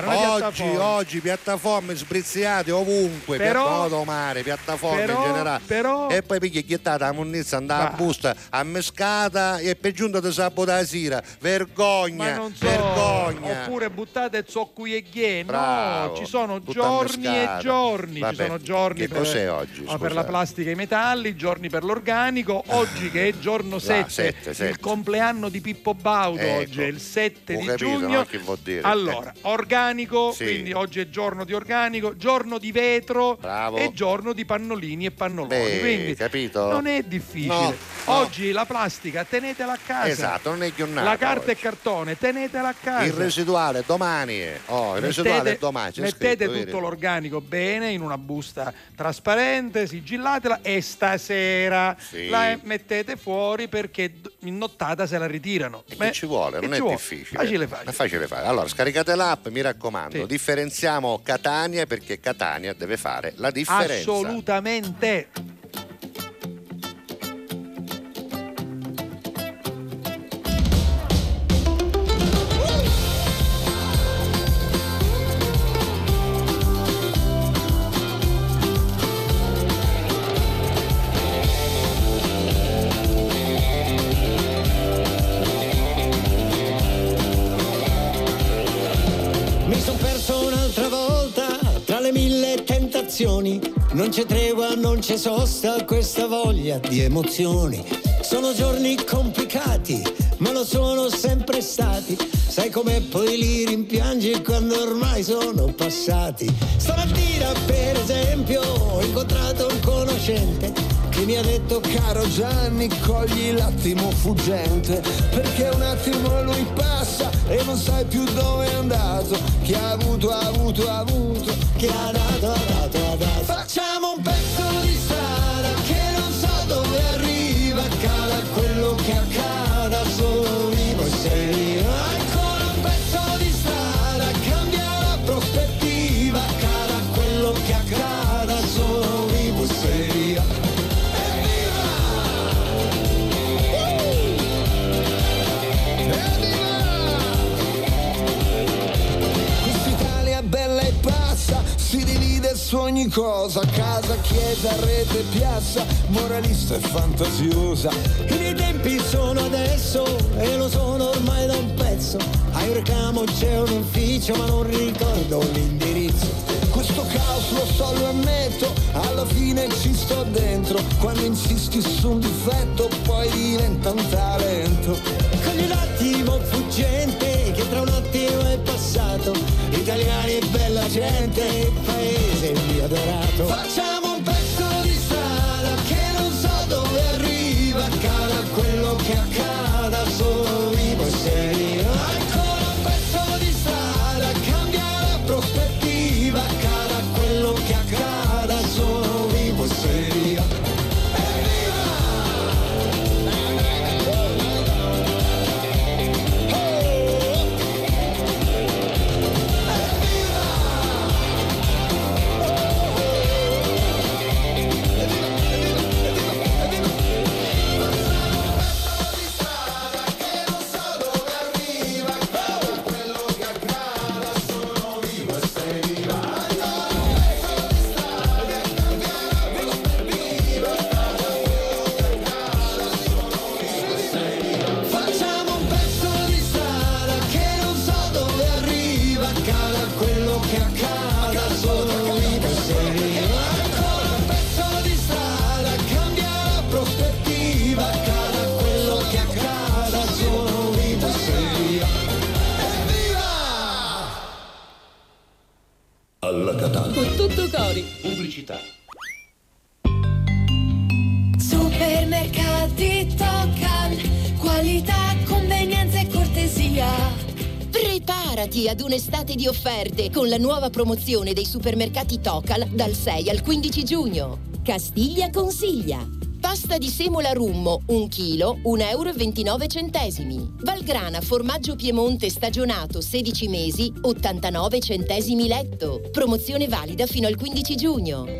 Oggi piattaforme sbriziate ovunque, mare, piattaforme in generale. E poi pigli ghiattata la munnizza, andava a busta, a mescata e per giunta ti sabota la sera. Vergogna, vergogna. Oppure buttate zocchi e ghie. No, ci sono giorni e giorni. Vabbè, ci sono giorni che cos'è oggi? Per la plastica e i metalli, giorni per l'organico. Oggi che è giorno 7, il compleanno di Pippo Baudo, oggi è il 7 di giugno. Che vuol dire? Allora, organico, quindi oggi è giorno di organico, giorno di vetro e giorno di pannolini e pannoloni. Quindi capito? non è difficile. Oggi la plastica tenetela a casa. Esatto, non è chionnata. La carta e cartone tenetela a casa. Il residuale domani il residuale è domani. Mettete tutto l'organico bene in una busta trasparente, sigillatela e stasera la mettete fuori, perché in nottata se la ritirano. Che ci vuole, non è difficile. È facile fare. Allora, scaricate l'app, mi raccomando, differenziamo Catania, perché Catania deve fare la differenza. Assolutamente. Non c'è tregua, non c'è sosta, questa voglia di emozioni. Sono giorni complicati, ma lo sono sempre stati. Sai com'è, poi li rimpiangi quando ormai sono passati. Stamattina, per esempio, ho incontrato un conoscente che mi ha detto: caro Gianni, cogli l'attimo fuggente, perché un attimo lui passa e non sai più dove è andato. Chi ha avuto, chi ha dato. Facciamo un pezzo di strada che non so dove arriva, accada quello che accada, solo vivo e sei io. Ancora un pezzo di strada, cambia la prospettiva, accada quello che accada, solo vivo e sei io. Quest'Italia bella e pazza si divide su ogni cosa, casa, chiesa, rete, piazza, moralista e fantasiosa. I miei tempi sono adesso e lo sono ormai da un pezzo. A Eurocamo c'è un ufficio ma non ricordo l'indirizzo. Questo caos lo so, lo ammetto, alla fine ci sto dentro. Quando insisti su un difetto poi diventa un talento. Cogli un attimo fuggente che tra un attimo è passato. Italiani e bella gente, il paese mio adorato. Facciamo un pezzo di strada che non so dove arriva, accada quello che accada, solo vivo e sei io. Ancora un pezzo di strada, cambia la prospettiva, accada quello che accada, solo vivo e sei io. pubblicità. Supermercati Tocal, qualità, convenienza e cortesia. Preparati ad un'estate di offerte con la nuova promozione dei supermercati Tocal dal 6 al 15 giugno. Castiglia consiglia. Pasta di semola Rummo, 1 chilo, 1,29 euro. Valgrana formaggio Piemonte stagionato 16 mesi, 89 centesimi letto. Promozione valida fino al 15 giugno.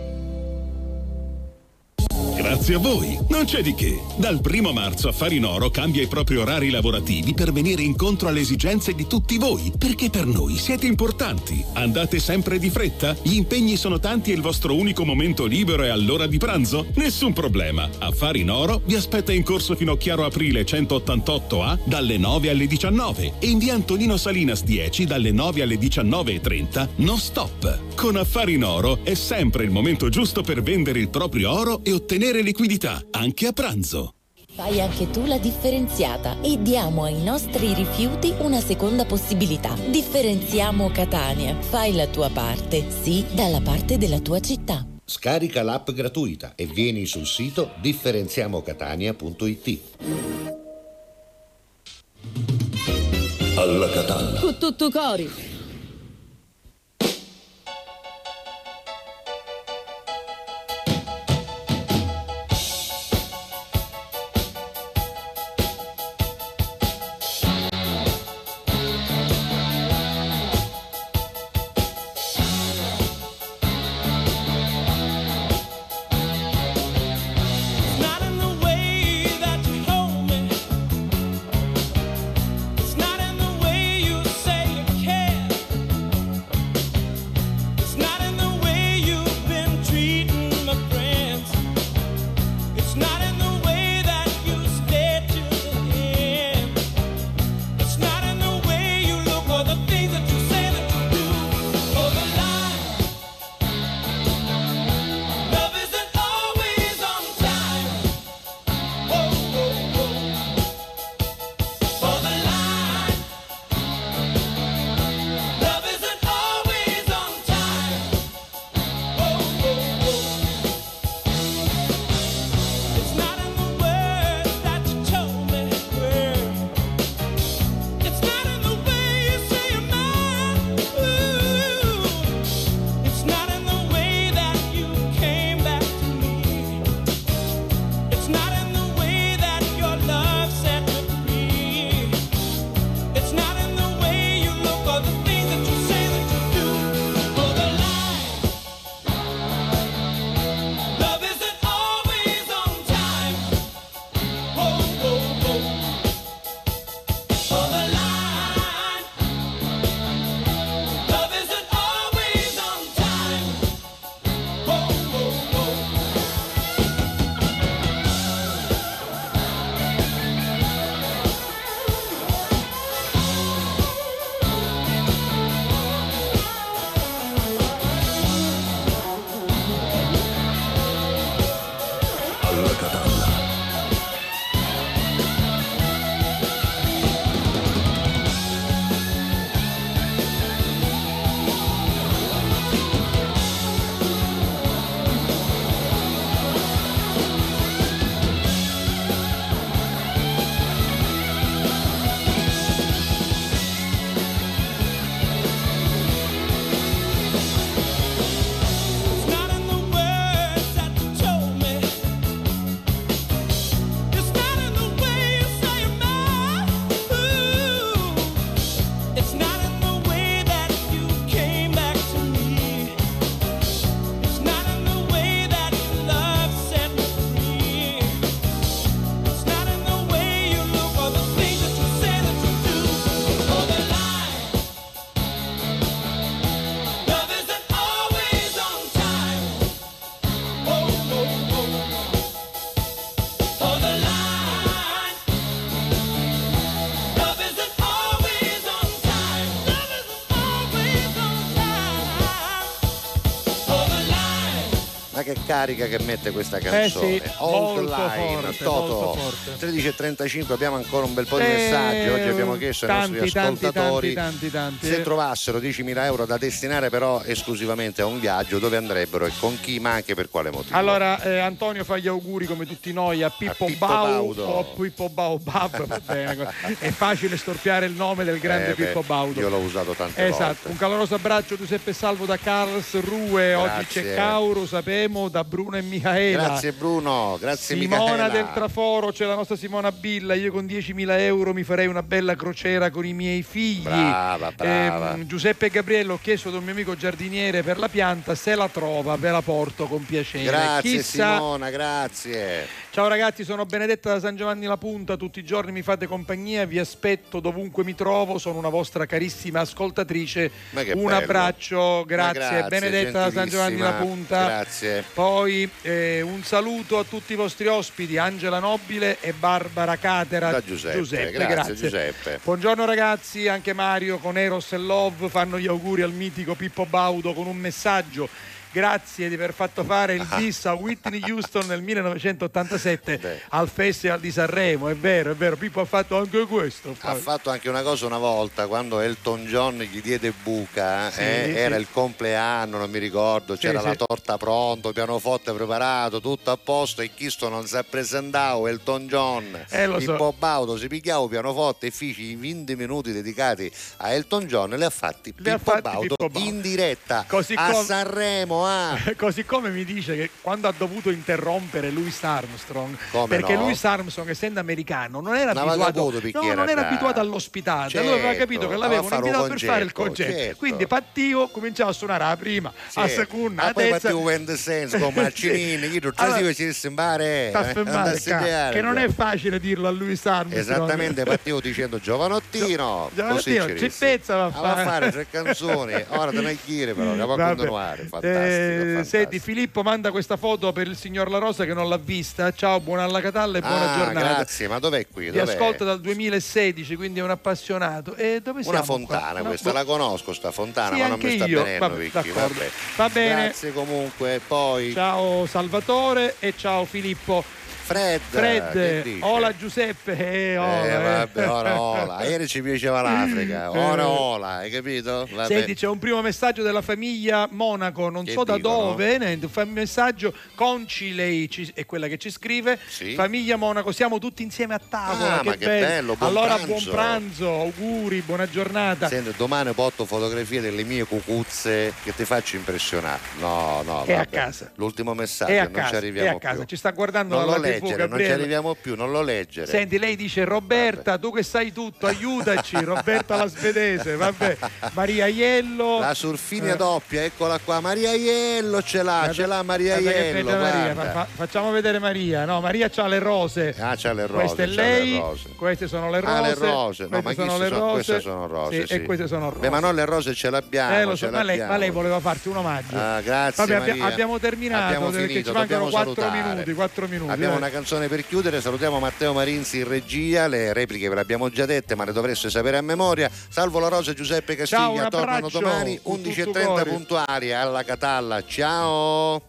Grazie a voi, non c'è di che. Dal 1 marzo Affari in Oro cambia i propri orari lavorativi per venire incontro alle esigenze di tutti voi, perché per noi siete importanti. Andate sempre di fretta? Gli impegni sono tanti e il vostro unico momento libero è all'ora di pranzo? Nessun problema. Affari in Oro vi aspetta in corso Finocchiaro Aprile 188A dalle 9 alle 19 e in via Antonino Salinas 10 dalle 9 alle 19:30 non stop. Con Affari in Oro è sempre il momento giusto per vendere il proprio oro e ottenere liquidità, anche a pranzo. Fai anche tu la differenziata e diamo ai nostri rifiuti una seconda possibilità. Differenziamo Catania. Fai la tua parte, sì, dalla parte della tua città. Scarica l'app gratuita e vieni sul sito differenziamocatania.it. Alla Catania. Con tutto cori. It's not in the way you say you care. Ma che carica che mette questa canzone. Sì, Old molto Line, forte, Toto. molto forte. 13:35, abbiamo ancora un bel po' di messaggi. Oggi abbiamo chiesto ai nostri ascoltatori tanti. se trovassero 10.000 euro da destinare però esclusivamente a un viaggio, dove andrebbero e con chi, ma anche per quale motivo. Allora Antonio fa gli auguri come tutti noi a Pippo Baudo o Pippo Baobab. È facile storpiare il nome del grande Pippo Baudo. Io l'ho usato tante volte. Esatto, un caloroso abbraccio Giuseppe Salvo da Karlsruhe. Oggi c'è Cauro, sapemo, da Bruno e Michaela. Grazie Bruno, grazie Simona Michaela. del Traforo, c'è la nostra Simona Billa. Io con 10.000 euro mi farei una bella crociera con i miei figli. Brava. Giuseppe e Gabriello, ho chiesto ad un mio amico giardiniere per la pianta, se la trova ve la porto con piacere. Grazie Simona, grazie. Ciao ragazzi, sono Benedetta da San Giovanni La Punta, tutti i giorni mi fate compagnia, vi aspetto dovunque mi trovo, sono una vostra carissima ascoltatrice. Un abbraccio, grazie Benedetta da San Giovanni La Punta. Grazie. Poi un saluto a tutti i vostri ospiti, Angela Nobile e Barbara Catera. Da Giuseppe. Grazie Giuseppe. Buongiorno ragazzi, anche Mario con Eros e Love fanno gli auguri al mitico Pippo Baudo con un messaggio. Grazie di aver fatto fare il bis a Whitney Houston nel 1987 al Festival di Sanremo. È vero, Pippo ha fatto anche questo. Ha fatto anche una cosa una volta, quando Elton John gli diede buca, era il compleanno, non mi ricordo, c'era la torta pronta, pianoforte preparato, tutto a posto, e Chisto non si è presentato, Elton John. Pippo Baudo si pigliava il pianoforte e fece i 20 minuti dedicati a Elton John e li ha fatti Pippo Baudo in diretta a Sanremo. Così come mi dice che quando ha dovuto interrompere Louis Armstrong, perché Louis Armstrong, essendo americano, non era abituato all'ospitato, allora aveva capito che l'avevano invitato per fare il concerto, quindi partivo, cominciava a suonare la prima, a seconda, a poi terza, partivo in senso con Marcinini, che non è facile dirlo a Louis Armstrong. Esattamente, partivo dicendo giovanottino, Cippezza va a fare 3 canzoni, ora te ne chiede però, che va a continuare, fantastico. Senti, Filippo manda questa foto per il signor La Rosa che non l'ha vista. Ciao, buona alla Catalla e buona giornata. Grazie, ma dov'è qui? Ti ascolta dal 2016, quindi è un appassionato. E dove siamo? Una fontana qua? Questa, la conosco sta fontana, sì, ma non mi sta venendo, Vicky. Va bene. Grazie comunque, poi. Ciao Salvatore e ciao Filippo. Fred, hola Giuseppe. Ola. Ieri ci piaceva l'Africa. Ola, hai capito? Vabbè. Senti, c'è un primo messaggio della famiglia Monaco, non so da dove, fa un messaggio. Conci, lei è quella che ci scrive. Sì. Famiglia Monaco, siamo tutti insieme a tavola. Che bello. Allora buon pranzo, auguri, buona giornata. Senti, domani porto fotografie delle mie cucuzze che ti faccio impressionare. No, è a casa. L'ultimo messaggio, non ci arriviamo più. Ci sta guardando dalla TV. Non ci arriviamo più, non lo leggere. Senti, lei dice Roberta, tu che sai tutto, aiutaci. Roberta la svedese, vabbè. Maria Iello, la surfina doppia, eccola qua. Maria Iello ce l'ha Maria Iello. Maria. Facciamo vedere Maria. No, Maria c'ha le rose. C'ha le rose. Queste è lei. Queste sono le rose. Le rose. No, queste sono le rose. Queste sono rose. Sì. E queste sono rose. Ma non le rose ce l'abbiamo. Lo so, ma lei voleva farti un omaggio. Grazie. Vabbè, abbiamo terminato. Abbiamo perché finito, ci mancano 4 salutare. minuti. Abbiamo una canzone per chiudere, salutiamo Matteo Marinzi in regia, le repliche ve le abbiamo già dette ma le dovreste sapere a memoria. Salvo La Rosa e Giuseppe Castiglia tornano domani 11:30 puntuali alla Catalla. Ciao.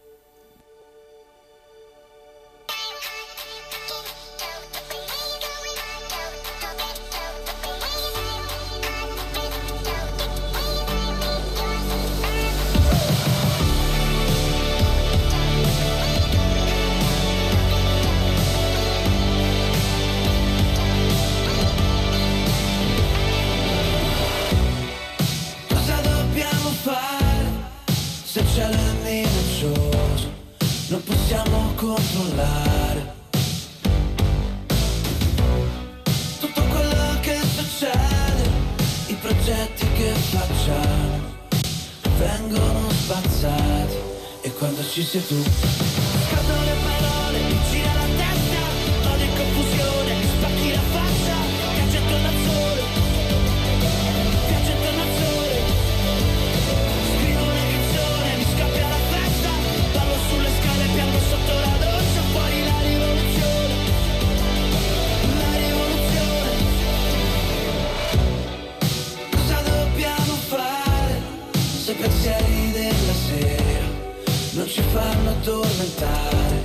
Non possiamo controllare tutto quello che succede, i progetti che facciamo vengono spazzati e quando ci sei tu scattano le parole, mi gira la testa, odio e confusione, mi spacchi la faccia, viaggio attorno al sole, viaggio attorno al sole, scrivo una canzone, mi scappia la festa, ballo sulle scale, piango sotto la doccia, fuori la rivoluzione, cosa dobbiamo fare se pensieri della sera non ci fanno addormentare.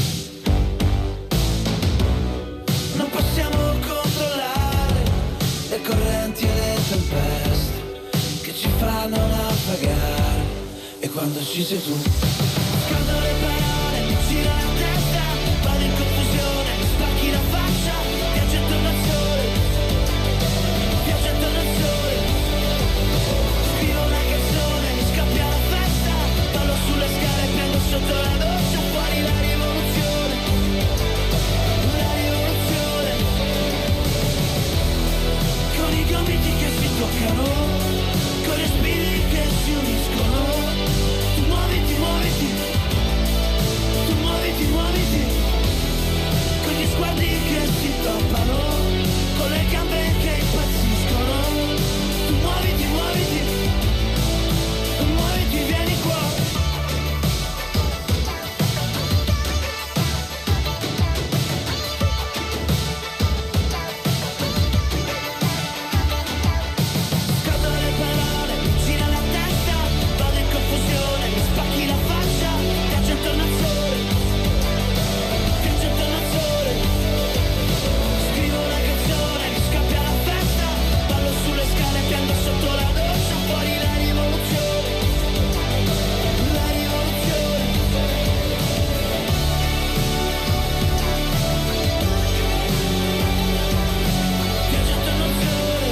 Non possiamo controllare le correnti e le tempeste che ci fanno naufragare. E quando ci sei tu, scaldo le parole, mi gira la testa, vado in confusione, mi spacchi la faccia, viaggio intorno al sole, viaggio intorno al sole. Scrivo una canzone, mi scappia la festa, ballo sulle scale, piango sotto la doccia, fuori la rivoluzione, la rivoluzione. Con i gomiti che si toccano, con i respiri che si uniscono. Tu muoviti, muoviti, tu muoviti, muoviti, con gli sguardi che si toppano, con le gambe che impazziscono. Tu muoviti, muoviti, muoviti, vieni qua. Scaldo le parole, mi gira la testa, vado in confusione, mi spacchi la faccia, viaggio intorno al sole, viaggio intorno al sole. Scrivo una canzone, mi scappia la festa, ballo sulle scale, piango sotto la doccia, fuori la rivoluzione, la rivoluzione. Viaggio intorno al sole.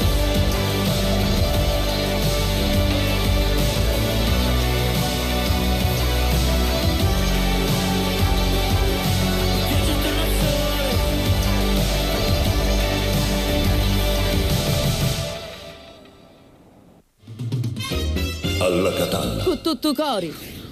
Viaggio intorno al sole. Alla Catalla. Con tutto cori.